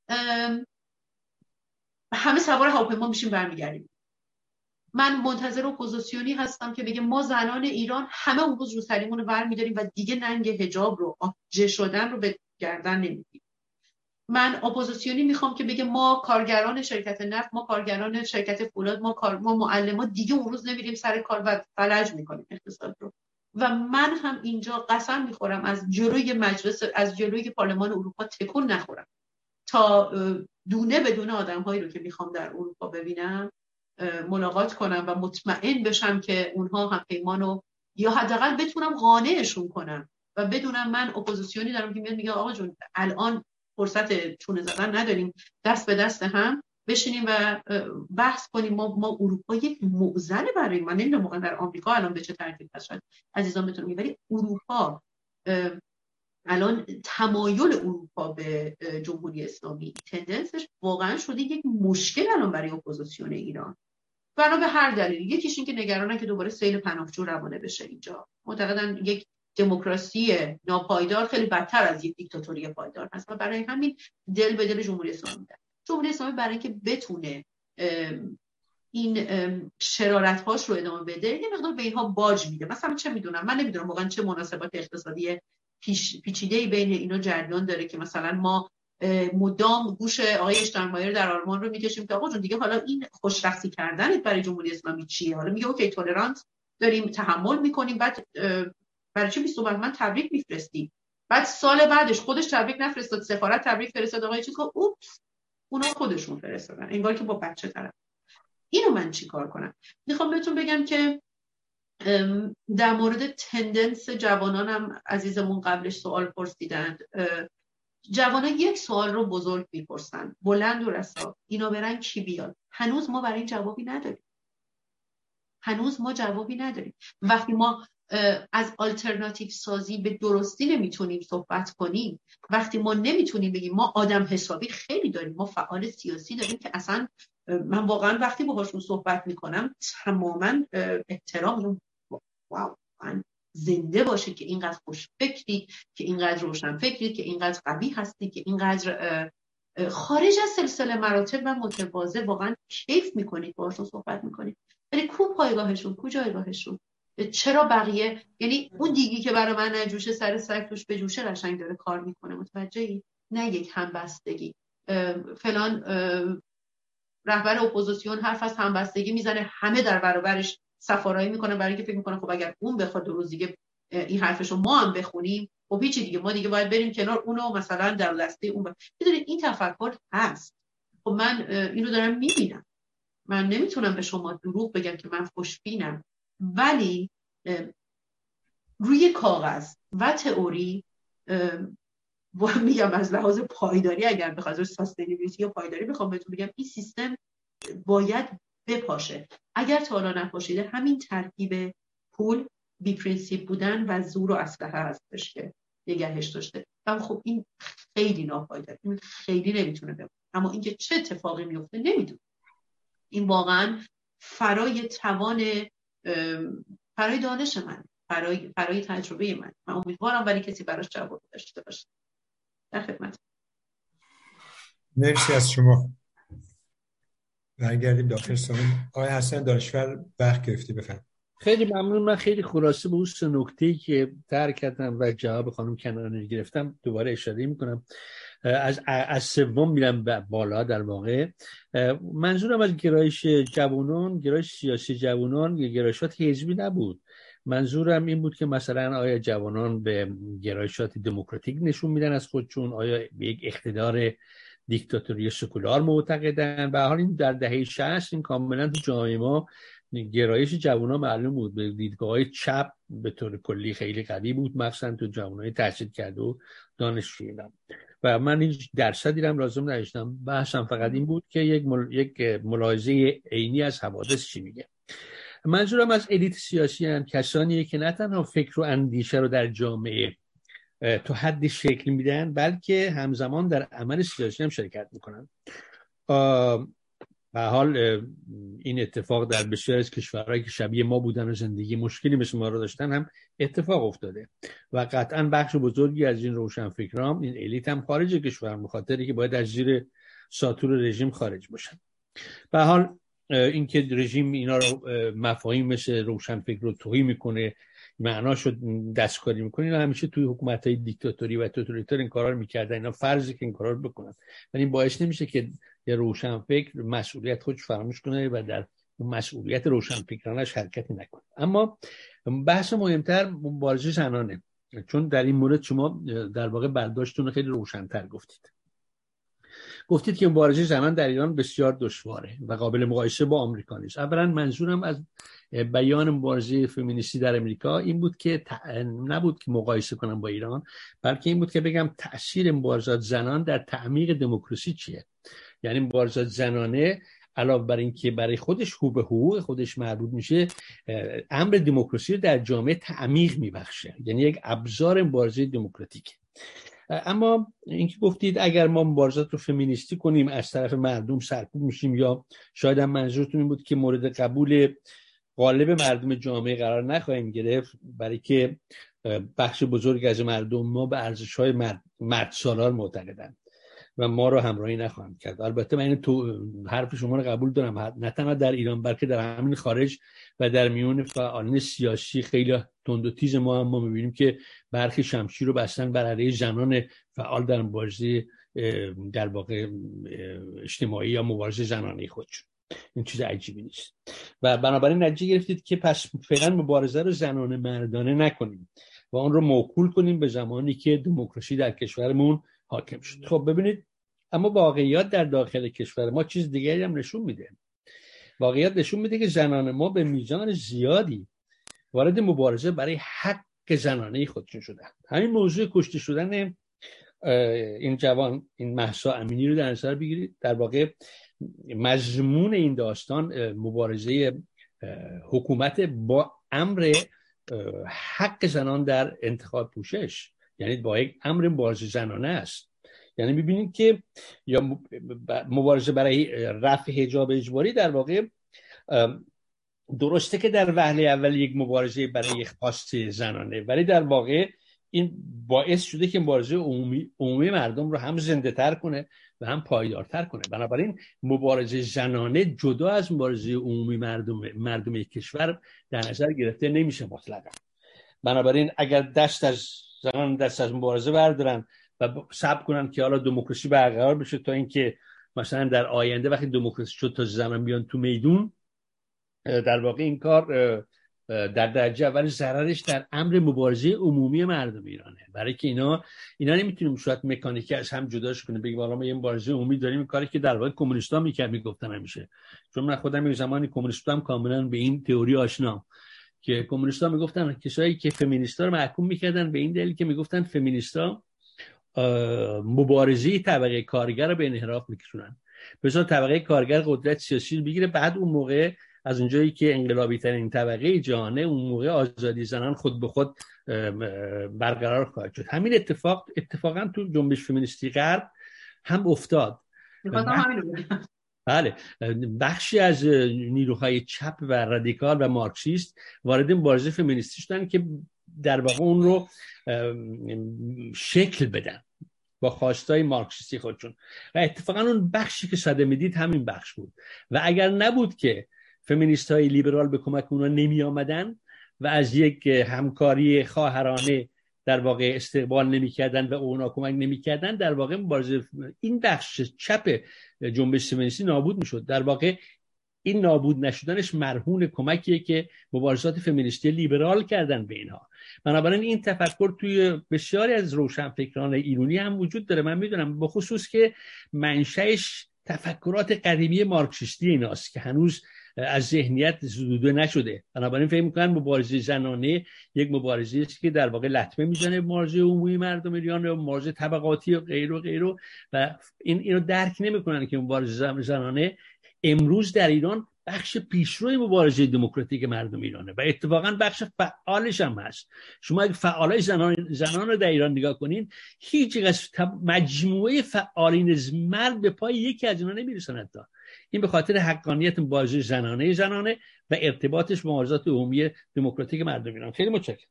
همه سوار هواپیما میشیم برمیگردیم. من منتظر اپوزیسیونی هستم که بگه ما زنان ایران همه اون روز رو سریمون رو برمی‌داریم و دیگه ننگ حجاب رو، آبجه شدن رو به گردن نمی‌گیریم. من اپوزیسیونی میخوام که بگه ما کارگران شرکت نفت، ما کارگران شرکت فولاد، ما معلمان دیگه اون روز نمیریم سر کار و فلج میکنیم اقتصاد رو. و من هم اینجا قسم میخورم از جلوی مجلس، از جلوی پارلمان اروپا تکون نخورم تا دونه بدون آدم‌هایی رو که میخوام در اروپا ببینم ملاقات کنم و مطمئن بشم که اونها هم پیمانو یا حداقل بتونم قانعشون کنم و بدونم من اپوزیسیونی دارم که میاد میگه آقا جون الان فرصت چونه زدن نداریم، دست به دست هم بشینیم و بحث کنیم. ما اروپا یک معضل برای ما، نمیدونم واقعا در آمریکا الان به چه ترتیب هست، شاید عزیزان بتونم میگم، ولی اروپا الان تمایل اروپا به جمهوری اسلامی تندنسش واقعا شده یک مشکل الان برای اپوزیسیون ایران. بنا به هر دلیل، یکیش این که نگرانن که دوباره سیل پناهجو روانه بشه اینجا. معتقدن یک دموکراسی ناپایدار خیلی بدتر از یک دیکتاتوری پایدار هست و برای همین دل به دل جمهوری اسلامی میدن. جمهوری اسلامی برای اینکه بتونه این شرارت‌هاش رو ادامه بده یه مقدار به اینها باج میده. مثلا چه میدونم، من نمیدونم واقعا چه مناسبات اقتصادی پیچیده‌ای بین اینا جریان داره که مثلا ما مدام گوش آقای اشتاینمایر در آلمان رو میکشیم که آقا جون دیگه حالا این خوش‌شخصی کردنت برای جمهوری اسلامی چیه؟ حالا میگه اوکی تولرانس داریم، تحمل میکنیم، بعد برای چی 20 من تبریک میفرستی؟ بعد سال بعدش خودش تبریک نفرستاد، سفارت تبریک فرستاد، آقا چیز گفت اوپس اونا خودشون فرستادن انگار که با بچه طرف. اینو من چیکار کنم؟ میخوام بهتون بگم که در مورد تندنس جوانانم عزیزمون قبلش سوال پرسیدند. جوانان یک سوال رو بزرگ میپرسن، بلند و رسا، اینا برن کی بیاد؟ هنوز ما برای این جوابی نداریم. وقتی ما از آلترناتیو سازی به درستی نمیتونیم صحبت کنیم، وقتی ما نمیتونیم بگیم ما آدم حسابی خیلی داریم، ما فعال سیاسی داریم که اصلا من واقعا وقتی باهاشون صحبت میکنم تماما احترام، واو من زنده باشه که اینقدر خوش فکری، که اینقدر روشن فکری، که اینقدر قوی هستی، که اینقدر خارج از سلسله مراتب و متواضع، واقعا کیف میکنید باهاشون صحبت میکنید. ولی کو پایگاهشون، کو جایگاهشون؟ چرا بقیه، یعنی اون دیگی که برای من نجوشه سر سگ توش بجوشه قشنگ داره کار میکنه، متوجهی؟ نه یک همبستگی فلان رهبر اپوزیسیون حرف از همبستگی میزنه، همه در برابرش سفارایی میکنه، برای اینکه فکر میکنه خب اگر اون بخواد دو روز دیگه این حرفشو ما هم بخونیم خب هیچی دیگه، ما دیگه باید بریم کنار اونو مثلا در دسته اون ببینید این تفکر هست. خب من اینو دارم میبینم، من نمیتونم به شما دروغ بگم که من خوشبینم، ولی روی کاغذ و تئوری میگم از لحاظ پایداری، اگر بخواد ساستینبیلیتی یا پایداری بخوام بهتون بگم، این سیستم باید بپاشه. اگر تا حالا نپاشیده همین ترکیب پول، بی پرینسیپ بودن و زور و اسلحه هستش که نگهش داشته. و خب این خیلی ناپایدار، این خیلی نمیتونه بمونه. اما اینکه چه اتفاقی میفته نمیدونم. این واقعا فرای توان، فرای دانش من، فرای تجربه من امیدوارم ولی کسی براش جواب داشته باشه. در خدمت. مرسی از شما. برگردیم داخل سالن. آقای حسن دانشور وقت گرفتی، بفرمایید. خیلی ممنون. من خیلی خلاصه به اون سه نکته‌ای که ترک کردم و جواب خانم کنعانی گرفتم دوباره اشاره می‌کنم. از سوم میرم بالا. در واقع منظورم از گرایش جوانان، گرایش سیاسی جوانان یا گرایشات حزبی نبود. منظورم این بود که مثلا آیا جوانان به گرایشات دموکراتیک نشون میدن از خودشون، آیا به یک اقتدار دیکتاتوری سکولار معتقدن. به حال این در دهه 60 این کاملا تو جامعه ما گرایش جوانان معلوم بود. به دیدگاه‌های چپ به طور کلی خیلی قوی بود، مخصوصا تو جوانای تحصیل کرده و دانشجویان. و من هیچ درصدی هم لازم نداشتم، بحثم فقط این بود که یک ملاحظه عینی از حوادث چی میگه. منظورم از الیت سیاسی هم کسانیه که نه تنها فکر و اندیشه رو در جامعه تو حد شکل میدن، بلکه همزمان در عمل سیاسی هم شرکت میکنن. به حال این اتفاق در بسیاری از کشورهایی که شبیه ما بودن و زندگی مشکلی مثل ما رو داشتن هم اتفاق افتاده و قطعا بخش بزرگی از این روشنفکران، این الیت هم خارج کشور، بخاطری که باید از زیر ساطور رژیم خارج باشن. به حال اینکه رژیم اینا رو مفاهیم مثل روشنفکر رو توهین میکنه، معناشو دستکاری میکنه، اینا همیشه توی حکومت‌های دیکتاتوری و توتالیتار این کارا رو میکردن. اینا فرضی که این کارا رو بکنن، ولی این باعث نمیشه که یه روشنفکر مسئولیت خودش فراموش کنه و در مسئولیت روشنفکرانش حرکتی نکنه. اما بحث مهمتر مبارزه زنانه، چون در این مورد شما در واقع برداشتتون خیلی روشن‌تر گفتید که مبارزه زنان در ایران بسیار دشواره و قابل مقایسه با آمریکا نیست. اولا منظورم از بیان مبارزه فمینیستی در امریکا این بود که نبود که مقایسه کنم با ایران، بلکه این بود که بگم تأثیر مبارزات زنان در تعمیق دموکراسی چیه. یعنی مبارزات زنانه علاوه بر این که برای خودش به حقوق خودش مربوط میشه، امر دموکراسی رو در جامعه تعمیق میبخشه، یعنی یک ابزار مبارزه دموکراتیک. اما اینکه گفتید اگر ما مبارزات رو فمینیستی کنیم از طرف مردم سرکوب میشیم، یا شاید هم منظورتون این بود که مورد قبول غالب مردم جامعه قرار نخواهیم گرفت، برای که بخش بزرگ از مردم ما به ارزش‌های مردسالار معتقدند و ما رو همراهی نخواهم کرد. البته من تو حرف شما رو قبول دارم، نه تنها در ایران بلکه در همین خارج و در میون فعالان سیاسی خیلی تند و تیز ما می‌بینیم که برخی شمشیر رو بستن بر علیه زنان فعال در مبارزه در واقع اجتماعی یا مبارزه زنانه خودشون. این چیز عجیبی نیست و بنابراین نتیجه گرفتید که پس فعلا مبارزه رو زنانه مردانه نکنیم و آن رو موکول کنیم به زمانی که دموکراسی در کشورمون حاکم شد. خب ببینید، اما واقعیات در داخل کشور ما چیز دیگری هم نشون میده. واقعیت نشون میده که زنان ما به میزان زیادی وارد مبارزه برای حق زنانه خودشون شدن. همین موضوع کشته شدن این جوان، این مهسا امینی رو در نظر بگیرید. در واقع مضمون این داستان مبارزه حکومت با امر حق زنان در انتخاب پوشش، یعنی با یک امر مبارزه زنانه است. یعنی میبینید که یا مبارزه برای رفع حجاب اجباری در واقع درسته که در وهله اول یک مبارزه برای خواست زنانه، ولی در واقع این باعث شده که مبارزه عمومی مردم رو هم زنده تر کنه و هم پایدارتر کنه. بنابراین مبارزه زنانه جدا از مبارزه عمومی مردم کشور در نظر گرفته نمیشه مطلقا. بنابراین اگر دست از مبارزه بردارن و صبر کنن که حالا دموکراسی برقرار بشه تا اینکه مثلا در آینده وقتی دموکراسی شد تا زنان بیان تو میدون، در واقع این کار در درجه اول ضررش در امر مبارزه عمومی مردم ایرانه، برای که اینا نمیتونیم شاید مکانیکی از هم جداش کنه بگیم والا ما یه مبارزه عمومی داریم، این کاری که در واقع کمونیست‌ها میگفتن همیشه. چون من خودم یه زمانی کمونیست بودم کاملا به این تئوری آشنام که کمونیست‌ها میگفتن کسایی که فمینیست‌ها رو محکوم میکردن به این دلیل که میگفتن فمینیست‌ها مبارزه طبقه کارگر رو به انحراف میکشونن، بذار طبقه کارگر قدرت سیاسی بگیره، بعد اون موقع از اونجایی که انقلابی ترین طبقه جهانه اون موقع آزادی زنان خود به خود برقرار خواهد شد. همین اتفاقا تو جنبش فمینیستی غرب هم افتاد. بله، بخشی از نیروهای چپ و رادیکال و مارکسیست وارد مبارزه فمینیستی شدن که در واقع اون رو شکل بدن با خواستای مارکسیستی خودشون، و اتفاقا اون بخشی که صدمه دید همین بخش بود. و اگر نبود که فمینیست‌های لیبرال به کمک اونا نمی آمدن و از یک همکاری خواهرانه در واقع استقبال نمی‌کردن و اونا کمک نمی‌کردن، در واقع مبارزه این بخش چپ جنبش فمینیستی نابود می‌شد. در واقع این نابود نشدنش مرهون کمکیه که مبارزات فمینیستی لیبرال کردن به اینها. بنابراین این تفکر توی بسیاری از روشنفکران ایرانی هم وجود داره. من میدونم به خصوص که منشأش تفکرات قدیمی مارکسیستی ایناست که هنوز از ذهنیت زدوده نشده. بنابراین فکر می‌کنن مبارزه زنانه یک مبارزه است که در واقع لطمه میزنه مبارزه عمومی مردم ایران و مبارزه طبقاتی و غیره و اینو درک نمی‌کنن که مبارزه زنانه امروز در ایران بخش پیشروی مبارزه دموکراتیک مردم ایرانه و اتفاقا بخش فعالش هم هست. شما اگه فعالای زنان رو در ایران نگاه کنین، هیچ از مجموعه فعالین مرد به پای یکی از اینا نمیرسن. این به خاطر حقانیت مبارزه زنانه و ارتباطش با مبارزات عمومی دموکراتیک مردم ایران. خیلی متشکرم.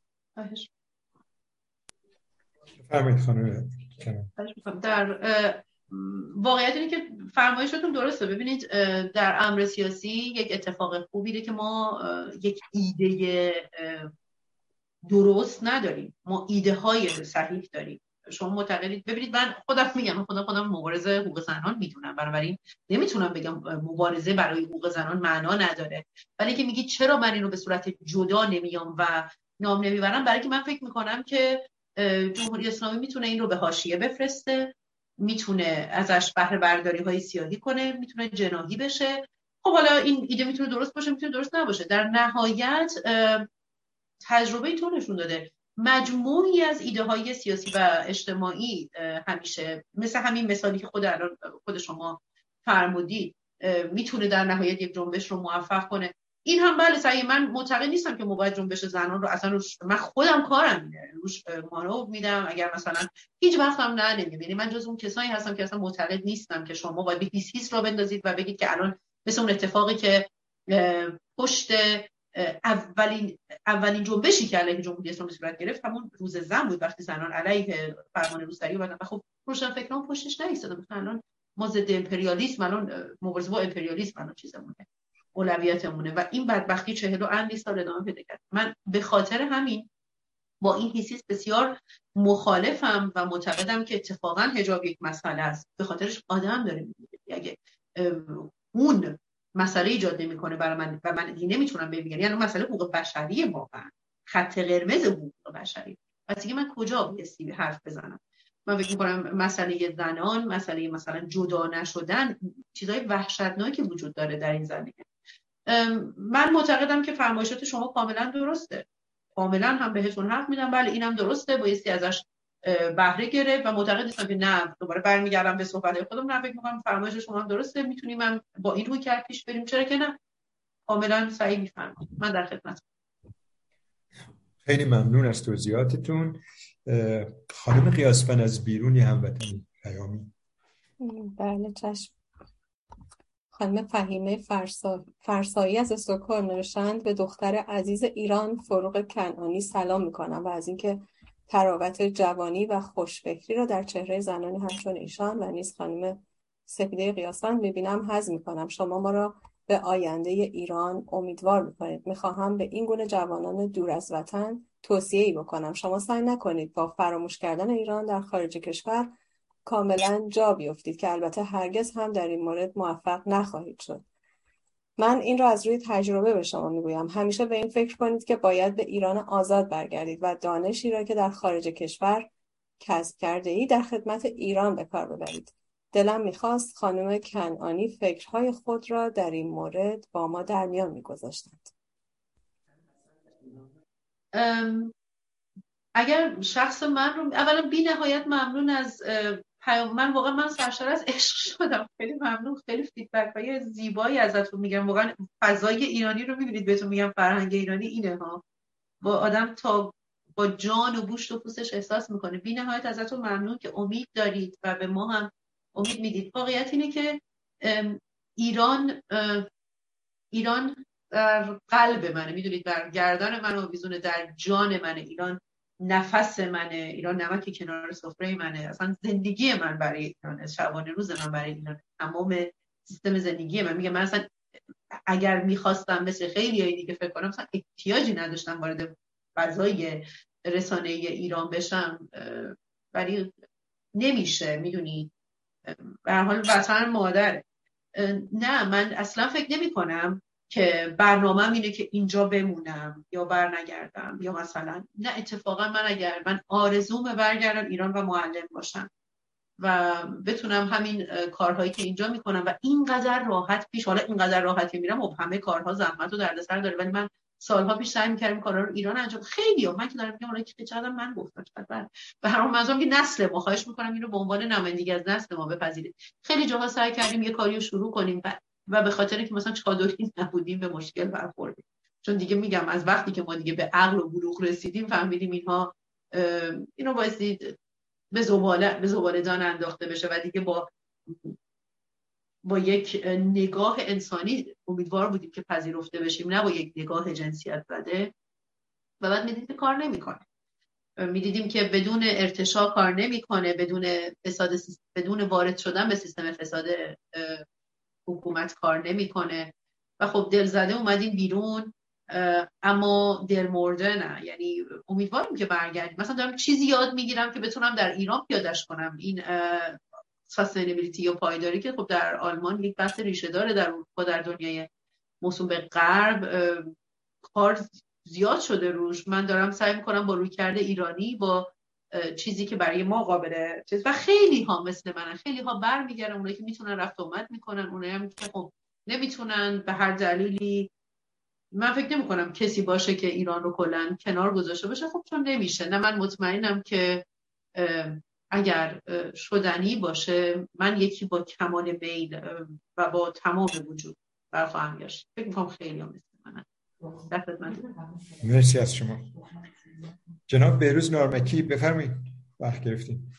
بفرمایید خانم. در واقعیت اینه که فرمایشتون درسته. ببینید در امر سیاسی یک اتفاق خوبیه که ما یک ایده درست نداریم، ما ایده های صحیح داریم. شما معتقدید؟ ببینید من خودم میگم خودم مبارزه حقوق زنان میدونم، بنابراین نمیتونم بگم مبارزه برای حقوق زنان معنا نداره. ولی که میگید چرا من اینو به صورت جدا نمیام و نام نمیبرم، برای که من فکر میکنم که جمهوری اسلامی میتونه این رو به حاشیه بفرسته، میتونه ازش بهره برداری های سیاسی کنه، میتونه جناحی بشه. خب حالا این ایده میتونه درست باشه، میتونه درست نباشه. در نهایت تجربه تو نشون داده مجموعی از ایده های سیاسی و اجتماعی همیشه مثل همین مثالی که خود شما فرمودید میتونه در نهایت یک جنبش رو موفق کنه. این هم بله صحیح. من معتقد نیستم که موقع جنبش زنان رو اصلا من خودم کارم اینه روش مانور میدم. اگر مثلا هیچ وقتم نمیگم، یعنی من جز اون کسایی هستم که اصلا معتقد نیستم که شما باید هیس را بندازید و بگید که الان مثل اون اتفاقی که پشت اولین جنبشی که علیه جمهوری اسلامی صورت گرفت همون روز زن بود، وقتی زنان علیه فرمان روسری اومدن. خب روشنفکران پشتش نایستادن. الان ما ضد امپریالیسم، الان مبارزه با امپریالیسم الان چیزمونه، اولویتمونه و این بدبختی 40 و اندی سال ادامه پیدا کرد. من به خاطر همین با این هیسیس بسیار مخالفم و معتقدم که اتفاقا حجاب یک مسئله است، به خاطرش آدم داره میمیره. اگه اون مسئله ایجاد نمیکنه برای من و من دیگه نمیتونم ببینم، یعنی مسئله حقوق بشری واقعا خط قرمز حقوق بشری، پس دیگه من کجا بایستی حرف بزنم؟ من فکر می‌کنم مسئله زنان، مسئله مثلا جدا نشدن، چیزای وحشتناکی وجود داره در این زمینه. من معتقدم که فرمایشات شما کاملا درسته، کاملا هم بهتون حق میدم. بله اینم درسته، بایستی ازش بهره گرفت و معتقد نیستم که نه دوباره برمیگردم به صحبت خودم. نه، فکر می‌کنم فرمایش شما هم درسته، میتونیم هم با این روی کرد پیش بریم. چرا که نه؟ کاملا صحیح میفهمم. من در خدمتم. خیلی ممنون از توضیحاتتون. خانم قیاسفند از بیرونی هموطنی پیامی. بله چشم. خانم فهیمه فرسایی از استکهلم نوشتند به دختر عزیز ایران فروغ کنعانی سلام میکنم و از اینکه تراوت جوانی و خوشفکری را در چهره زنانی همچون ایشان و نیز خانم سپیده قیاسفند میبینم حظ میکنم. شما ما را به آینده ایران امیدوار میکنید. میخواهم به این گونه جوانان دور از وطن توصیه‌ای بکنم. شما سعی نکنید با فراموش کردن ایران در خارج کشور کاملا جا بیفتید که البته هرگز هم در این مورد موفق نخواهید شد. من این را از روی تجربه به شما میگویم. همیشه به این فکر کنید که باید به ایران آزاد برگردید و دانشی را که در خارج کشور کسب کرده ای در خدمت ایران به کار ببرید. دلم میخواست خانم کنعانی فکرهای خود را در این مورد با ما در میان میگذاشتند. اگر شخص من رو اولا بی نهایت ممنون از من واقعا من سرشار از عشق شدم. خیلی ممنون، خیلی فیدبک های زیبایی ازتون میگم. واقعا فضای ایرانی رو میبینید، بهتون میگم فرهنگ ایرانی اینه ها، با آدم تا با جان و گوشت و پوستش احساس میکنه. بی نهایت ازتون ممنون که امید دارید و به ما هم امید میدید. واقعیت اینه که ایران در قلب منه، میدونید، در گردن من آویزونه، در جان منه. ایران نفس منه، ایران نمک کنار سفره منه، اصلا زندگی من برای ایرانه، شبانه روز من برای ایرانه، تمام سیستم زندگی من. میگم من اصلا اگر میخواستم مثل خیلی دیگه فکر کنم اصلا احتیاجی نداشتم وارد فضای رسانه ایران بشم، ولی نمیشه، میدونی، به هر حال وطن مادر. نه، من اصلا فکر نمی کنم که برنامه‌م اینه که اینجا بمونم یا برنگردم، یا مثلا نه، اتفاقا من آرزومه برگردم ایران و معلم باشم و بتونم همین کارهایی که اینجا میکنم و اینقدر راحت پیش، حالا اینقدر راحتی میرم و همه کارها زحمت و دردسر داره، ولی من سالها پیش سعی میکردم کارا رو ایران انجام. خیلی‌ها من که دارم میگم اونایی که چقدر من گفتم چقدر به هر حال منظورم که نسل ما، خواهش میکنم اینو به عنوان نمایندگی از نسل ما بپذیرید. خیلی جاها سعی کردیم یه کاریو شروع کنیم و به خاطر که مثلا چادری نبودیم به مشکل برخوردیم، چون دیگه میگم از وقتی که ما دیگه به عقل و بلوغ رسیدیم فهمیدیم اینها اینو بایستی به زباله‌دان انداخته بشه و دیگه با یک نگاه انسانی امیدوار بودیم که پذیرفته بشیم، نه با یک نگاه جنسیت زده. و بعد میدیدیم که کار نمیکنه، میدیدیم که بدون ارتشا کار نمیکنه، بدون وارد شدن به سیستم فساد حکومت کار نمیکنه. و خب دلزده اومدیم بیرون، اما دل مرده نه. یعنی امیدواریم که برگردیم. مثلا دارم چیزی یاد میگیرم که بتونم در ایران پیاده‌اش کنم. این سستینبیلیتی یا پایداری که خب در آلمان یک بحث ریشه داره، در اروپا، در دنیای موسوم به غرب کار زیاد شده روش. من دارم سعی میکنم با رویکرد ایرانی، با چیزی که برای ما قابله چیز، و خیلی ها مثل منن، خیلی ها برمیگردن، اونایی که میتونن رفت اومد میکنن، اونایی هم که خب نمیتونن به هر دلیلی. من فکر نمی کنم کسی باشه که ایران رو کلا کنار گذاشته باشه، خب چون نمیشه. نه، من مطمئنم که اگر شدنی باشه من یکی با کمال میل و با تمام وجود برخواهم گشت. فکر میکنم خیلی هم مثل منن. مرسی از شما. جناب بهروز نارمکی بفرمایید، وقت گرفتیم.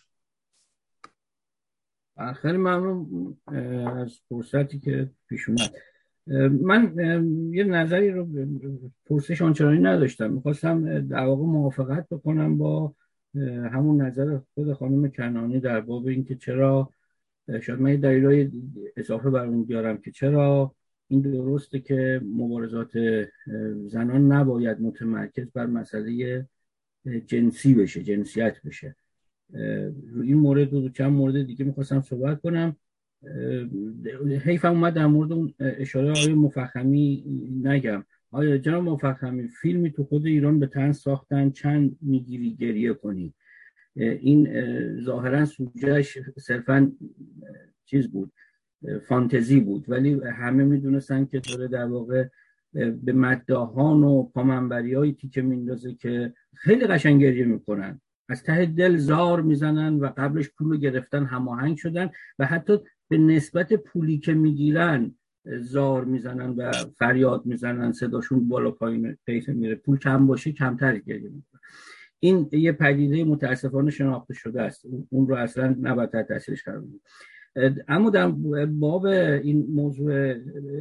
خیلی ممنون از فرصتی که پیش اومد. من یه نظری رو پرسش آنچنانی نداشتم، میخواستم در واقع موافقت بکنم با همون نظر خود خانم کنعانی در باب این که چرا، شاید من یه دلیلای اضافه بر اون بیارم که چرا این درسته که مبارزات زنان نباید متمرکز بر مسئله جنسی بشه، جنسیت بشه. روی این مورد و چند مورد دیگه میخواستم صحبت کنم. حیفم اومد در مورد اون اشاره آقای مفخمی نگم. آیا جناب مفخمی فیلمی تو خود ایران به طنز ساختن چند میگیری گریه کنی؟ این ظاهرا سوژهش صرفا چیز بود، فانتزی بود، ولی همه میدونستن که داره در واقع به مداحان و پامنبری های تیکه میندازه که خیلی قشنگ گریه میکنن، از ته دل زار میزنن و قبلش پول گرفتن هماهنگ شدن و حتی به نسبت پولی که میگیرن زار میزنن و فریاد میزنن، صداشون بالا پایین پیش میره، پول کم باشه کمتر گریه میکنن. این یه پدیده متاسفانه شناخته شده است، اون رو اصلا نباید تحت تاثیرش قرار بدیم. اما در باب این موضوع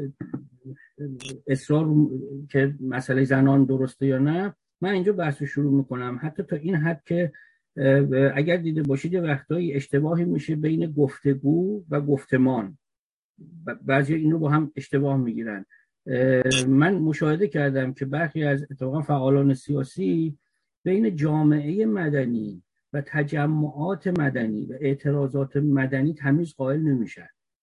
اصرار که مسئله زنان درسته یا نه، من اینجا بحث شروع میکنم، حتی تا این حد که اگر دیده باشید یه وقتایی اشتباهی میشه بین گفتگو و گفتمان، بعضی این رو با هم اشتباه میگیرن. من مشاهده کردم که برخی از اتفاقا فعالان سیاسی بین جامعه مدنی و تجمعات مدنی و اعتراضات مدنی تمیز قائل نمیشن.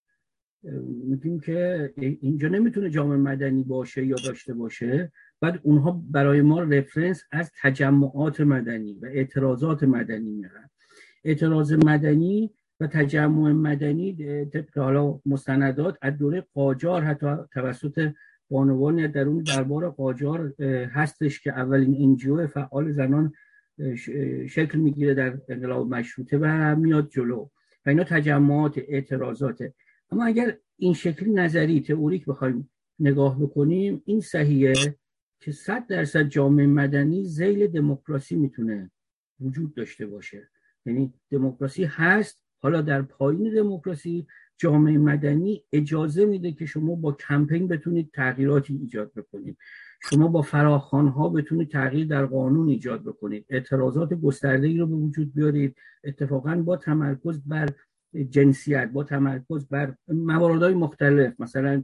میگیم که اینجا نمیتونه جامعه مدنی باشه یا داشته باشه، بعد اونها برای ما رفرنس از تجمعات مدنی و اعتراضات مدنی میارن. اعتراض مدنی و تجمع مدنی طبق حالا مستندات از دوره قاجار حتی توسط بانوان درون دربار قاجار هستش که اولین انجیو فعال زنان شکل میگیره در انقلاب مشروطه و میاد جلو و اینا تجمعات اعتراضاته. اما اگر این شکلی نظری تئوریک بخوایم نگاه بکنیم، این صحیحه که 100% جامعه مدنی ذیل دموکراسی میتونه وجود داشته باشه. یعنی دموکراسی هست، حالا در پایین دموکراسی جامعه مدنی اجازه میده که شما با کمپین بتونید تغییراتی ایجاد بکنید، شما با فراخوان‌ها بتونید تغییر در قانون ایجاد بکنید، اعتراضات گسترده‌ای رو به وجود بیارید، اتفاقاً با تمرکز بر جنسیت، با تمرکز بر مواردهای مختلف، مثلا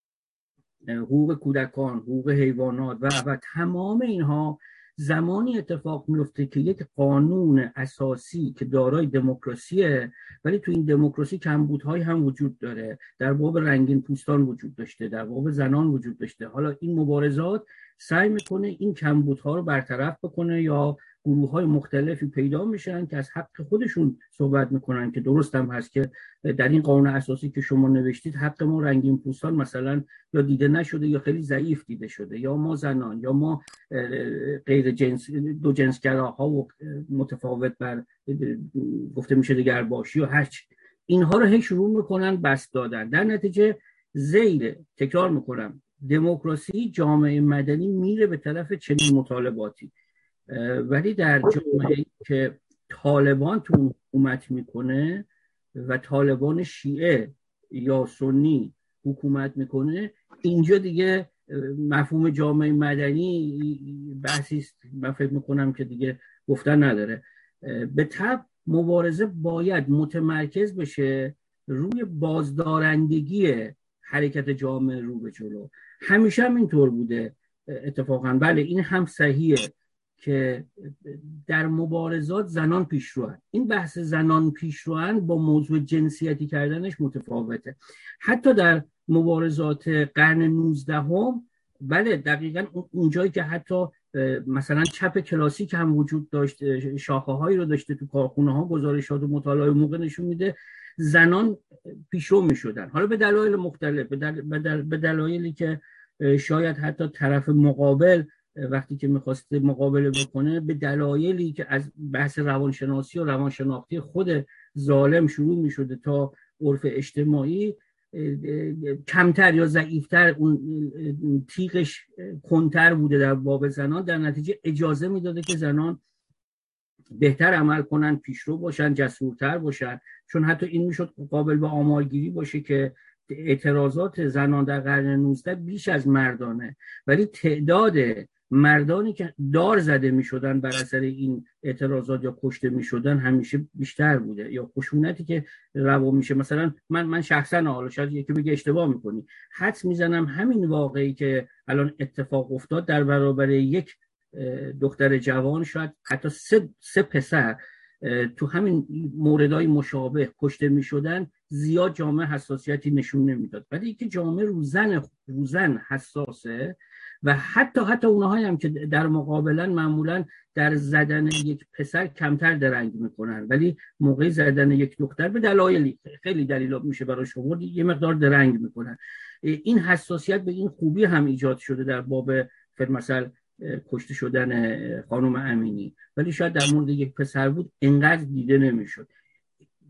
حقوق کودکان، حقوق حیوانات و تمام اینها زمانی اتفاق میفته که یک قانون اساسی که دارای دموکراسیه، ولی تو این دموکراسی کمبودهای هم وجود داره، در باب رنگین پوستان وجود داشته، در باب زنان وجود داشته. حالا این مبارزات سعی میکنه این کمبودها رو برطرف بکنه، یا گروه‌های مختلفی پیدا میشن که از حق خودشون صحبت میکنن که درست هم هست که در این قانون اساسی که شما نوشتید حق ما رنگین پوستان مثلا یا دیده نشده یا خیلی ضعیف دیده شده، یا ما زنان یا ما غیر جنس دو جنسگراها و متفاوت بر گفته میشه دگرباشی و هر چی، اینها رو هی شروع میکنن بس دادن. در نتیجه ذیل، تکرار میکنم، دموکراسی جامعه مدنی میره به طرف چنین مطالباتی، ولی در جامعه‌ای که طالبان تو حکومت میکنه و طالبان شیعه یا سنی حکومت میکنه، اینجا دیگه مفهوم جامعه مدنی بحثی است من فکر میکنم که دیگه گفتن نداره. به طبع مبارزه باید متمرکز بشه روی بازدارندگی حرکت جامعه رو به جلو. همیشه هم اینطور بوده اتفاقا. بله این هم صحیحه که در مبارزات زنان پیشروان. این بحث زنان پیشروان با موضوع جنسیتی کردنش متفاوته. حتی در مبارزات قرن 19 بله دقیقاً اونجایی که حتی مثلا چپ کلاسیک هم وجود داشت، شاخه‌هایی رو داشته تو کارخونه‌ها، گزارشات و مطالعه موقع نشون میده زنان پیشرو می‌شدن، حالا به دلایل مختلف، به دلایلی که شاید حتی طرف مقابل وقتی که می‌خواسته مقابله بکنه به دلایلی که از بحث روانشناسی و روانشناختی خود ظالم شروع می‌شده تا عرف اجتماعی کمتر یا ضعیفتر، اون تیغش کنتر بوده در باب زنان، در نتیجه اجازه میداده که زنان بهتر عمل کنن، پیشرو باشن، جسورتر باشن. چون حتی این میشد قابل به آمارگیری باشه که اعتراضات زنان در قرن 19 بیش از مردانه، ولی تعداد مردانی که دار زده میشدن بر اثر این اعتراضات یا کشته میشدن همیشه بیشتر بوده، یا خشونتی که روا میشه. مثلا من شخصا، حالا شاید یکی بگه اشتباه میکنی، حدس میزنم همین واقعی که الان اتفاق افتاد در برابر یک دختر جوان، شاید حتی سه پسر تو همین موردهای مشابه کشته میشدن، زیاد جامعه حساسیتی نشون نمیداد. ولی اینکه جامعه روزن حساسه و حتی اونهایی هم که در مقابلن معمولا در زدن یک پسر کمتر درنگ میکنن، ولی موقع زدن یک دختر به دلایلی خیلی دلیلا میشه براش آورد یه مقدار درنگ میکنن. این حساسیت به این خوبی هم ایجاد شده در باب مثلا کشته شدن خانم امینی، ولی شاید در مورد یک پسر بود اینقدر دیده نمیشد.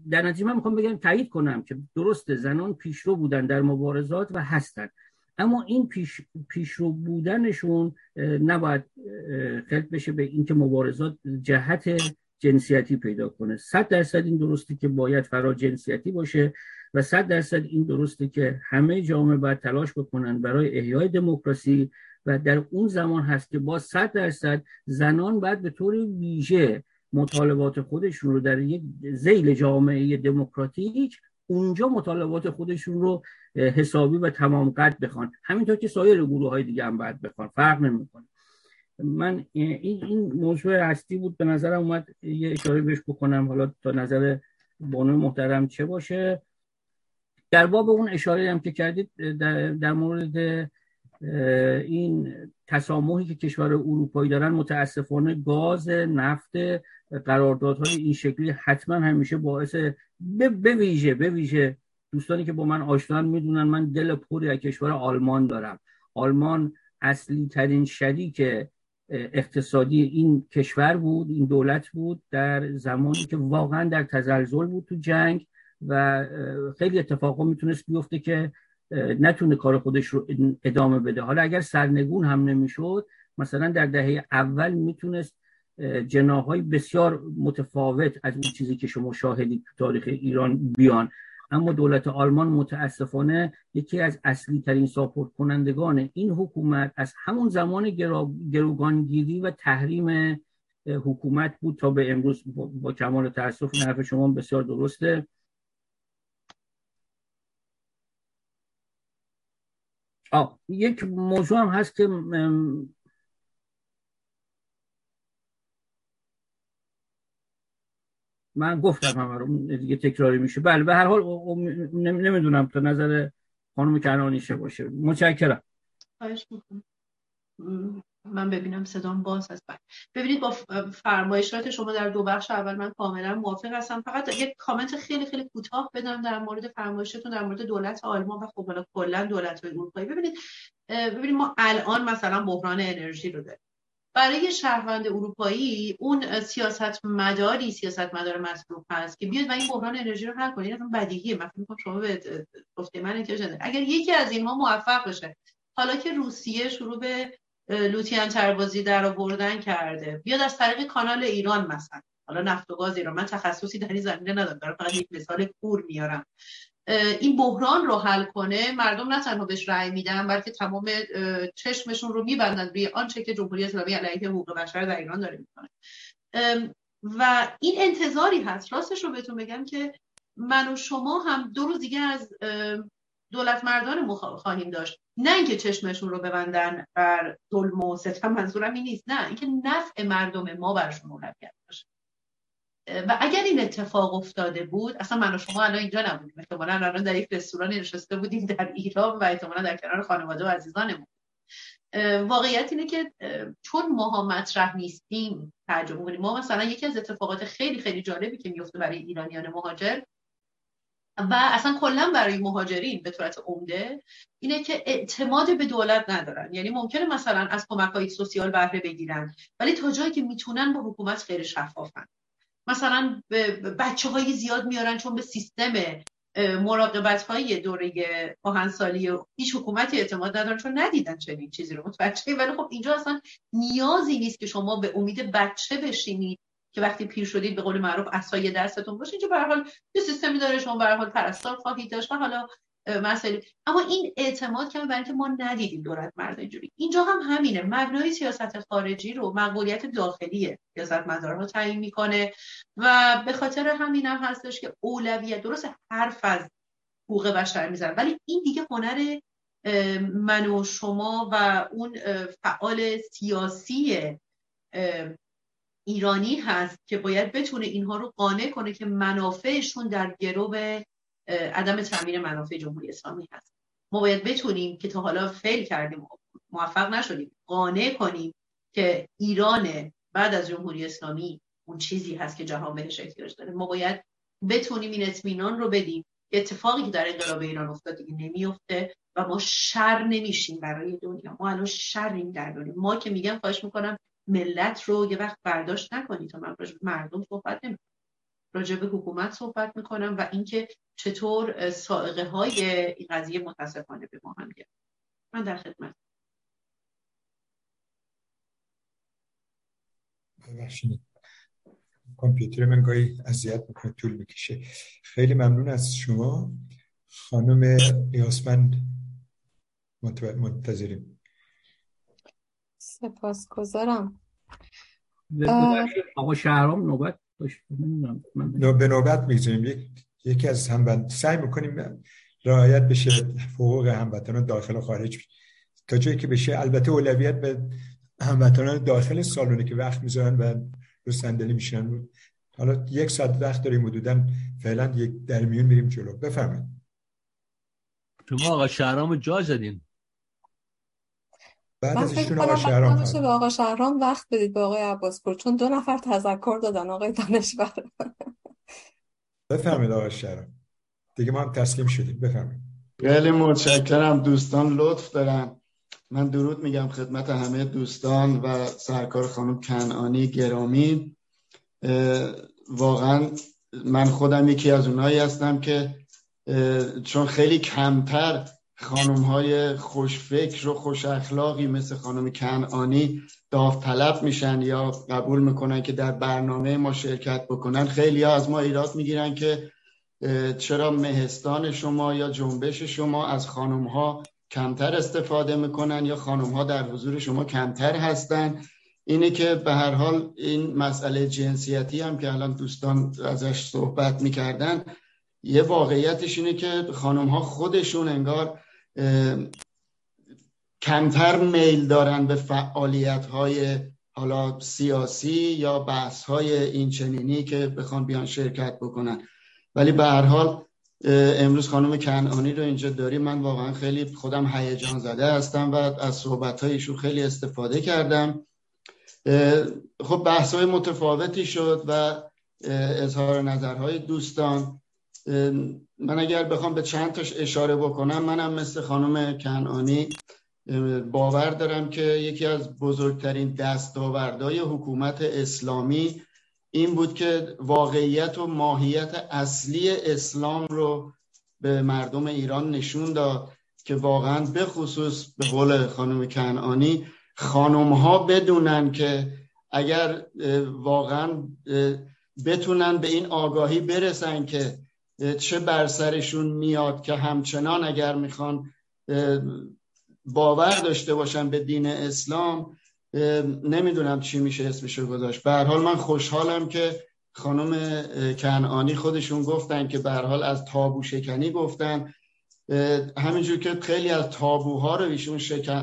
در نتیجه من میخوام بگم تایید کنم که درسته زنان پیشرو بودن در مبارزات و هستن، اما این پیشرو بودنشون نباید خلط بشه به اینکه مبارزات جهت جنسیتی پیدا کنه. 100% این درسته که باید فرا جنسیتی باشه و 100% این درسته که همه جامعه باید تلاش بکنن برای احیای دموکراسی و در اون زمان هست که با 100% زنان باید به طور ویژه مطالبات خودشون رو در یک ذیل جامعه دموکراتیک اونجا مطالبات خودشون رو حسابی و تمام قد بخوان، همینطور که سایر گروه‌های دیگه هم باید بخوان، فرق نمی‌کنه. من این موضوع اصلی بود به نظرم اومد یه اشاره بهش بکنم، حالا تا نظر بانوی محترم چه باشه. در باب اون اشاره هم که کردید در مورد این تسامحی که کشور اروپایی دارن، متاسفانه گاز، نفت، قراردادهای این شکلی حتما همیشه باعث به ویژه دوستانی که با من آشنان میدونن من دل پری از کشور آلمان دارم. آلمان اصلی ترین شریک اقتصادی این کشور بود، این دولت بود در زمانی که واقعا در تزلزل بود تو جنگ و خیلی اتفاقا میتونست بیفته که نتونه کار خودش رو ادامه بده. حالا اگر سرنگون هم نمیشد، مثلا در دهه اول میتونست جناح‌های بسیار متفاوت از اون چیزی که شما شاهدید تو تاریخ ایران بیان، اما دولت آلمان متاسفانه یکی از اصلی ترین ساپورت کنندگان این حکومت از همون زمان گروگانگیری و تحریم حکومت بود تا به امروز. با کمال تاسف این حرف شما بسیار درسته. یک موضوع هم هست که من گفتم همه رو دیگه تکراری میشه. بله به هر حال نمیدونم تا نظر خانم کنعانی چه باشه. متشکرم. خواهش میکنم. من ببینم صدام باز هست. ببینید با فرمایشات شما در دو بخش اول من کاملا موافق هستم. فقط یک کامنت خیلی خیلی کوتاه بدم در مورد فرمایشاتون در مورد دولت آلمان و خب حالا کلا دولت‌های اروپایی. ببینید ما الان مثلا بحران انرژی رو داریم. برای شهروند اروپایی اون سیاستمدار مطلوب هست که بیاد و این بحران انرژی رو حل کنه. این اصلا بدیهیه. من فکر می‌کنم شما به گفته من احتیاج نداره. اگر یکی از اینها موفق بشه، حالا که روسیه شروع به لوتین تربازی در آوردن کرده، بیاد از طریق کانال ایران مثلا، حالا نفت و گاز ایران، من تخصصی در این زمینه ندارم، برای فقط یک مثال کور میارم، این بحران رو حل کنه، مردم نه تنها بهش رأی میدن بلکه تمام چشمشون رو میبندن روی آنچه که جمهوری اسلامی علیه حقوق بشر در ایران داره میکنه. و این انتظاری هست، راستش رو بهتون بگم، که من و شما هم 2 روز دیگه از دولت مردان خواهیم داشت، نه اینکه چشمشون رو ببندن بر ظلم و ستم، منظورم این نیست، نه اینکه نفع مردم ما برشون اولویت باشه. و اگر این اتفاق افتاده بود، اصلا من و شما الان اینجا نبودیم، احتمالاً الان در یک رستوران نشسته بودیم در ایران و احتمالاً در کنار خانواده و عزیزانمون. واقعیت اینه که چون ماها مطرح نیستیم تعجب می‌کنیم. ما مثلا یکی از اتفاقات خیلی خیلی جالبی که میفته برای ایرانیان مهاجر و اصلا کلا برای مهاجرین به صورت عمده اینه که اعتماد به دولت ندارن. یعنی ممکنه مثلا از کمک‌های سوسیال بهره بگیرن ولی تا جایی که میتونن با حکومت غیر شفافن. مثلا بچه‌های زیاد میارن چون به سیستم مراقبت‌های دوره کهنسالی هیچ حکومتی اعتماد ندارن چون ندیدن چنین چیزی رو متوجه. ولی خب اینجا اصلا نیازی نیست که شما به امید بچه بشینید که وقتی پیر شدید به قول معروف عصای دستتون باشه. اینجا به هر حال یه سیستمی داره، شما به هر حال پرستار خواهید داشت و حالا مسئله. اما این اعتماد کمه برای اینکه ما ندیدیم دولت مرد اینجوری. اینجا هم همینه، مبنای سیاست خارجی رو مقبولیت داخلی سیاستمدارها تعیین میکنه و به خاطر همین هم هستش که اولویت، درست حرف از حقوق بشر میزنن ولی این دیگه هنر من و شما و اون فعال سیاسی ایرانی هست که باید بتونه اینها رو قانع کنه که منافعشون در گرو عدم تامین منافع جمهوری اسلامی هست. ما باید بتونیم که تا حالا فیل کردیم، موفق نشدیم، قانع کنیم که ایران بعد از جمهوری اسلامی اون چیزی هست که جهان بهش احتیاج داره. ما باید بتونیم این اطمینان رو بدیم که اتفاقی که در انقلاب ایران افتاد دیگه نمیفته و ما شر نمیشیم برای دنیا. ما الان شریم در دنیا. ما که میگم خواهش میکنم ملت رو یه وقت برداشت نکنید تا من مردم صحبت نمی‌کنم. راجع به حکومت صحبت میکنم و اینکه چطور سائقه های این قضیه متاسفانه به ما هم گرفت. من در خدمت. ببخشید کامپیوتر من گاهی اذیت میکنه، طول میکشه. خیلی ممنون از شما خانم یاسمن، منتظریم. سپاسگزارم. آقا شهرام نوبت داشت. به نوبت میگذاریم. یکی از هموطنان سعی میکنیم رعایت بشه حقوق هموطنان داخل و خارج تا جایی که بشه. البته اولویت به هموطنان داخل سالونه که وقت میذارن و رو صندلی میشینن. حالا 1 ساعت وقت داریم حدوداً، فعلا یک در میون میریم جلو. بفرمایید. شما آقا شهرام جا زدین. بعد من از فکر ایشون کنم آقا شهرام باشه به آقا شهرام وقت بدید، به آقای عباسپور، چون 2 نفر تذکر دادن آقای دانشور. بفرمایید آقا شهرام، دیگه ما هم تسلیم شدیم. بفرمایید. خیلی متشکرم، دوستان لطف دارن. من درود میگم خدمت همه دوستان و سرکار خانم کنعانی گرامی. واقعا من خودم یکی از اونایی هستم که چون خیلی کمتر خانم‌های خوشفکر و خوش اخلاقی مثل خانم کنعانی داوطلب میشن یا قبول میکنن که در برنامه ما شرکت بکنن، خیلی ها از ما ایراد میگیرن که چرا مهستان شما یا جنبش شما از خانم‌ها کمتر استفاده میکنن یا خانم‌ها در حضور شما کمتر هستن. اینه که به هر حال این مسئله جنسیتی هم که الان دوستان ازش صحبت میکردن، یه واقعیتش اینه که خانم‌ها خودشون انگار کمتر میل دارن به فعالیت‌های حالا سیاسی یا بحث‌های این چنینی که بخوان بیان شرکت بکنن. ولی به هر حال امروز خانم کنعانی رو اینجا داریم. من واقعا خیلی خودم هیجان زده هستم و از صحبت‌هایشون خیلی استفاده کردم. خب بحث‌های متفاوتی شد و اظهار نظرهای دوستان. من اگر بخوام به چند تاش اشاره بکنم، منم مثل خانم کنعانی باور دارم که یکی از بزرگترین دستاوردهای حکومت اسلامی این بود که واقعیت و ماهیت اصلی اسلام رو به مردم ایران نشون داد که واقعا به خصوص به قول خانم کنعانی خانم‌ها بدونن که اگر واقعا بتونن به این آگاهی برسن که چه بر سرشون میاد، که همچنان اگر میخوان باور داشته باشن به دین اسلام، نمیدونم چی میشه اسمشو گذاشت. به هر حال من خوشحالم که خانم کنعانی خودشون گفتن که به هر حال از تابو شکنی گفتن، همینجور که خیلی از تابوها رو ایشون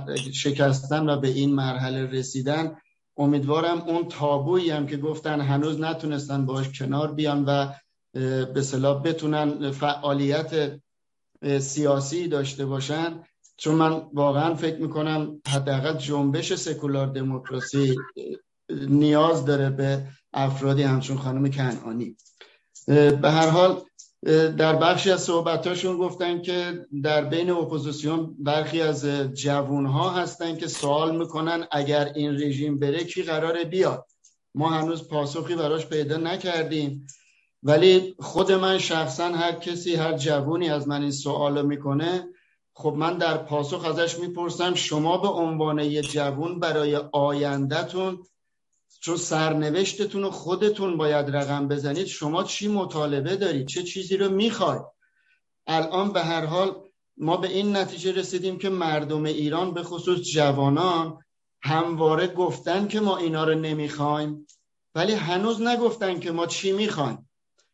شکستن و به این مرحله رسیدن. امیدوارم اون تابویی هم که گفتن هنوز نتونستن باش کنار بیان و به اصطلاح بتونن فعالیت سیاسی داشته باشن، چون من واقعا فکر میکنم حداقل جنبش سکولار دموکراسی نیاز داره به افرادی همچون خانم کنعانی. به هر حال در بخشی از صحبتاشون گفتن که در بین اپوزیسیون برخی از جوانها هستن که سوال میکنن اگر این رژیم بره کی قراره بیاد. ما هنوز پاسخی براش پیدا نکردیم، ولی خود من شخصا هر کسی، هر جوانی از من این سوالو میکنه، خب من در پاسخ ازش میپرسم شما به عنوان یه جوان برای آینده‌تون، چون سرنوشتتون رو خودتون باید رقم بزنید، شما چی مطالبه دارید؟ چه چیزی رو میخواید؟ الان به هر حال ما به این نتیجه رسیدیم که مردم ایران به خصوص جوانان همواره گفتن که ما اینا رو نمیخوایم، ولی هنوز نگفتن که ما چی میخوایم.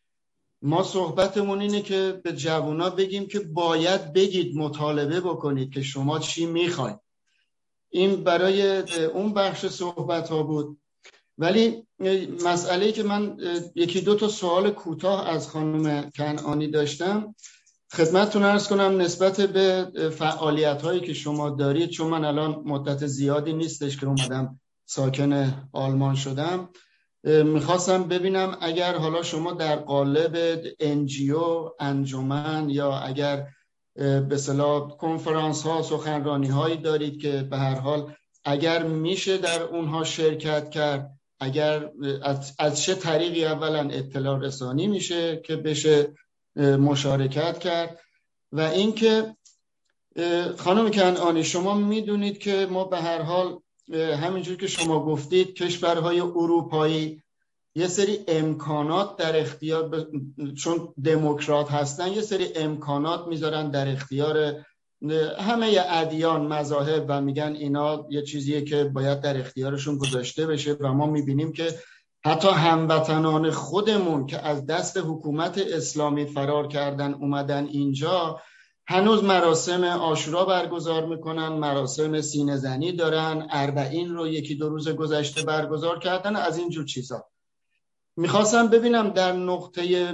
ما صحبتمون اینه که به جوانا بگیم که باید بگید، مطالبه بکنید که شما چی میخواید. این برای اون بخش صحبت ها بود. ولی مسئله‌ای که من 1-2 سوال کوتاه از خانم کنعانی داشتم خدمتتون عرض کنم نسبت به فعالیت هایی که شما دارید، چون من الان مدت زیادی نیستش که اومدم ساکن آلمان شدم. میخواستم ببینم اگر حالا شما در قالب NGO، انجمن، یا اگر به اصطلاح کنفرانس ها، سخنرانی هایی دارید که به هر حال اگر میشه در اونها شرکت کرد اگر از چه طریقی اولا اطلاع رسانی میشه که بشه مشارکت کرد. و اینکه خانم کنعانی شما میدونید که ما به هر حال همینجور که شما گفتید کشورهای اروپایی یه سری امکانات در اختیار چون دموکرات هستن یه سری امکانات میذارن در اختیار همه ادیان مذاهب و میگن اینا یه چیزیه که باید در اختیارشون گذاشته بشه و ما میبینیم که حتی هموطنان خودمون که از دست حکومت اسلامی فرار کردن اومدن اینجا هنوز مراسم عاشورا برگزار میکنن، مراسم سینه زنی دارن، اربعین رو یکی دو روز گذشته برگزار کردن، از اینجور چیزا. میخواستم ببینم در نقطه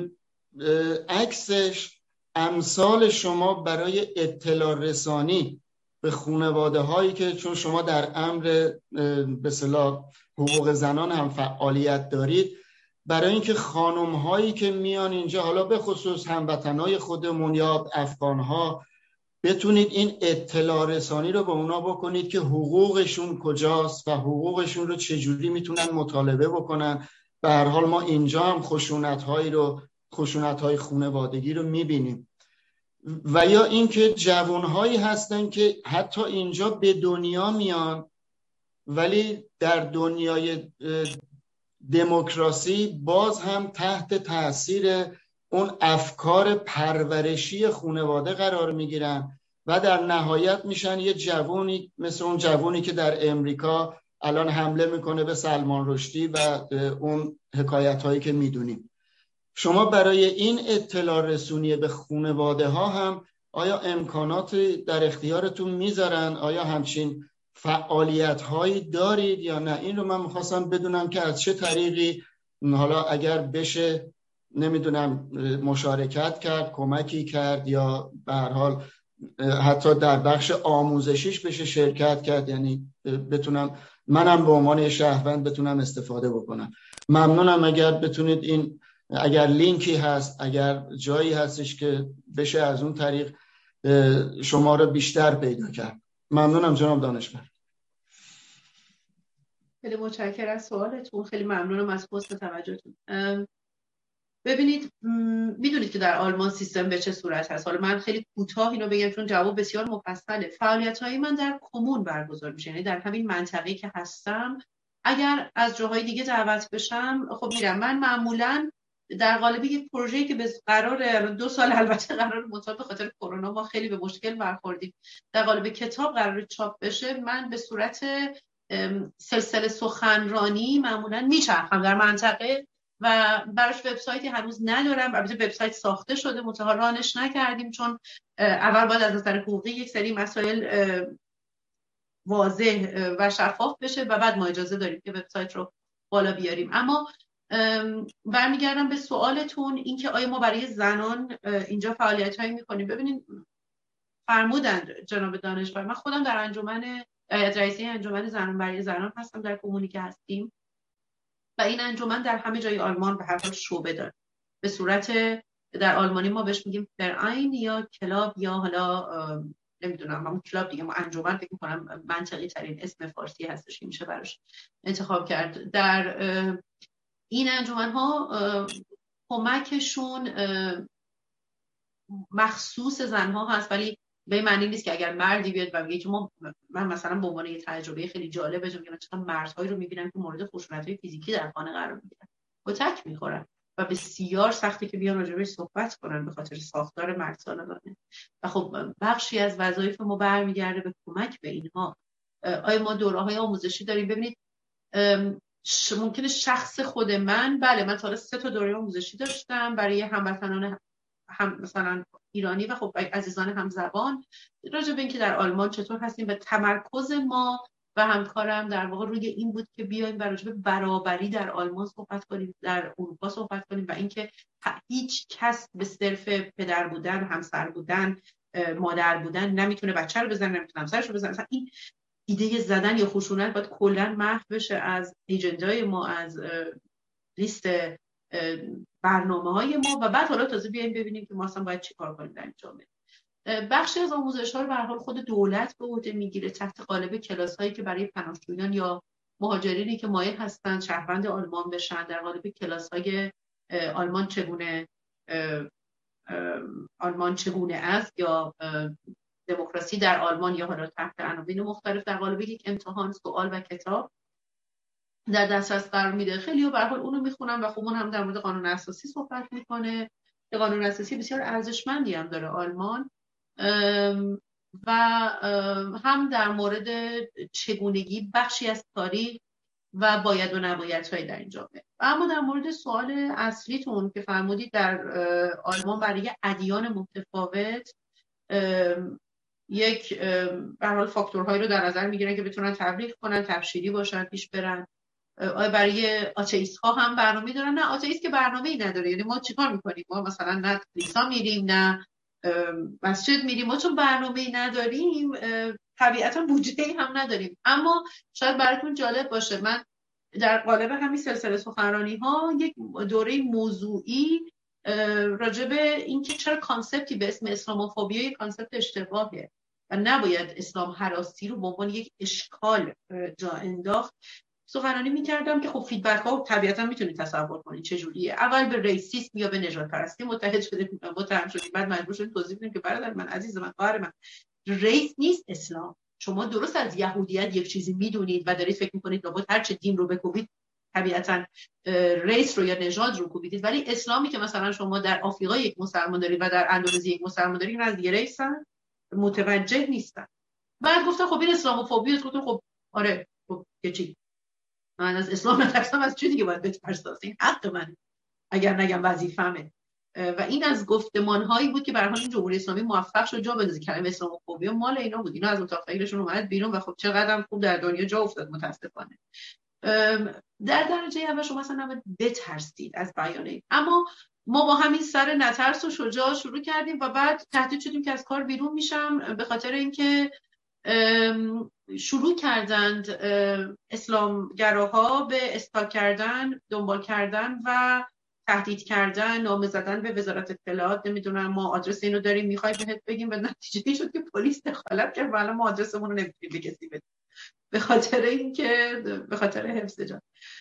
عکسش امثال شما برای اطلاع رسانی به خانواده هایی که چون شما در امر به اصطلاح حقوق زنان هم فعالیت دارید، برای اینکه خانم هایی که میان اینجا حالا به خصوص هموطنای خودمون یا افغان ها بتونید این اطلاع رسانی رو به اونا بکنید که حقوقشون کجاست و حقوقشون رو چجوری میتونن مطالبه بکنن. به هر حال ما اینجا هم خشونت‌های خانوادگی رو میبینیم. و یا اینکه جوانهایی هستن که حتی اینجا به دنیا میان ولی در دنیای دموکراسی باز هم تحت تاثیر اون افکار پرورشی خانواده قرار میگیرن و در نهایت میشن یه جوانی مثل اون جوانی که در امریکا الان حمله میکنه به سلمان رشدی و اون حکایت هایی که میدونیم. شما برای این اطلاع رسونی به خانواده ها هم آیا امکانات در اختیارتون میذارن؟ آیا همچین فعالیت هایی دارید یا نه؟ این رو من میخواستم بدونم که از چه طریقی حالا اگر بشه نمیدونم مشارکت کرد، کمکی کرد یا به هر حال حتی در بخش آموزشیش بشه شرکت کرد، یعنی بتونم منم به عنوان شهروند بتونم استفاده بکنم. ممنونم اگر بتونید این اگر لینکی هست، اگر جایی هستش که بشه از اون طریق شما رو بیشتر پیدا کرد. ممنونم جناب دانشور. خیلی متشکرم از سوالتون، خیلی ممنونم از حسن توجهتون. ببینید میدونید که در آلمان سیستم به چه صورت هست. حالا من خیلی کوتاه اینو بگم چون جواب بسیار مفصله. فعالیت‌های من در کمون برگزار میشه، یعنی در همین منطقه‌ای که هستم. اگر از جاهای دیگه دعوت بشم خب میرم. من معمولاً در قالب یک پروژه‌ای که قرار 2 سال البته قرار مطابق به خاطر کرونا ما خیلی به مشکل برخوردیم، در قالب کتاب قرار چاپ بشه، من به صورت سلسله سخنرانی معمولاً میچرخم در منطقه و براش وبسایتی هنوز ندارم. البته وبسایت ساخته شده، منتها رانش نکردیم چون اول باید از نظر حقوقی یک سری مسائل واضح و شفاف بشه و بعد ما اجازه داریم که وبسایت رو بالا بیاریم. اما برمیگردم به سوالتون، اینکه آیا ما برای زنان اینجا فعالیت‌هایی می‌کنیم. ببینید فرمودند جناب دانشور، من خودم در انجمن رئیسی انجمن زنان برای زنان هستم، در کمونی که هستیم و این انجمن در همه جای آلمان به هر حال شعبه داره. به صورت در آلمانی ما بهش میگیم فرعین یا کلاب یا حالا نمیدونم همون کلاب دیگه، ما انجمن فکر می‌کنم منطقی ترین اسم فارسی هستش که میشه براش انتخاب کرد. در این انجمن‌ها کمکشون مخصوص زنها هست، ولی به این معنی نیست که اگر مردی بیاد و بگه که من مثلا به عنوان یه تجربه خیلی جالب بگم که من چقدر مردهایی رو می‌بینم که مورد خشونت‌های فیزیکی در خانه قرار می‌گیرن و تک می‌خورن و بسیار سخته که بیان راجع بهش صحبت کنن به خاطر ساختار مردسالارانه. و خب بخشی از وظایف ما برمیگرده به کمک به اینها. آیا ما دوره‌های آموزشی داریم؟ ببینید ممکنه شخص خود من، بله من تا 3 تا دوره آموزشی داشتم برای هموطنان هم مثلا ایرانی و خب عزیزان هم زبان راجع به اینکه در آلمان چطور هستیم و تمرکز ما و همکارم در واقع روی این بود که بیایم و راجع به برابری در آلمان صحبت کنیم، در اروپا صحبت کنیم و اینکه هیچ کس به صرف پدر بودن، همسر بودن، مادر بودن نمیتونه بچه رو بزنه، نمیتونه همسرش رو بزنه. مثلا این ایده زدن یا خشونت باید کلا محو بشه از اجندای ما، از لیست برنامه‌های ما و بعد حالا تازه بیایم ببینیم که ما اصلا باید چیکار کنیم در این جامعه. بخشی از آموزش‌ها رو به هر حال خود دولت به عهده میگیره تحت قالب کلاس‌هایی که برای پناهجویان یا مهاجرینی که مایل هستند شهروند آلمان بشن در قالب کلاس‌های آلمان چگونه است یا دموکراسی در آلمان یا حالا تحت عناوین مختلف در قالب یک امتحان، سوال و کتاب در دسترس قرار میده. خیلی به هر حال اونو میخونن و خب اون هم در مورد قانون اساسی صحبت میکنه که قانون اساسی بسیار ارزشمندی هم داره آلمان و هم در مورد چگونگی بخشی از تاریخ و باید و نبایدهای در این جامعه. اما در مورد سوال اصلیتون که فرمودید در آلمان برای ادیان متفاوت یک به هر حال فاکتورهایی رو در نظر میگیرن که بتونن تبلیغ کنن، تبشیری باشن، پیش برن. آیا برای آتئیست ها هم برنامه دارن؟ نه، آتئیست که برنامه‌ای نداره. یعنی ما چیکار میکنیم؟ ما مثلا نه کلیسا میریم نه مسجد میریم. ما چون برنامه‌ای نداریم طبیعتا بودجه‌ای هم نداریم. اما شاید براتون جالب باشه، من در قالب همین سلسله سخنرانی‌ها یک دوره موضوعی راجع به اینکه چرا کانسپتی به اسم اسلاموفوبیا یک کانسپت اشتباهه و نباید اسلام هراسی رو به عنوان یک اشکال جا انداخت سخنرانی می‌کردم که خب فیدبک‌ها طبیعتا میتونید تصور کنید چه جوریه. اول به ریسیسم یا به نژاد پرستی متهم شدیم، بعد مجبور شدیم توضیح بدیم که برادر من، عزیز من، خواهر من، ریس نیست اسلام. شما درست از یهودیت یک چیزی میدونید و دارید فکر میکنید لابد هر چه دین رو بکوبید طبیعتا ریس رو یا نژاد رو کوبیدید، ولی اسلامی که مثلا شما در آفریقا یک مسلمان دارید و در اندونزی یک مسلمان دارید، از دیگه ریسن متوجه نیستن. بعد گفتم خب این اسلاموفوبی است. گفتم خب آره، خب چی؟ من از اسلام نترسم، از چی دیگه باید بترسم؟ این حق من، اگر نگم وظیفمه. و این از گفتمان‌هایی بود که به هر حال جمهوری اسلامی موفق شد جا بندازه. کلمه اسلاموفوبیا مال اینا بود. اینا از اتاق فکرشون اومد بیرون و خب چقدر خوب در دنیا جا افتاد متاسفانه. در درجه اول شما اصلا نباید بترسید از بیان این. اما ما با همین سر نترس و شجاع شروع کردیم و بعد تهدید شدیم که از کار بیرون میشم به خاطر اینکه شروع کردند اسلامگراها به استاک کردن، دنبال کردن و تهدید کردن، نامه زدن به وزارت اطلاعات. نمیدونم ما آدرس اینو داریم میخوایم بهت بگیم، و نتیجه این شد که پلیس دخالت کرد و الان ما آدرسمون رو نمیتونیم به کسی بدیم به خاطر حفظ جان.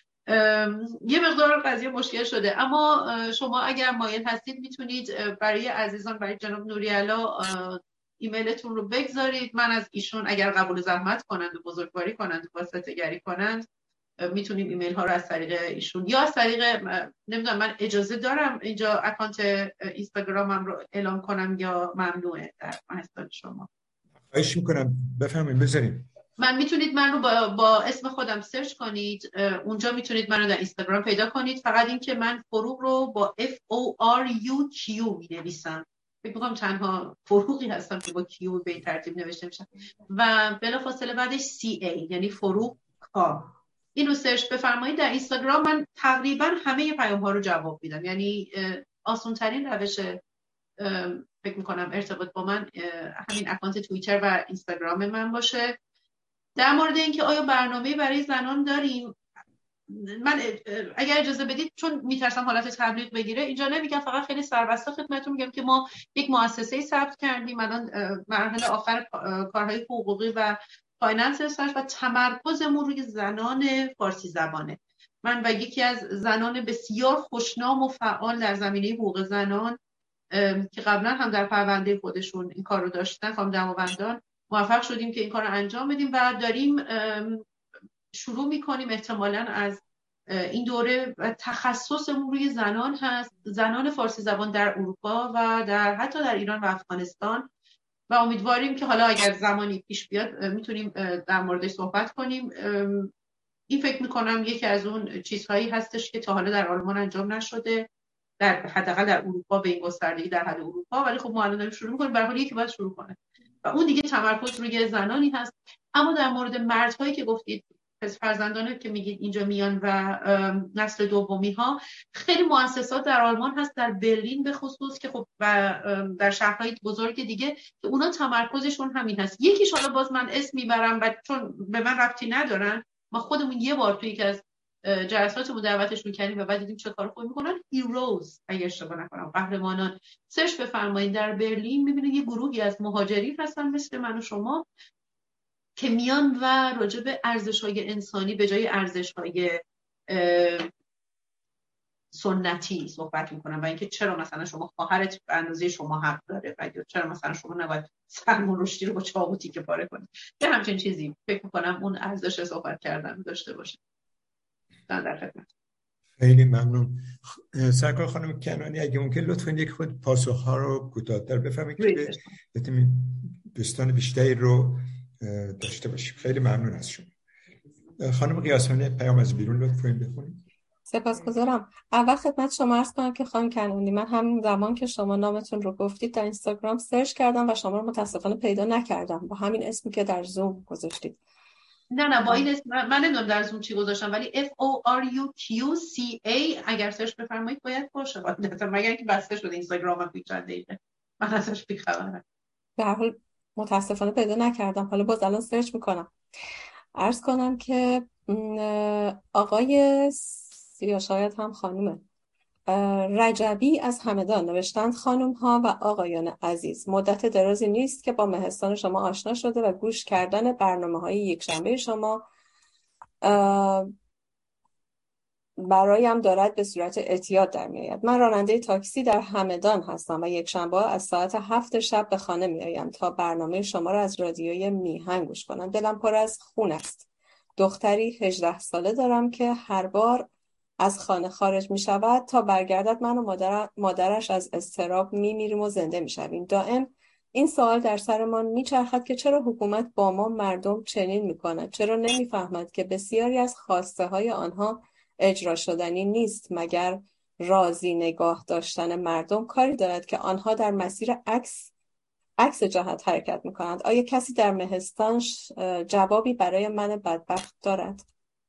یه مقدار قضیه مشکل شده. اما شما اگر مایل هستید میتونید برای عزیزان، برای جناب نوری‌علا ایمیلتون رو بگذارید. من از ایشون اگر قبول زحمت کنند و بزرگواری کنند و واسطه‌گری کنند میتونیم ایمیل ها رو از طریق ایشون یا از طریق نمیدونم، من اجازه دارم اینجا اکانت اینستاگرامم رو اعلام کنم یا ممنوعه در محضر شما؟ خواهش میکنم بفهمید بذاریم. من میتونید من رو با اسم خودم سرچ کنید، اونجا میتونید من رو در اینستاگرام پیدا کنید. فقط این که من فروغ رو با FORUQ می نویسم. فکر میکنم تنها فروغی هستم که با کیو به این ترتیب نوشته میشن و بلافاصله بعدش CA یعنی فروغ کا. اینو سرچ بفرمایید در اینستاگرام. من تقریبا همه پیام ها رو جواب میدم. یعنی آسان ترین روش فکر میکنم ارتباط با من همین اکانت توییتر و اینستاگرام من باشه. در مورد اینکه آیا برنامه برای زنان داریم، من اگر اجازه بدید چون میترسم حالت تبلیغ بگیره اینجا نمیگم، فقط خیلی سربسته خدمتتون میگم که ما یک مؤسسه ثبت کردیم الان مرحله آخر کارهای حقوقی و فایننس ریسرچ و تمرکزمون روی زنان فارسی زبانه. من و یکی از زنان بسیار خوشنام و فعال در زمینه حقوق زنان که قبلا هم در پرونده خودشون این کار رو داشتن، خانم دماوندان، موفق شدیم که این کار رو انجام بدیم و داریم شروع میکنیم احتمالاً از این دوره و تخصصمون روی زنان هست، زنان فارسی زبان در اروپا و حتی در ایران و افغانستان و امیدواریم که حالا اگر زمانی پیش بیاد میتونیم در موردش صحبت کنیم. این فکر میکنم یکی از اون چیزهایی هستش که تا حالا در آلمان انجام نشده، در حداقل در اروپا به این گستردگی در حد اروپا، ولی خب ما الان داریم شروع میکنیم. به هر حال یکی باید شروع کنه و اون دیگه تمرکز روی زنانی هست. اما در مورد مردهایی که گفتید، فرزندانی که میگید اینجا میان و نسل دومی ها، خیلی مؤسسات در آلمان هست، در برلین به خصوص که خب و در شهرهای بزرگ دیگه که اونا تمرکزشون همین هست. یکیش حالا باز من اسم میبرم و چون به من ربطی ندارن، ما خودمون یه بار توی یکی از جلساتمون دعوتش می‌کردیم و بعد دیدیم چه کار خوبی می‌کنن. هیروز اگه اشتباه نکنم، قهرمانان. سرچ بفرمایید در برلین می‌بینید یه گروهی از مهاجرین هستن مثل من و شما که میان و راجع به ارزش‌های انسانی به جای ارزش‌های سنتی صحبت میکنن و اینکه چرا مثلا شما خواهرت به اندازه شما حق داره و چرا مثلا شما نباید سلمان رشدی رو با چاقو تیکه پاره کنید یا همچین چیزی. فکر میکنم اون ارزش صحبت کردن داشته باشه. در خدمت. خیلی ممنون. سرکار خانم کنانی اگه ممکن لطفاً یک خود پاسخ‌ها رو کوتاه‌تر بفرمایید که بتونیم دوستان بیشتری رو داشته باشیم. خیلی ممنون از شما. خانم قیاسانی پیام از بیرون لطفاً بخونید. سپاسگزارم. اول خدمت شما عرض کنم که خانم کنانی، من همین زمان که شما نامتون رو گفتید در اینستاگرام سرچ کردم و شما رو متاسفانه پیدا نکردم با همین اسمی که در زوم گذاشتید. نه با این اسم من نمیدونم در زوم چی گذاشتم، ولی FORUQCA اگر سرچ بفرمایید باید باشه. مگر اینکه بسته شده اینستاگرامم توی چند دقیقه، من ازش بی‌خبرم. در حال متاسفانه پیدا نکردم، حالا باز الان سرچ میکنم. عرض کنم که آقای یا شاید هم خانومه رجبی از همدان نوشتند: خانم ها و آقایان عزیز، مدت درازی نیست که با مهستان شما آشنا شده و گوش کردن برنامه‌های یکشنبه شما برایم دارد به صورت اعتیاد در میآید. من راننده تاکسی در همدان هستم و یکشنبه از ساعت 7 شب به خانه میآیم تا برنامه شما را از رادیوی میهن گوش کنم. دلم پر از خون است. دختری 18 ساله دارم که هر بار از خانه خارج می شود تا برگردد من و مادرش از اضطراب می میریم و زنده می شویم. دائم این سوال در سرمان می چرخد که چرا حکومت با ما مردم چنین می کند؟ چرا نمی فهمد که بسیاری از خواسته های آنها اجرا شدنی نیست؟ مگر راضی نگاه داشتن مردم کاری دارد که آنها در مسیر عکس جهت حرکت می کنند؟ آیا کسی در مهستان جوابی برای من بدبخت دارد؟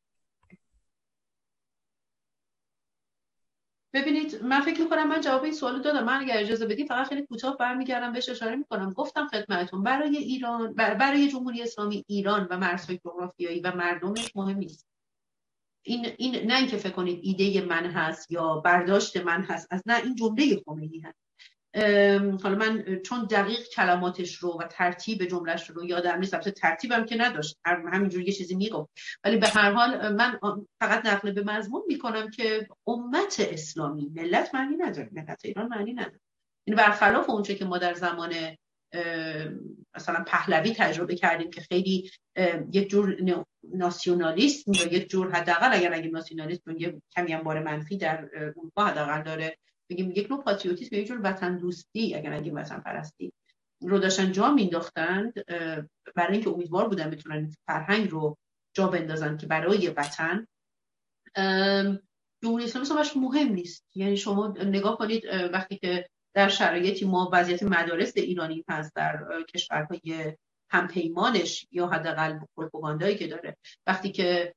ببینید، من فکر می‌کنم من جواب این سوالو دادم. من اگر اجازه بدید فقط خیلی کوتاه برمیگردم بهش اشاره می‌کنم. گفتم خدمتتون برای ایران، برای جمهوری اسلامی ایران و مرزهای جغرافیایی و مردمش مهم نیست. این نه اینکه فکر کنید ایده من هست یا برداشت من هست، از نه، این جمله خمینی هست. حالا من چون دقیق کلماتش رو و ترتیب جملهش رو یادم نیست، البته ترتیبم که نداشت، همینجوری یه چیزی میگم، ولی به هر حال من فقط نقل به مضمون میکنم که امت اسلامی، ملت معنی نداره، ملت ایران معنی نداره. این برخلاف اونچه که ما در زمان مثلا پهلوی تجربه کردیم که خیلی یک جور ناسیونالیسم یا یک جور، حداقل اگر ناسیونالیسم یه کمی هم بار منفی در اروپا حداقل داره، بگیم یک نوع پاتریوتیسم، یک جور وطن دوستی، اگر نگیم وطن پرستی رو داشتن جا مینداختند برای اینکه امیدوار بودن بتونن فرهنگ رو جا بندازن که برای وطن. جمهوری اسلامی اصلاش مهم نیست. یعنی شما نگاه کنید وقتی که در شرایطی ما وضعیت مدارس ایرانی هست در کشورهای همپیمانش یا حداقل پروپاگاندایی که داره، وقتی که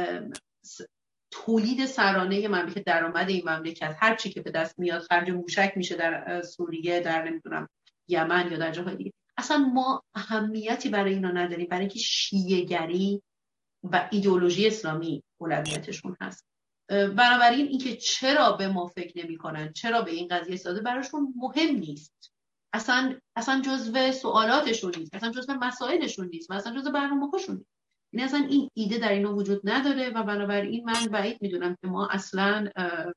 تولید سرانه مملکت، درآمد این مملکت، هر چی که به دست میاد خرج موشک میشه در سوریه، در نمیدونم یمن یا در جاهای دیگه، اصلا ما اهمیتی برای اینا نداریم، برای اینکه شیعه‌گری و ایدئولوژی اسلامی اولویتشون هست. بنابراین اینکه چرا به ما فکر نمی‌کنن، چرا به این قضیه ساده، براشون مهم نیست. اصلا جزو سوالاتشون نیست، اصلا جزو مسائلشون نیست، اصلا جزو برنامه‌هاشون نیست. این اصلا این ایده در اینا وجود نداره و بنابراین من بعید میدونم که ما اصلا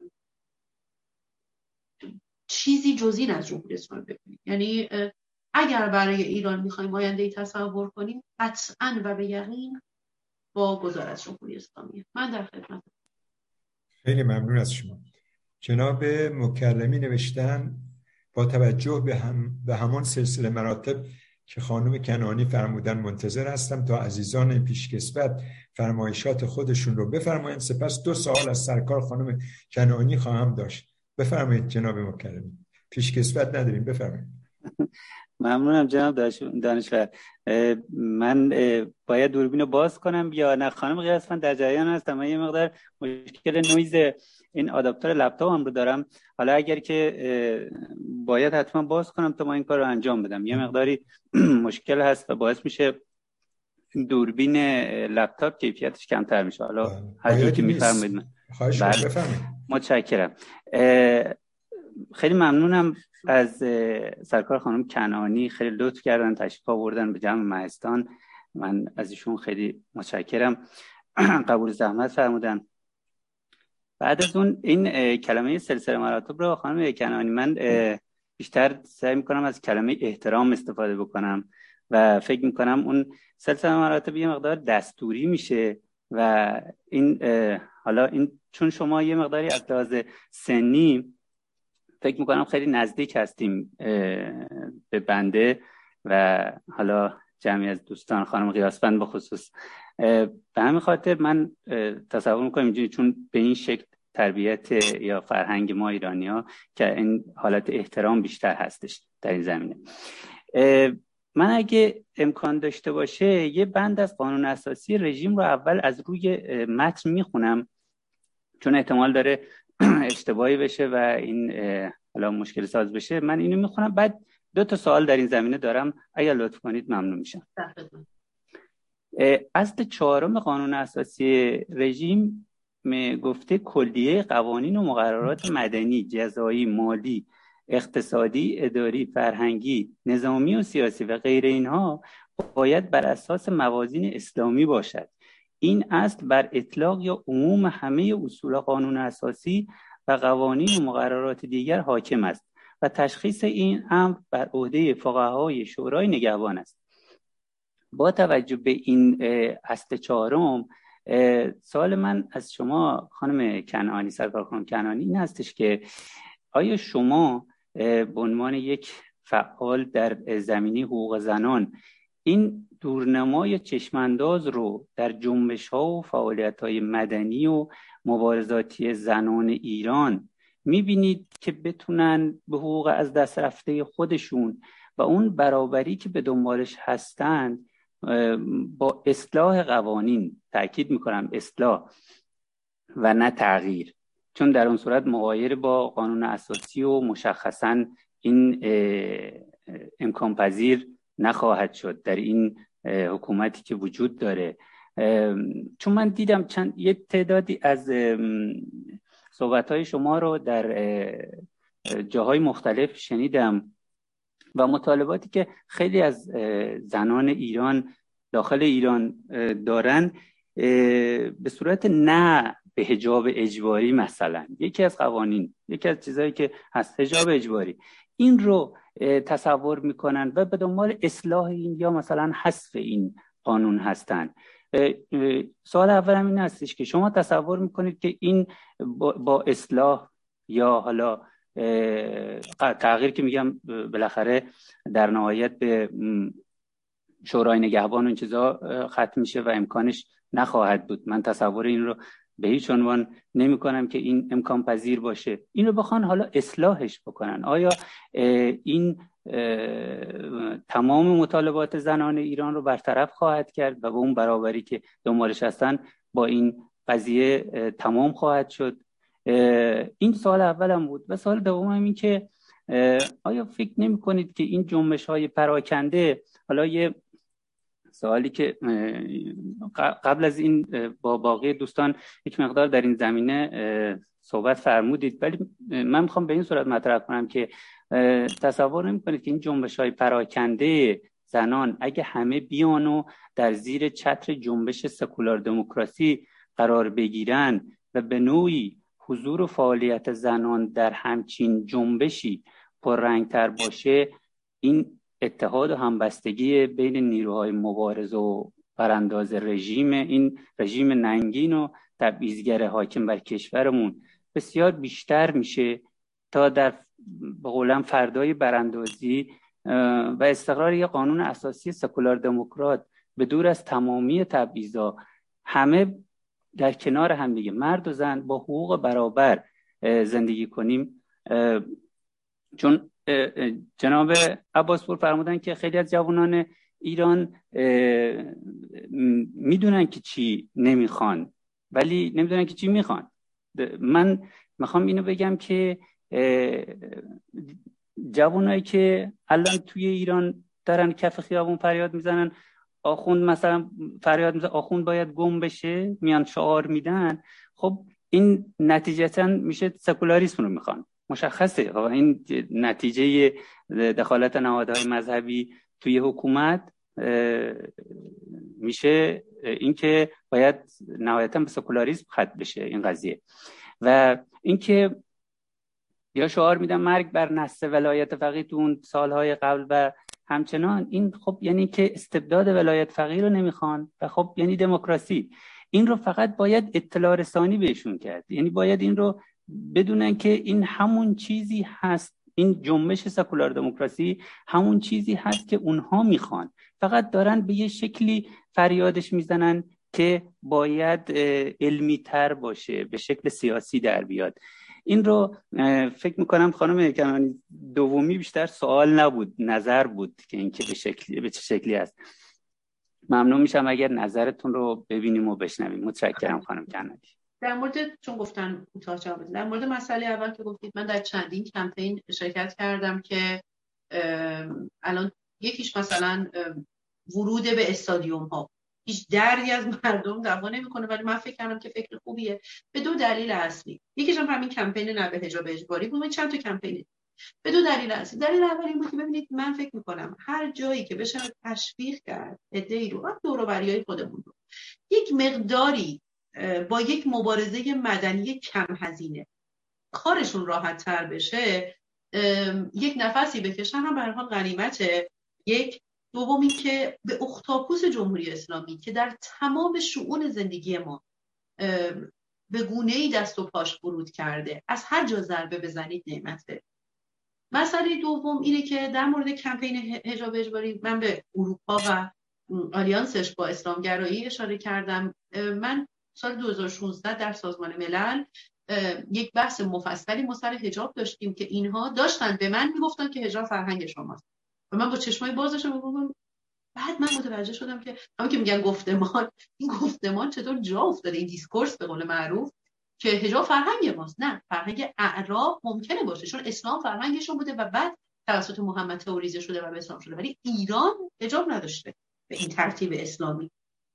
چیزی جز این از جمهوری اسلامی ببینیم. یعنی اگر برای ایران میخوایم آینده‌ای تصور کنیم، قطعاً و به یقین با گذار جمهوری اسلامی. من در خدمت. خیلی ممنون از شما. جناب مکرمی نوشتن با توجه به همان سلسله مراتب که خانم کنانی فرمودن منتظر هستم تا عزیزان پیشکسوت فرمایشات خودشون رو بفرمایید، سپس 2 سوال از سرکار خانم کنانی خواهم داشت. بفرمایید جناب مکرمی. پیشکسوت نداریم، بفرمایید. ممنونم جناب دانشور. من باید دوربین رو باز کنم یا نه؟ خانم قیاسفند در جریان هستم. من یه مقدار مشکل نویز این آداپتور لپتاپم رو دارم. حالا اگر که باید حتما باز کنم تا ما این کار رو انجام بدم، یه مقداری مشکل هست و باعث میشه دوربین لپتاپ کیفیتش کمتر میشه. حالا هر جور که میفرمایید. خواهش می‌کنم، بفرمایید. متشکرم. خیلی ممنونم از سرکار خانم کنانی، خیلی لطف کردن تشریف آوردن به جمع مهستان من از ایشون خیلی متشکرم، قبول زحمت فرمودن. بعد از اون این کلمه سلسله مراتب رو خانم کنعانی من بیشتر سعی میکنم از کلمه احترام استفاده بکنم و فکر میکنم اون سلسله مراتب یه مقدار دستوری میشه و این حالا این چون شما یه مقداری از لحاظ سنی فکر میکنم خیلی نزدیک هستیم به بنده و حالا جمعی از دوستان، خانم قیاسفند به خصوص، به همین خاطر من تصور میکنم اینجوری چون به این شکل تربیت یا فرهنگ ما ایرانی‌ها که این حالت احترام بیشتر هستش در این زمینه. من اگه امکان داشته باشه یه بند از قانون اساسی رژیم رو اول از روی متن میخونم چون احتمال داره اشتباهی بشه و این حالا مشکل ساز بشه. من اینو میخونم، بعد 2 سوال در این زمینه دارم، اگر لطف کنید ممنون میشم. اصل 4 قانون اساسی رژیم گفته کلیه قوانین و مقررات مدنی، جزایی، مالی، اقتصادی، اداری، فرهنگی، نظامی و سیاسی و غیر اینها باید بر اساس موازین اسلامی باشد. این اصل بر اطلاق یا عموم همه اصول قانون اساسی و قوانین و مقررات دیگر حاکم است و تشخیص این امر بر عهده فقهای شورای نگهبان است. با توجه به این اصل 4 سوال من از شما خانم کنعانی، سرکار خانم کنعانی، این هستش که آیا شما به عنوان یک فعال در زمینه حقوق زنان این دورنمای چشمانداز رو در جنبش‌ها و فعالیت‌های مدنی و مبارزاتی زنان ایران می‌بینید که بتونن به حقوق از دست رفته خودشون و اون برابری که به دنبالش هستند با اصلاح قوانین، تأکید میکنم اصلاح و نه تغییر، چون در اون صورت مغایر با قانون اساسی و مشخصاً این امکان پذیر نخواهد شد در این حکومتی که وجود داره. چون من دیدم یه تعدادی از صحبت‌های شما رو در جاهای مختلف شنیدم و مطالباتی که خیلی از زنان ایران داخل ایران دارن به صورت نه به حجاب اجباری، مثلا یکی از قوانین، یکی از چیزایی که هست حجاب اجباری، این رو تصور میکنن و به دنبال اصلاح این یا مثلا حذف این قانون هستن. سوال اولم این هستش که شما تصور میکنید که این با اصلاح یا حالا تغییر که میگم بالاخره در نهایت به شورای نگهبان و این چیزا ختم میشه و امکانش نخواهد بود. من تصور این رو به هیچ عنوان نمی کنم که این امکان پذیر باشه. این رو بخوان حالا اصلاحش بکنن. آیا این تمام مطالبات زنان ایران رو برطرف خواهد کرد و به اون برابری که دنبالش هستن با این قضیه تمام خواهد شد؟ این سوال اولم بود. و سوال دومم این که آیا فکر نمی کنید که این جنبش های پراکنده، حالا یه سوالی که قبل از این با باقی دوستان یک مقدار در این زمینه صحبت فرمودید، ولی من میخوام به این صورت مطرح کنم که تصور نمی کنید که این جنبش های پراکنده زنان اگه همه بیان و در زیر چتر جنبش سکولار دموکراسی قرار بگیرن و به نوعی حضور و فعالیت زنان در همچین جنبشی پررنگتر باشه، این اتحاد و همبستگی بین نیروهای مبارز و برانداز رژیم، این رژیم ننگین و تبعیضگر حاکم بر کشورمون بسیار بیشتر میشه تا در به قولم فردای براندازی و استقرار یک قانون اساسی سکولار دموکرات به دور از تمامی تبعیضا همه در کنار هم دیگه مرد و زن با حقوق برابر زندگی کنیم. چون جناب عباس پور فرمودن که خیلی از جوانان ایران میدونن که چی نمیخوان ولی نمیدونن که چی میخوان. من میخوام اینو بگم که جوانایی که الان توی ایران دارن کف خیابون فریاد میزنن آخوند مثلا فریاد میزنن آخوند باید گم بشه، میان شعار میدن، خب این نتیجتا میشه سکولاریسم رو میخوان. مشخصه این نتیجه دخالت نهادهای مذهبی توی حکومت میشه اینکه باید نهایتا به سکولاریسم ختم بشه این قضیه. و اینکه یا شعار میدم مرگ بر نص ولایت فقیه تو اون سالهای قبل و همچنان، این خب یعنی که استبداد ولایت فقیه رو نمیخوان و خب یعنی دموکراسی. این رو فقط باید اطلاع رسانی بهشون کرد، یعنی باید این رو بدونن که این همون چیزی هست، این جنبش سکولار دموکراسی همون چیزی هست که اونها میخوان، فقط دارن به یه شکلی فریادش میزنن که باید علمی تر باشه، به شکل سیاسی در بیاد. این رو فکر میکنم خانم کنعانی دومی بیشتر سوال نبود، نظر بود که اینکه به چه شکلی است. ممنون میشم اگر نظرتون رو ببینیم و بشنویم. متشکرم خانم کنعانی. در مورد چون گفتن کوتاه جواب بدم، در مورد مسئله اول که گفتید، من در چندین کمپین شرکت کردم که الان یکیش مثلا ورود به استادیوم ها، هیچ دردی از مردم دعوا نمیکنه، ولی من فکر کردم که فکر خوبیه به دو دلیل اصلی. یکیش هم همین کمپین نه به حجاب اجباری بود. من چند تا کمپین به دو دلیل اصلی. دلیل اول این بود که ببینید من فکر میکنم هر جایی که بشه تشویق کرد عده‌ای رو، دور و بریای خودمون رو، یک مقداری با یک مبارزه مدنی کم هزینه کارشون راحت تر بشه، یک نفسی بکشن، هم به هر حال غنیمته. یک دومی که به اختاپوس جمهوری اسلامی که در تمام شؤون زندگی ما به گونه‌ای دست و پاش ورود کرده، از هر جا ضربه بزنید نعمته. مسئله دوم اینه که در مورد کمپین حجاب اجباری من به اروپا و آلیانسش با اسلامگرایی اشاره کردم. من سال 2016 در سازمان ملل یک بحث مفصلی ما سر حجاب داشتیم که اینها داشتن به من میگفتن که حجاب فرهنگ شماست و من با چشمای بازش میگفتم. بعد من متوجه شدم که همون که میگن گفتمان، این گفتمان چطور جا افتاده، این دیسکورس به قول معروف که حجاب فرهنگ ماست. نه، فرهنگ اعراب ممکنه باشه چون اسلام فرهنگشون بوده و بعد توسط محمد تئوریزه شده و به اسلام شده، ولی ایران حجاب نداشته به این ترتیب اسلامی.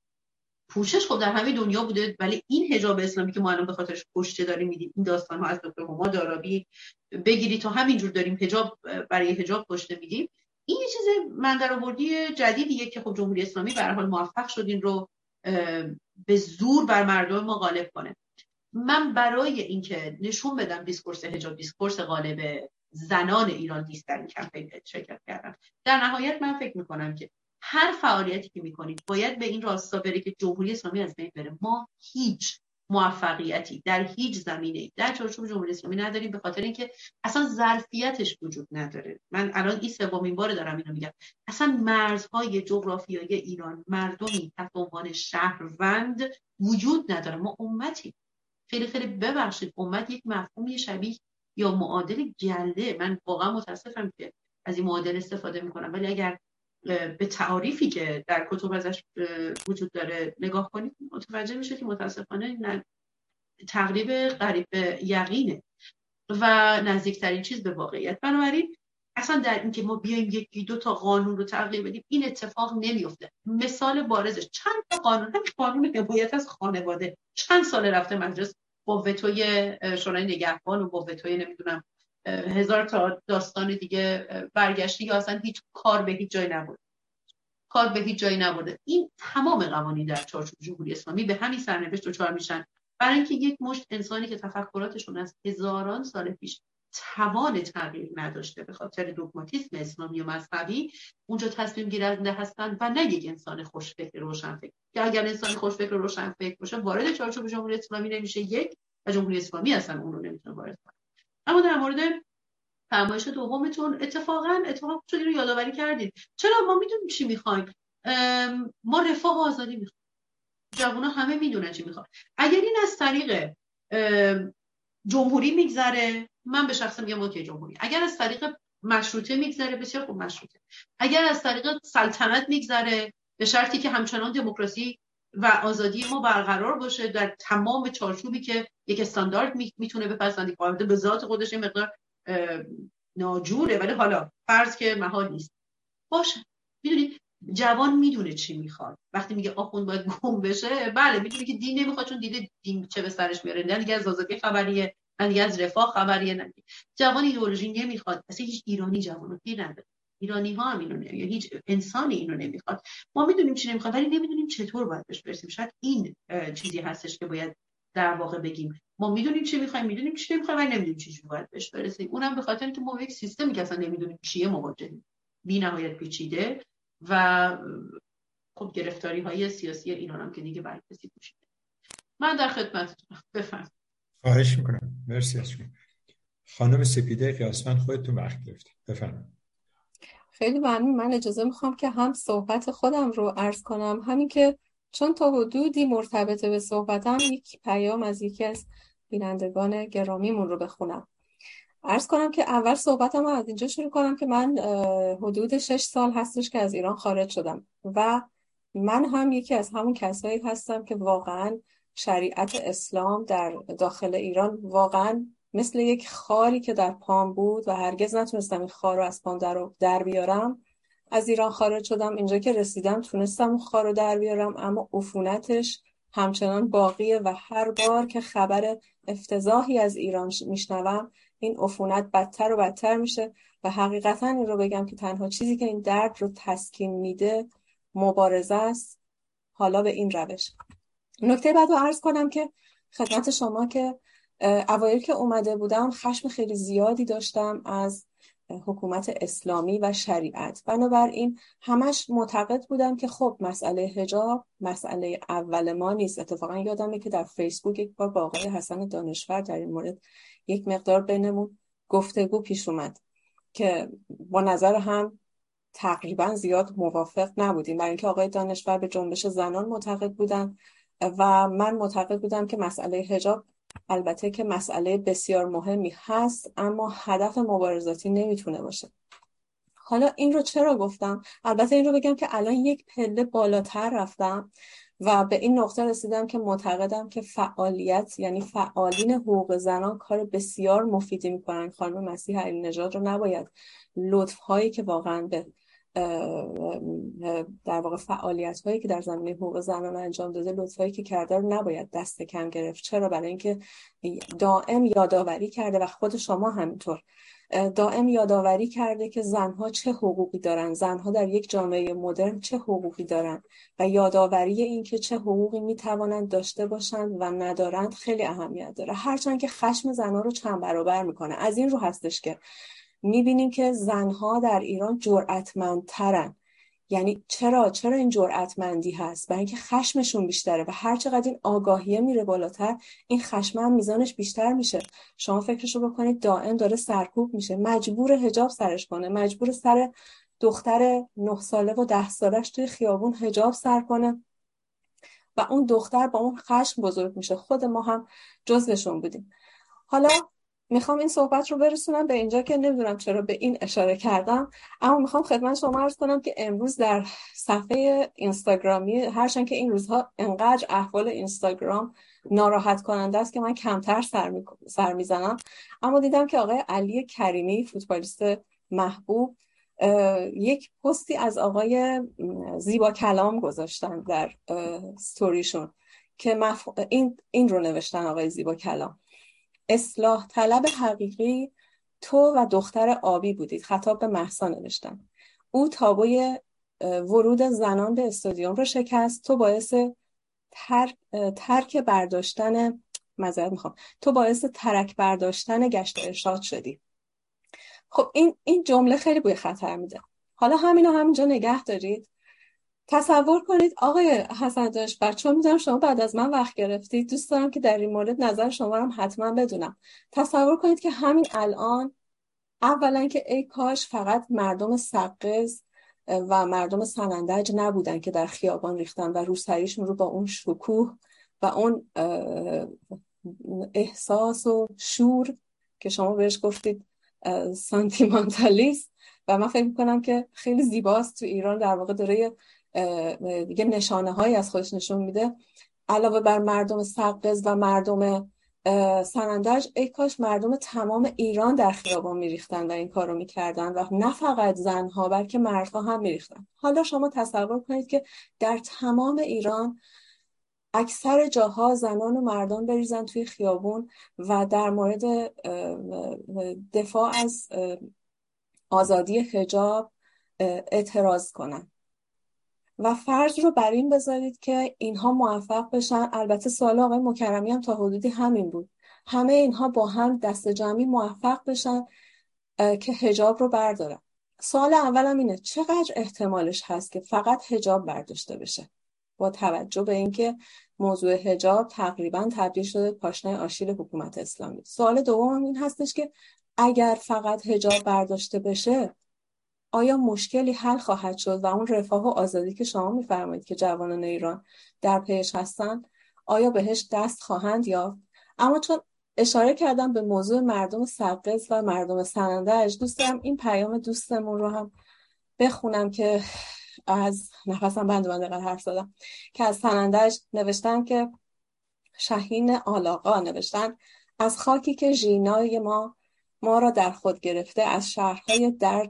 پوشش خب در همه دنیا بوده، ولی این حجاب اسلامی که ما الان به خاطرش کشته داریم میدیم، این داستان ها از دکتر هما دارابی بگیری تا همینجور داریم حجاب برای حجاب کشته میدیم. این یه چیز من درآوردی جدیدیه که خب جمهوری اسلامی به هر حال موفق شد این رو به زور بر مردم ما غالب کنه. من برای اینکه نشون بدم دیسکورس حجاب دیسکورس غالب زنان ایران نیست در این کمپین شرکت کردم. در نهایت من فکر میکنم که هر فعالیتی که میکنید باید به این راستا بره که جمهوری اسلامی از بین بره. ما هیچ موفقیتی در هیچ زمینه‌ای در چارچوب جمهوری اسلامی نداریم، به خاطر اینکه اصلا ظرفیتش وجود نداره. من الان این سومین بار دارم اینو میگم. اصلا مرزهای جغرافیایی ایران، مردمی تحت عنوان شهروند وجود نداره. ما امتی، خیلی خیلی ببخشید، امت یک مفهومی شبیه یا معادل گله. من واقعا متاسفم که از این معادل استفاده میکنم، ولی اگر به تعاریفی که در کتب ازش وجود داره نگاه کنید متوجه میشه که متاسفانه تقریب قریب به یقینه و نزدیکترین چیز به واقعیت. بنابراین اصلا در این که ما بیایم یکی دو تا قانون رو تغییر بدیم این اتفاق نمیفته. مثال بارزش چند تا قانون، همین قانون حمایت از خانواده چند سال رفته مجلس با وتوی شورای نگهبان و با وتوی نمیدونم هزار تا داستان دیگه برگشتی یا اصلا هیچ کار به هیچ جایی نبرده. این تمام قوانین در چارچوب جمهوری اسلامی به همین سرنوشت دچار میشن، برای اینکه یک مشت انسانی که تفکراتشون از هزاران سال پیش توان تغییر نداشته به خاطر دوگماتیسم اسلامی و مذهبی اونجا تصمیم گیرنده هستن و نه یک انسان خوشفکر روشنفکر که اگر انسان خوشفکر روشنفکر باشه وارد چارچوب جمهوری اسلامی نمیشه یک و جمهوری اسلامی اصلا اون رو نمیتونه وارد کنه. اما در مورد فرمایش دومتون اتفاقا شدی رو یادآوری کردید. چرا ما میدونیم چی میخوایم، ما رفاه و آزادی میخوایم، جوونا همه میدونن چی میخوان. اگر این از طریق جمهوری میگذره من به شخص میگم اوکی جمهوری، اگر از طریق مشروطه میگذره بسیار خوب مشروطه، اگر از طریق سلطنت میگذره به شرطی که همچنان دموکراسی و آزادی ما برقرار باشه در تمام چارچوبی که یک استاندارد میتونه بپسندی، قاعده به ذات خودش این مقدار ناجوره ولی حالا فرض که محال نیست باشه. میدونید جوان میدونه چی میخواد وقتی میگه آخوند باید گم بشه، بله میدونه که دین نمیخواد چون دیده دین چه به سرش میاره، نه دیگه از آزادی خبریه، نه دیگه از رفاه خبریه، نه جوان ایدئولوژی نمیخواد. اصلا هیچ ایرانی جوانو پیر نداره. ایرانی ها هم اینو نمیخواد، یا هیچ انسانی اینو نمیخواد. ما میدونیم چی نمیخواد ولی نمیدونیم چطور باید بهش برسیم. شاید این چیزی هستش که باید در واقع بگیم ما میدونیم چی میخوایم، میدونیم چی نمیخوایم ولی نمیدونیم چجوری باید بهش برسیم. اونم به خاطر اینکه ما یک سیستمی که اصلا نمیدونیم چیه مواجهیم، بی‌نهایت پیچیده و خب گرفتاری های سیاسی ایران هم که دیگه برکسی پوشیده. من در خدمتتونم. بفرمایید. خواهش میکنم. مرسی از شما. خانم سپیده قیاسفند خودتون وقت گرفتید. بفرمایید. خیلی ممنون. من اجازه میخوام که هم صحبت خودم رو عرض کنم، همین که چون تا حدودی مرتبط به صحبتم یک پیام از یکی از بینندگان گرامیمون رو بخونم. عرض کنم که اول صحبتم رو از اینجا شروع کنم که من حدود 6 سال هستش که از ایران خارج شدم و من هم یکی از همون کسایی هستم که واقعا شریعت اسلام در داخل ایران واقعا مثل یک خاری که در پام بود و هرگز نتونستم این خار رو از پام در بیارم. از ایران خارج شدم، اینجا که رسیدم تونستم اون خار رو در بیارم، اما عفونتش همچنان باقیه و هر بار که خبر افتضاحی از ایران میشنوم این عفونت بدتر و بدتر میشه و حقیقتا این رو بگم که تنها چیزی که این درد رو تسکین میده مبارزه است، حالا به این روش. نکته بعد رو عرض کنم که خدمت شما که اوایل که اومده بودم خشم خیلی زیادی داشتم از حکومت اسلامی و شریعت، بنابراین همش معتقد بودم که خب مسئله حجاب مسئله اول ما نیست. اتفاقا یادمه که در فیسبوک یک بار با آقای حسن دانشور در این مورد یک مقدار بینمون گفتگو پیش اومد که با نظر هم تقریبا زیاد موافق نبودیم، برای اینکه آقای دانشور به جنبش زنان معتقد بودن و من معتقد بودم که مسئله حجاب البته که مسئله بسیار مهمی هست اما هدف مبارزاتی نمیتونه باشه. حالا این رو چرا گفتم؟ البته این رو بگم که الان یک پله بالاتر رفتم و به این نقطه رسیدم که معتقدم که فعالیت یعنی فعالین حقوق زنان کار بسیار مفیدی میکنن. خانم مسیح علی نژاد رو نباید لطف هایی که واقعا به در واقع فعالیت هایی که در زمینه حقوق زنان انجام داده، لطف هایی که کرده رو نباید دست کم گرفت. چرا؟ برای اینکه دائم یادآوری کرده و خود شما همینطور دائم یادآوری کرده که زنها چه حقوقی دارن، زنها در یک جامعه مدرن چه حقوقی دارن و یادآوری این که چه حقوقی میتوانند داشته باشند و ندارند خیلی اهمیت داره. هرچند که خشم زنها رو چند برابر میکنه. از این رو هستش که میبینیم که زنها در ایران جرأتمندترن. یعنی چرا این جرأتمندی هست؟ برای اینکه خشمشون بیشتره و هر چقدر این آگاهیه میره بالاتر این خشم هم میزانش بیشتر میشه. شما فکرشو بکنید دائم داره سرکوب میشه، مجبور حجاب سرش کنه، مجبور سر دختر 9 ساله و 10 سالش توی خیابون حجاب سر کنه و اون دختر با اون خشم بزرگ میشه. خود ما هم جزوشون بودیم. حالا میخوام این صحبت رو برسونم به اینجا که نمیدونم چرا به این اشاره کردم، اما میخوام خدمت شما عرض کنم که امروز در صفحه اینستاگرامی، هرچند که این روزها انقدر احوال اینستاگرام ناراحت کننده است که من کمتر سر میزنم، اما دیدم که آقای علی کریمی فوتبالیست محبوب یک پستی از آقای زیبا کلام گذاشتن در ستوریشون که این رو نوشتن آقای زیبا کلام: اصلاح طلب حقیقی تو و دختر آبی بودید. خطاب به مهسا نوشتن. او تابوی ورود زنان به استادیوم رو شکست. تو باعث ترک برداشتن تو باعث ترک برداشتن گشت ارشاد شدی. خب این جمله خیلی بوی خطر میده. حالا همینجا نگه دارید. تصور کنید آقای حسن دانشور، چون میدونم شما بعد از من وقت گرفتید، دوست دارم که در این مورد نظر شما رو هم حتما بدونم. تصور کنید که همین الان اولا که ای کاش فقط مردم سقز و مردم سنندج نبودن که در خیابان ریختن و روسریشون رو با اون شکوه و اون احساس و شور که شما بهش گفتید سانتیمانتالیست، و من فکر میکنم که خیلی زیباست تو ایران در واقع داره یه نشانه هایی از خودش نشون میده. علاوه بر مردم سقز و مردم سنندج، ای کاش مردم تمام ایران در خیابان میریختن و این کار رو میکردن و نه فقط زنها بلکه مردها هم میریختن. حالا شما تصور کنید که در تمام ایران اکثر جاها زنان و مردان بریزن توی خیابون و در مورد دفاع از آزادی حجاب اعتراض کنن و فرض رو بر این بذارید که اینها موفق بشن. البته سوال آقای مکرمی هم تا حدودی همین بود، همه اینها با هم دست جمعی موفق بشن که حجاب رو بردارن. سوال اولم اینه چقدر احتمالش هست که فقط حجاب برداشته بشه با توجه به اینکه موضوع حجاب تقریبا تبدیل شده پاشنه آشیل حکومت اسلامی. سوال دوم این هستش که اگر فقط حجاب برداشته بشه آیا مشکلی حل خواهد شد و اون رفاه و آزادی که شما میفرمایید که جوانان ایران در پیش هستن آیا بهش دست خواهند یافت؟ اما چون اشاره کردم به موضوع مردم سقز و مردم سنندج، دوست دارم این پیام دوستمون رو هم بخونم که از نفسم بند حرف زدم که از سنندج نوشتن که شاهین آلاقا نوشتن از خاکی که ژینای ما را در خود گرفته، از شهرهای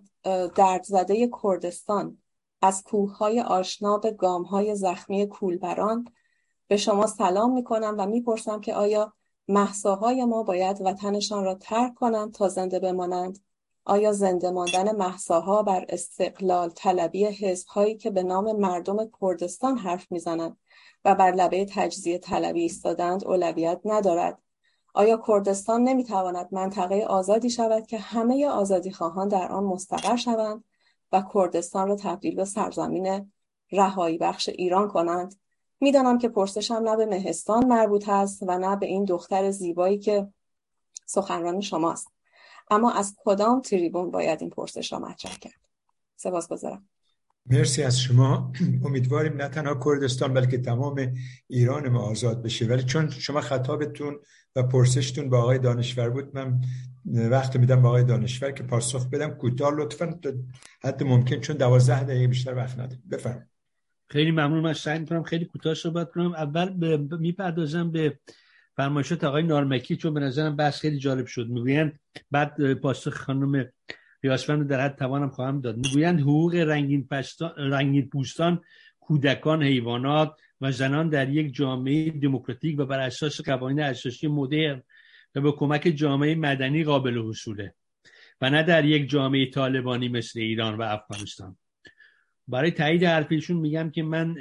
درد زده کردستان، از کوههای آشنا به گامهای زخمی کولبران به شما سلام میکنم و میپرسم که آیا مهساهای ما باید وطنشان را ترک کنند تا زنده بمانند؟ آیا زنده ماندن مهساها بر استقلال طلبی حزب‌هایی که به نام مردم کردستان حرف میزنند و بر لبه تجزیه طلبی ایستادند اولویت ندارد؟ آیا کردستان نمیتواند منطقه آزادی شود که همه آزادی خواهان در آن مستقر شوند و کردستان را تبدیل به سرزمین رهایی بخش ایران کنند؟ میدانم که پرسشم نه به مهستان مربوط است و نه به این دختر زیبایی که سخنران شماست، اما از کدام تریبون باید این پرسش را مطرح کرد؟ سپاسگزارم. مرسی از شما. امیدواریم نه تنها کردستان بلکه تمام ایران ما آزاد بشه، ولی چون شما خطابتون و پرسشتون با آقای دانشور بود، من وقت میدم با آقای دانشور که پاسخ بدم. کوتاه لطفاً، حد ممکن، چون 12 دقیقه بیشتر وقت نداریم. بفرمایید. خیلی ممنون. من سعی می‌کنم خیلی کوتاه صحبت کنم. اول میپردازم به فرمایشات آقای نارمکی، چون به نظرم بحث خیلی جالب شد. میگویند بعد پاسخ خانم ریاسفند در حد توانم خواهم داد. میگویند حقوق رنگین پوستان، کودکان، حیوانات و زنان در یک جامعه دموکراتیک و بر اساس قوانین اساسی مدرن و به کمک جامعه مدنی قابل حصوله و نه در یک جامعه طالبانی مثل ایران و افغانستان. برای تایید حرفشون میگم که من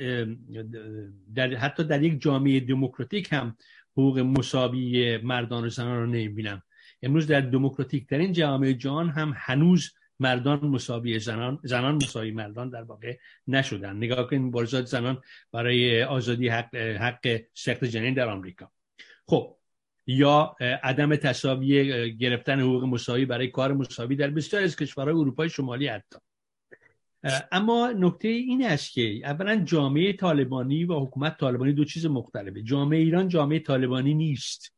حتی در یک جامعه دموکراتیک هم حقوق مساوی مردان و زنان رو نمیبینم. امروز در دموکراتیک ترین جامعه جهان هم هنوز مردان مساوی زنان مساوی مردان در واقع نشدن. نگاه کنید مبارزات زنان برای آزادی حق سقط جنین در آمریکا، خب، یا عدم تساوی گرفتن حقوق مساوی برای کار مساوی در بسیاری از کشورهای اروپای شمالی حتی. اما نکته این است که اولا جامعه طالبانی و حکومت طالبانی دو چیز مختلفه. جامعه ایران جامعه طالبانی نیست،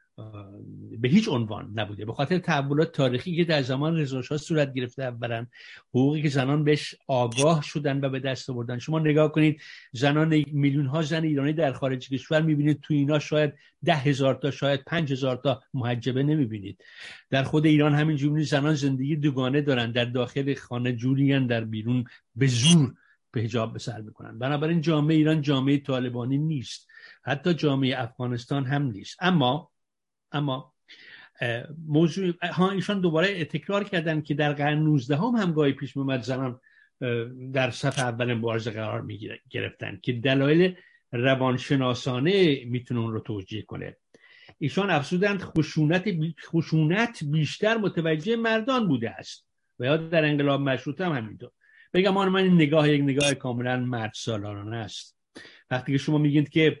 به هیچ عنوان نبوده، به خاطر تحولات تاریخی که در زمان رضا شاه صورت گرفته. اولا حقوقی که زنان بهش آگاه شدن و به دست آوردن. شما نگاه کنید زنان، میلیون ها زن ایرانی در خارج کشور میبینید، تو اینا شاید 10,000 تا شاید 5,000 تا محجبه نمیبینید. در خود ایران همینجوری زنان زندگی دوگانه دارن، در داخل خانه جوریان، در بیرون به زور به حجاب به سر میکنن. بنابراین جامعه ایران جامعه طالبانی نیست، حتی جامعه افغانستان هم نیست. اما موضوع ایشان دوباره تکرار کردن که در قرن 19 هم گاهی پیش می‌آمد زنان در صف اول مبارزه قرار می‌گرفتن که دلایل روانشناسانه میتونه اون رو توجیه کنه. ایشان افزودند خشونت بیشتر متوجه مردان بوده است و یا در انقلاب مشروطه هم همینطور. بگم من این یک نگاه کاملا مرد سالارانه است. وقتی که شما میگید که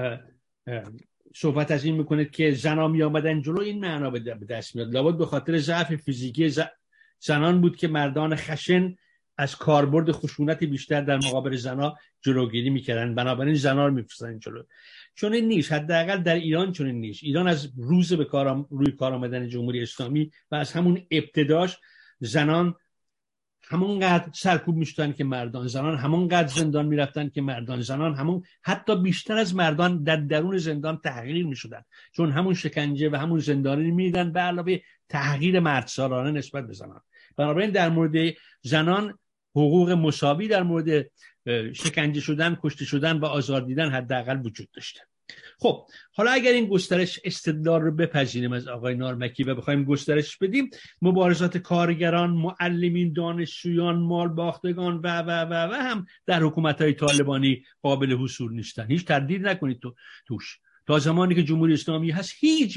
صحبت از این میکنه که زنها می آمدن جلو، این معنا به دست میاد لابد به خاطر ضعف فیزیکی زنان بود که مردان خشن از کاربرد خشونت بیشتر در مقابل زنها جلوگیری میکردن، بنابراین زنها رو میفرستن جلو. چون این نیست، حداقل در ایران چون این نیست. ایران از روز روی کار آمدن جمهوری اسلامی و از همون ابتداش زنان همونقدر سرکوب میشدن که مردان، زنان همونقدر زندان میرفتن که مردان، زنان همون حتی بیشتر از مردان در درون زندان تحقیر میشدن، چون همون شکنجه و همون زندانی میدن به علاوه تحقیر مردسالارانه نسبت به زنان. بنابراین در مورد زنان حقوق مساوی در مورد شکنجه شدن، کشته شدن و آزار دیدن حداقل وجود داشته. خب حالا اگر این گسترش استدلال رو بپذیریم از آقای نارمکی و بخوایم گسترش بدیم، مبارزات کارگران، معلمین، دانشجویان، مالباختگان و هم در حکومت‌های طالبانی قابل حصول نیستن. هیچ تردید نکنید توش. تا زمانی که جمهوری اسلامی هست هیچ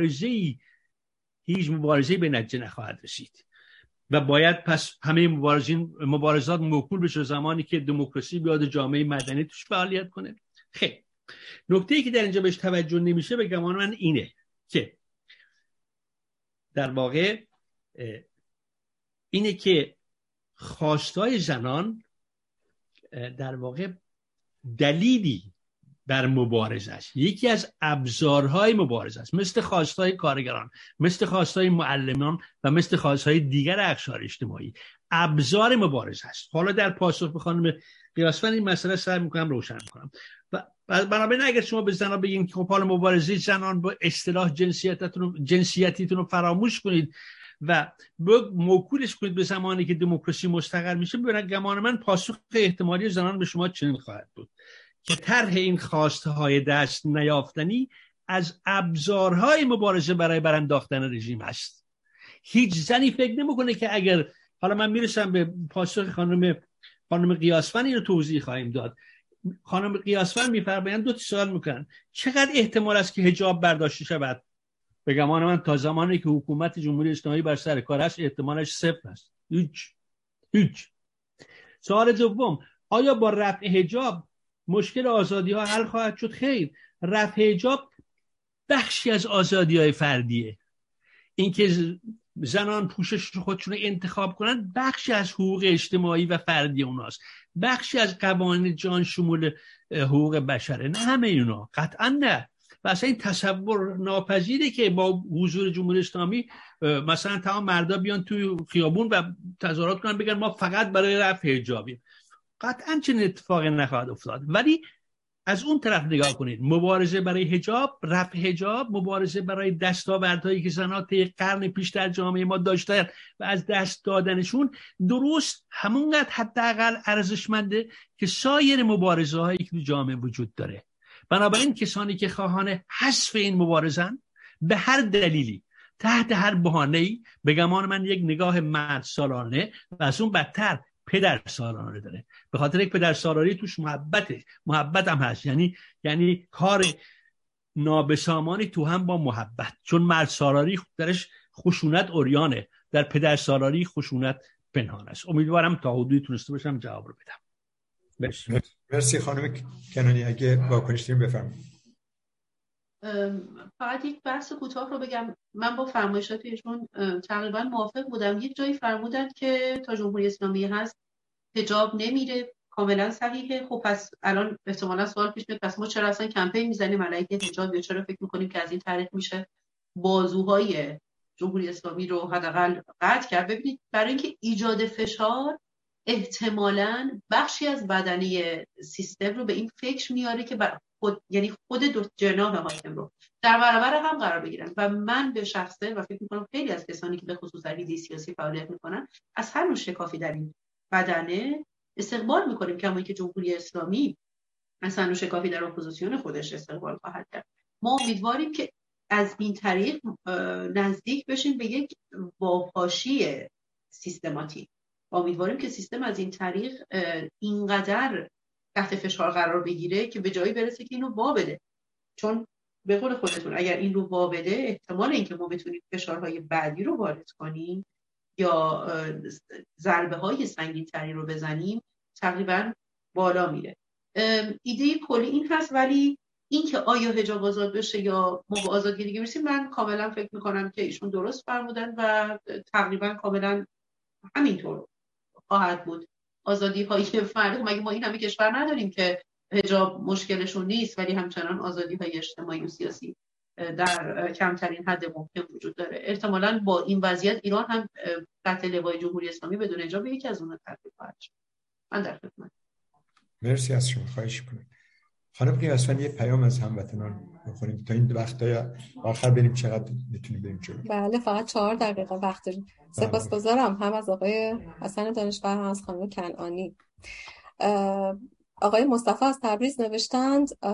مبارزه‌ای به نتیجه نخواهد رسید و باید پس همه مبارزات موکول بشه زمانی که دموکراسی بیاد جامعه مدنی توش فعالیت کنه. خیلی نکته‌ای که در اینجا بهش توجه نمیشه به گمان من اینه که در واقع اینه که خواستای زنان در واقع دلیلی بر مبارزه است، یکی از ابزارهای مبارزه است، مثل خواستای کارگران، مثل خواستای معلمان و مثل خواستای دیگر اقشار اجتماعی ابزار مبارزه است. حالا در پاسخ به خانم قیاسفند این مسئله سعی می‌کنم روشن کنم. و بنابراین اگر شما به زنان بگین که خب حالا مبارزه زنان با اصطلاح جنسیتیتون رو فراموش کنید و موکولش کنید به زمانی که دموکراسی مستقر میشه، به گمان من پاسخ احتمالی زنان به شما چنین خواهد بود که طرح این خواستهای دست نیافتنی از ابزارهای مبارزه برای برانداختن رژیم است. هیچ زنی فکر نمیکنه که اگر، حالا من میرسم به پاسخ خانم قیاسفند، این رو توضیح خواهیم داد. خانم قیاسفند میفرمایند دو تا سوال میکنن: چقدر احتمال است که حجاب برداشته شود؟ به گمان من تا زمانی که حکومت جمهوری اسلامی بر سر کار است احتمالش صفر است. هیچ. سوال دوم: آیا با رفع حجاب مشکل آزادی ها حل خواهد شد؟ خیر. رفع حجاب بخشی از آزادی های فردیه. اینکه زنان پوشش خودشون رو انتخاب کنن بخشی از حقوق اجتماعی و فردی اوناست، بخشی از قوانین جهان شمول حقوق بشره، نه همه اینا، قطعا نه. و اصلا این تصور ناپذیره که با حضور جمهوری اسلامی مثلا تمام مردا بیان توی خیابون و تظاهرات کنن بگن ما فقط برای رفع حجابیم. قطعا چنین اتفاقی نخواهد افتاد. ولی از اون طرف نگاه کنید، مبارزه برای حجاب، رفع حجاب، مبارزه برای دستاوردهایی که زنان طی قرن پیش در جامعه ما داشتن و از دست دادنشون درست همونقدر حداقل ارزشمنده که سایر مبارزه هایی که تو جامعه وجود داره. بنابراین کسانی که خواهان حذف این مبارزن به هر دلیلی، تحت هر بهانه‌ای، به گمان من یک نگاه مرد سالانه و از اون بدتر پدر سالانه داره. به خاطر یک پدر سالاری توش محبت هم هست، یعنی کار نابسامانی تو هم با محبت، چون مرد سالاری درش خشونت عریانه، در پدر سالاری خشونت پنهان است. امیدوارم تا حدودی تونسته باشم جواب رو بدم. مرسی خانم کنانی. اگه واکنش داریم بفرمایید. فقط یک بحث کوتاه رو بگم. من با فرمایشات ایشون تقریبا موافق بودم. یک جایی فرمودن که تا جمهوری اسلامی هست حجاب نمیره، کاملا صحیحه. خب پس الان احتمالاً سوال پیش میاد پس ما چرا اصلا کمپین میزنیم علیه حجاب، یا چرا فکر میکنیم که از این طریق میشه بازوهای جمهوری اسلامی رو حداقل قطع کرد؟ ببینید، برای اینکه ایجاد فشار احتمالاً بخشی از بدنه سیستم رو به این فکر میاره که خود دو جناح حاکم رو در برابر هم قرار بگیرن. و من به شخصه و فکر میکنم خیلی از کسانی که به خصوص در حیزه سیاسی فعالیت میکنن از هر نوع شکافی در این بدنه استقبال میکنیم، کما اینکه جمهوری اسلامی از هر نوع شکافی در اپوزیسیون خودش استقبال خواهد کرد. ما امیدواریم که از این طریق نزدیک بشیم به یک واپاشی سیستماتیک. امیدواریم که سیستم از این طریق اینقدر تحت فشار قرار بگیره که به جایی برسه که اینو وابده. چون به قول خودتون اگر این رو وابده، احتمال اینکه ما بتونیم فشارهای بعدی رو وارد کنیم یا ضربه های سنگین تری رو بزنیم تقریبا بالا میره. ایده کلی این هست، ولی این که آیا حجاب آزاد بشه یا ما به آزادگی برسیم، من کاملا فکر میکنم که ایشون درست فرمودن و تقریبا کاملا همینطور خواهد بود. آزادی های فرد، مگه ما این همه کشور نداریم که حجاب مشکلشون نیست ولی همچنان آزادی های اجتماعی و سیاسی در کمترین حد ممکن وجود داره. احتمالاً با این وضعیت ایران هم تحت لوای جمهوری اسلامی بدون حجاب یکی از اونها تبدیل خواهد شد. من در خدمت. مرسی از شما. خواهش می‌کنم. خانم قیاسفند یه پیام از هموطنان بخونیم تا این وقتای آخر بریم چقدر میتونیم بریم جلو. بله، فقط 4 دقیقه وقت داریم. سپاسگزارم هم از آقای حسن دانشور هم از خانم کنعانی. آقای مصطفی از تبریز نوشتند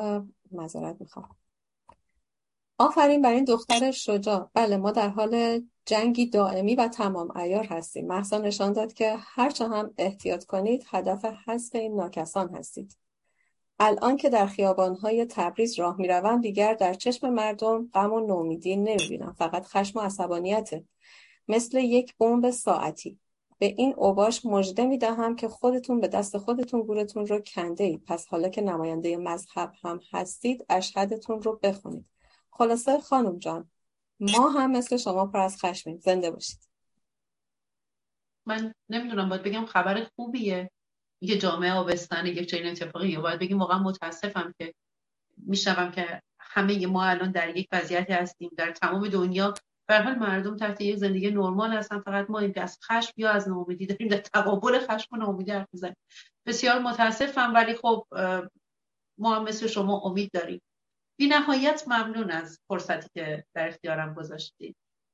معذرت میخوام. آفرین بر این دختر شجاع. بله، ما در حال جنگی دائمی و تمام عیار هستیم. مهسا نشان داد که هرچه هم احتیاط کنید هدف حذف این ناکسان هستید. الان که در خیابان‌های تبریز راه می‌روم دیگر در چشم مردم غم و نومیدی نمی‌بینم، فقط خشم و عصبانیته، مثل یک بمب ساعتی. به این اوباش مژده می‌دهم که خودتون به دست خودتون گورتون رو کنده‌اید. پس حالا که نماینده مذهب هم هستید اشهدتون رو بخونید. خلاصه خانم جان، ما هم مثل شما پر از خشمیم. زنده باشید. من نمیدونم باید بگم خبر خوبیه یه جامعه آبستن یک چنین اتفاقی، یا باید بگیم واقعا متاسفم که میشنوم که همه ما الان در یک وضعیتی هستیم در تمام دنیا به هر حال مردم تحت یک زندگی نرمال هستن، فقط ما این از خشم یا از ناامیدی داریم در تقابل خشم و ناامیدی حرف میزنیم. بسیار متاسفم، ولی خب ما هم مثل شما امید داریم. بی نهایت ممنون از فرصتی که در اختیارم گذاشتید.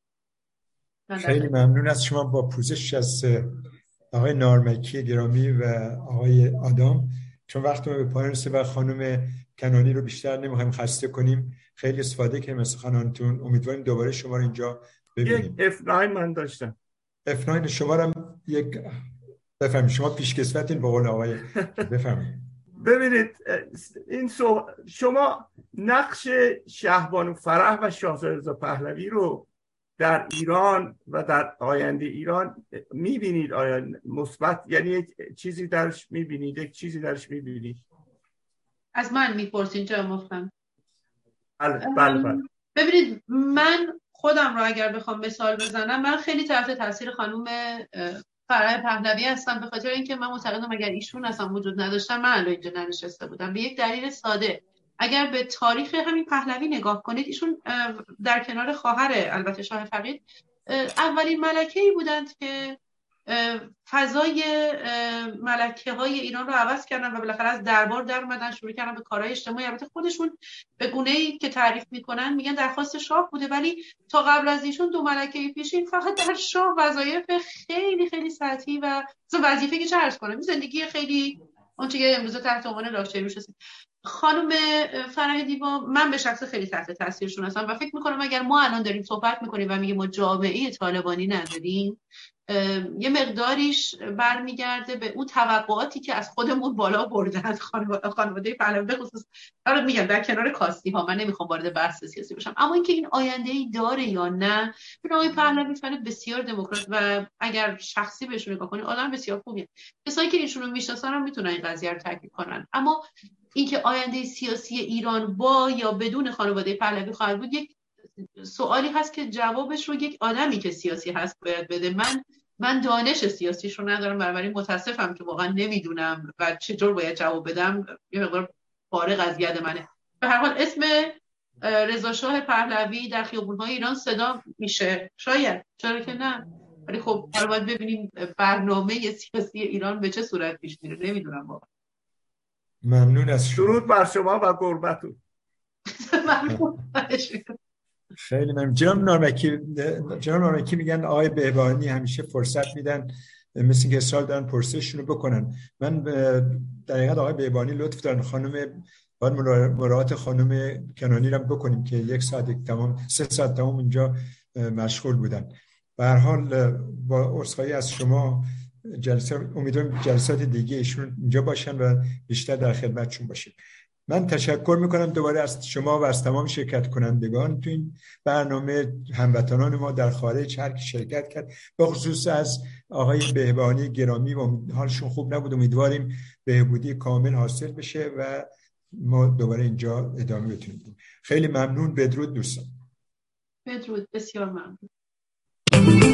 خیلی ممنون از شما. با پوزش از آقای نارمکی گرامی و آقای آدم، چون وقتمون به پایان رسید و خانم کنانی رو بیشتر نمیخوایم خسته کنیم، خیلی استفاده کردیم از خانانتون. امیدواریم دوباره شما رو اینجا ببینیم. یک F9 من داشتم. F9 شما رو یک بفهمید، شما پیشکسوتین به قول آقای بفهمید. ببینید این شما نقش شهبانو فرح و شاهزاده رضا پهلوی رو در ایران و در آینده ایران میبینید؟ آیا مثبت، یعنی یک چیزی درش میبینید، یک چیزی درش میبینید؟ از من میپرسین جا مفتم؟ بله. ببینید من خودم رو اگر بخوام مثال بزنم، من خیلی تحت تاثیر خانم فرح پهلوی هستم، به خاطر اینکه من معتقدم اگر ایشون اصلا وجود نداشتن من الان اینجا ننشسته بودم. به یک دلیل ساده، اگر به تاریخ همین پهلوی نگاه کنید، ایشون در کنار خواهر البته شاه فقید اولین ملکه‌ای بودند که فضای ملکه های ایران رو عوض کردن و بالاخره از دربار در اومدن، شروع کردن به کارهای اجتماعی. البته خودشون به گونه‌ای که تعریف میکنن میگن درخواست شاه بوده، ولی تا قبل از ایشون دو ملکه پیشین فقط در شاه وظایف خیلی خیلی سطحی و وظیفه که چه عرض کنم زندگی خیلی اونچه که امروز تحت عنوان لاکچری روش هست. خانم فرح دیبا من به شخص خیلی تحت تاثیرشون هستم و فکر میکنم اگر ما الان داریم صحبت میکنیم و میگیم ما جامعه طالبانی نداریم، یه مقداریش برمیگرده به اون توقعاتی که از خودمون بالا بردن خانواده پهلوی به خصوص. حالا میگم در کنار کاستی ها، من نمیخوام وارد بحث سیاسی بشم، اما اینکه این آینده‌ای داره یا نه. آقای پهلوی فرد بسیار دموکرات و اگر شخصی بهشون نگاه کنید آدم بسیار خوبیه. کسایی که ایشونو میشناسن هم میتونن این قضیه رو تکمیل کنن. اما اینکه آینده سیاسی ایران با یا بدون خانواده پهلوی خواهد بود، یک سوالی هست که جوابش رو یک آدمی که سیاسی هست باید بده. من دانش سیاسیش رو ندارم، بنابراین متاسفم که واقعا نمیدونم و چطور باید جواب بدم. یه مقدار فارغ از ید منه. به هر حال اسم رضا شاه پهلوی در خیابون‌های ایران صدا میشه، شاید، چرا که نه، ولی خب حالا باید ببینیم برنامه سیاسی ایران به چه صورت پیش میره. نمیدونم واقعا. ممنون از شما. درود بر شما و قربتون. خیلی ممنون. جناب نارمکی میگن آقای بهبانی همیشه فرصت میدن، مثل که اصرار دارن پرسششون رو بکنن. من در حقیقت آقای بهبانی لطف دارن باید مراعات خانم کنانی رو بکنیم که 1 ساعت تمام 3 ساعت تمام اینجا مشغول بودن. به هر حال با عذرخواهی از شما امیدوارم جلسات دیگه ایشون اینجا باشن و بیشتر در خدمتشون باشیم. من تشکر میکنم دوباره از شما و از تمام شرکت کنندگان تو این برنامه، هموطنان ما در خارج هر کی شرکت کرد، به خصوص از آقای بهبانی گرامی و حالشون خوب نبود. امیدواریم بهبودی کامل حاصل بشه و ما دوباره اینجا ادامه بتونیم. خیلی ممنون. بدرود دوستان. بدرود. بسیار ممنون.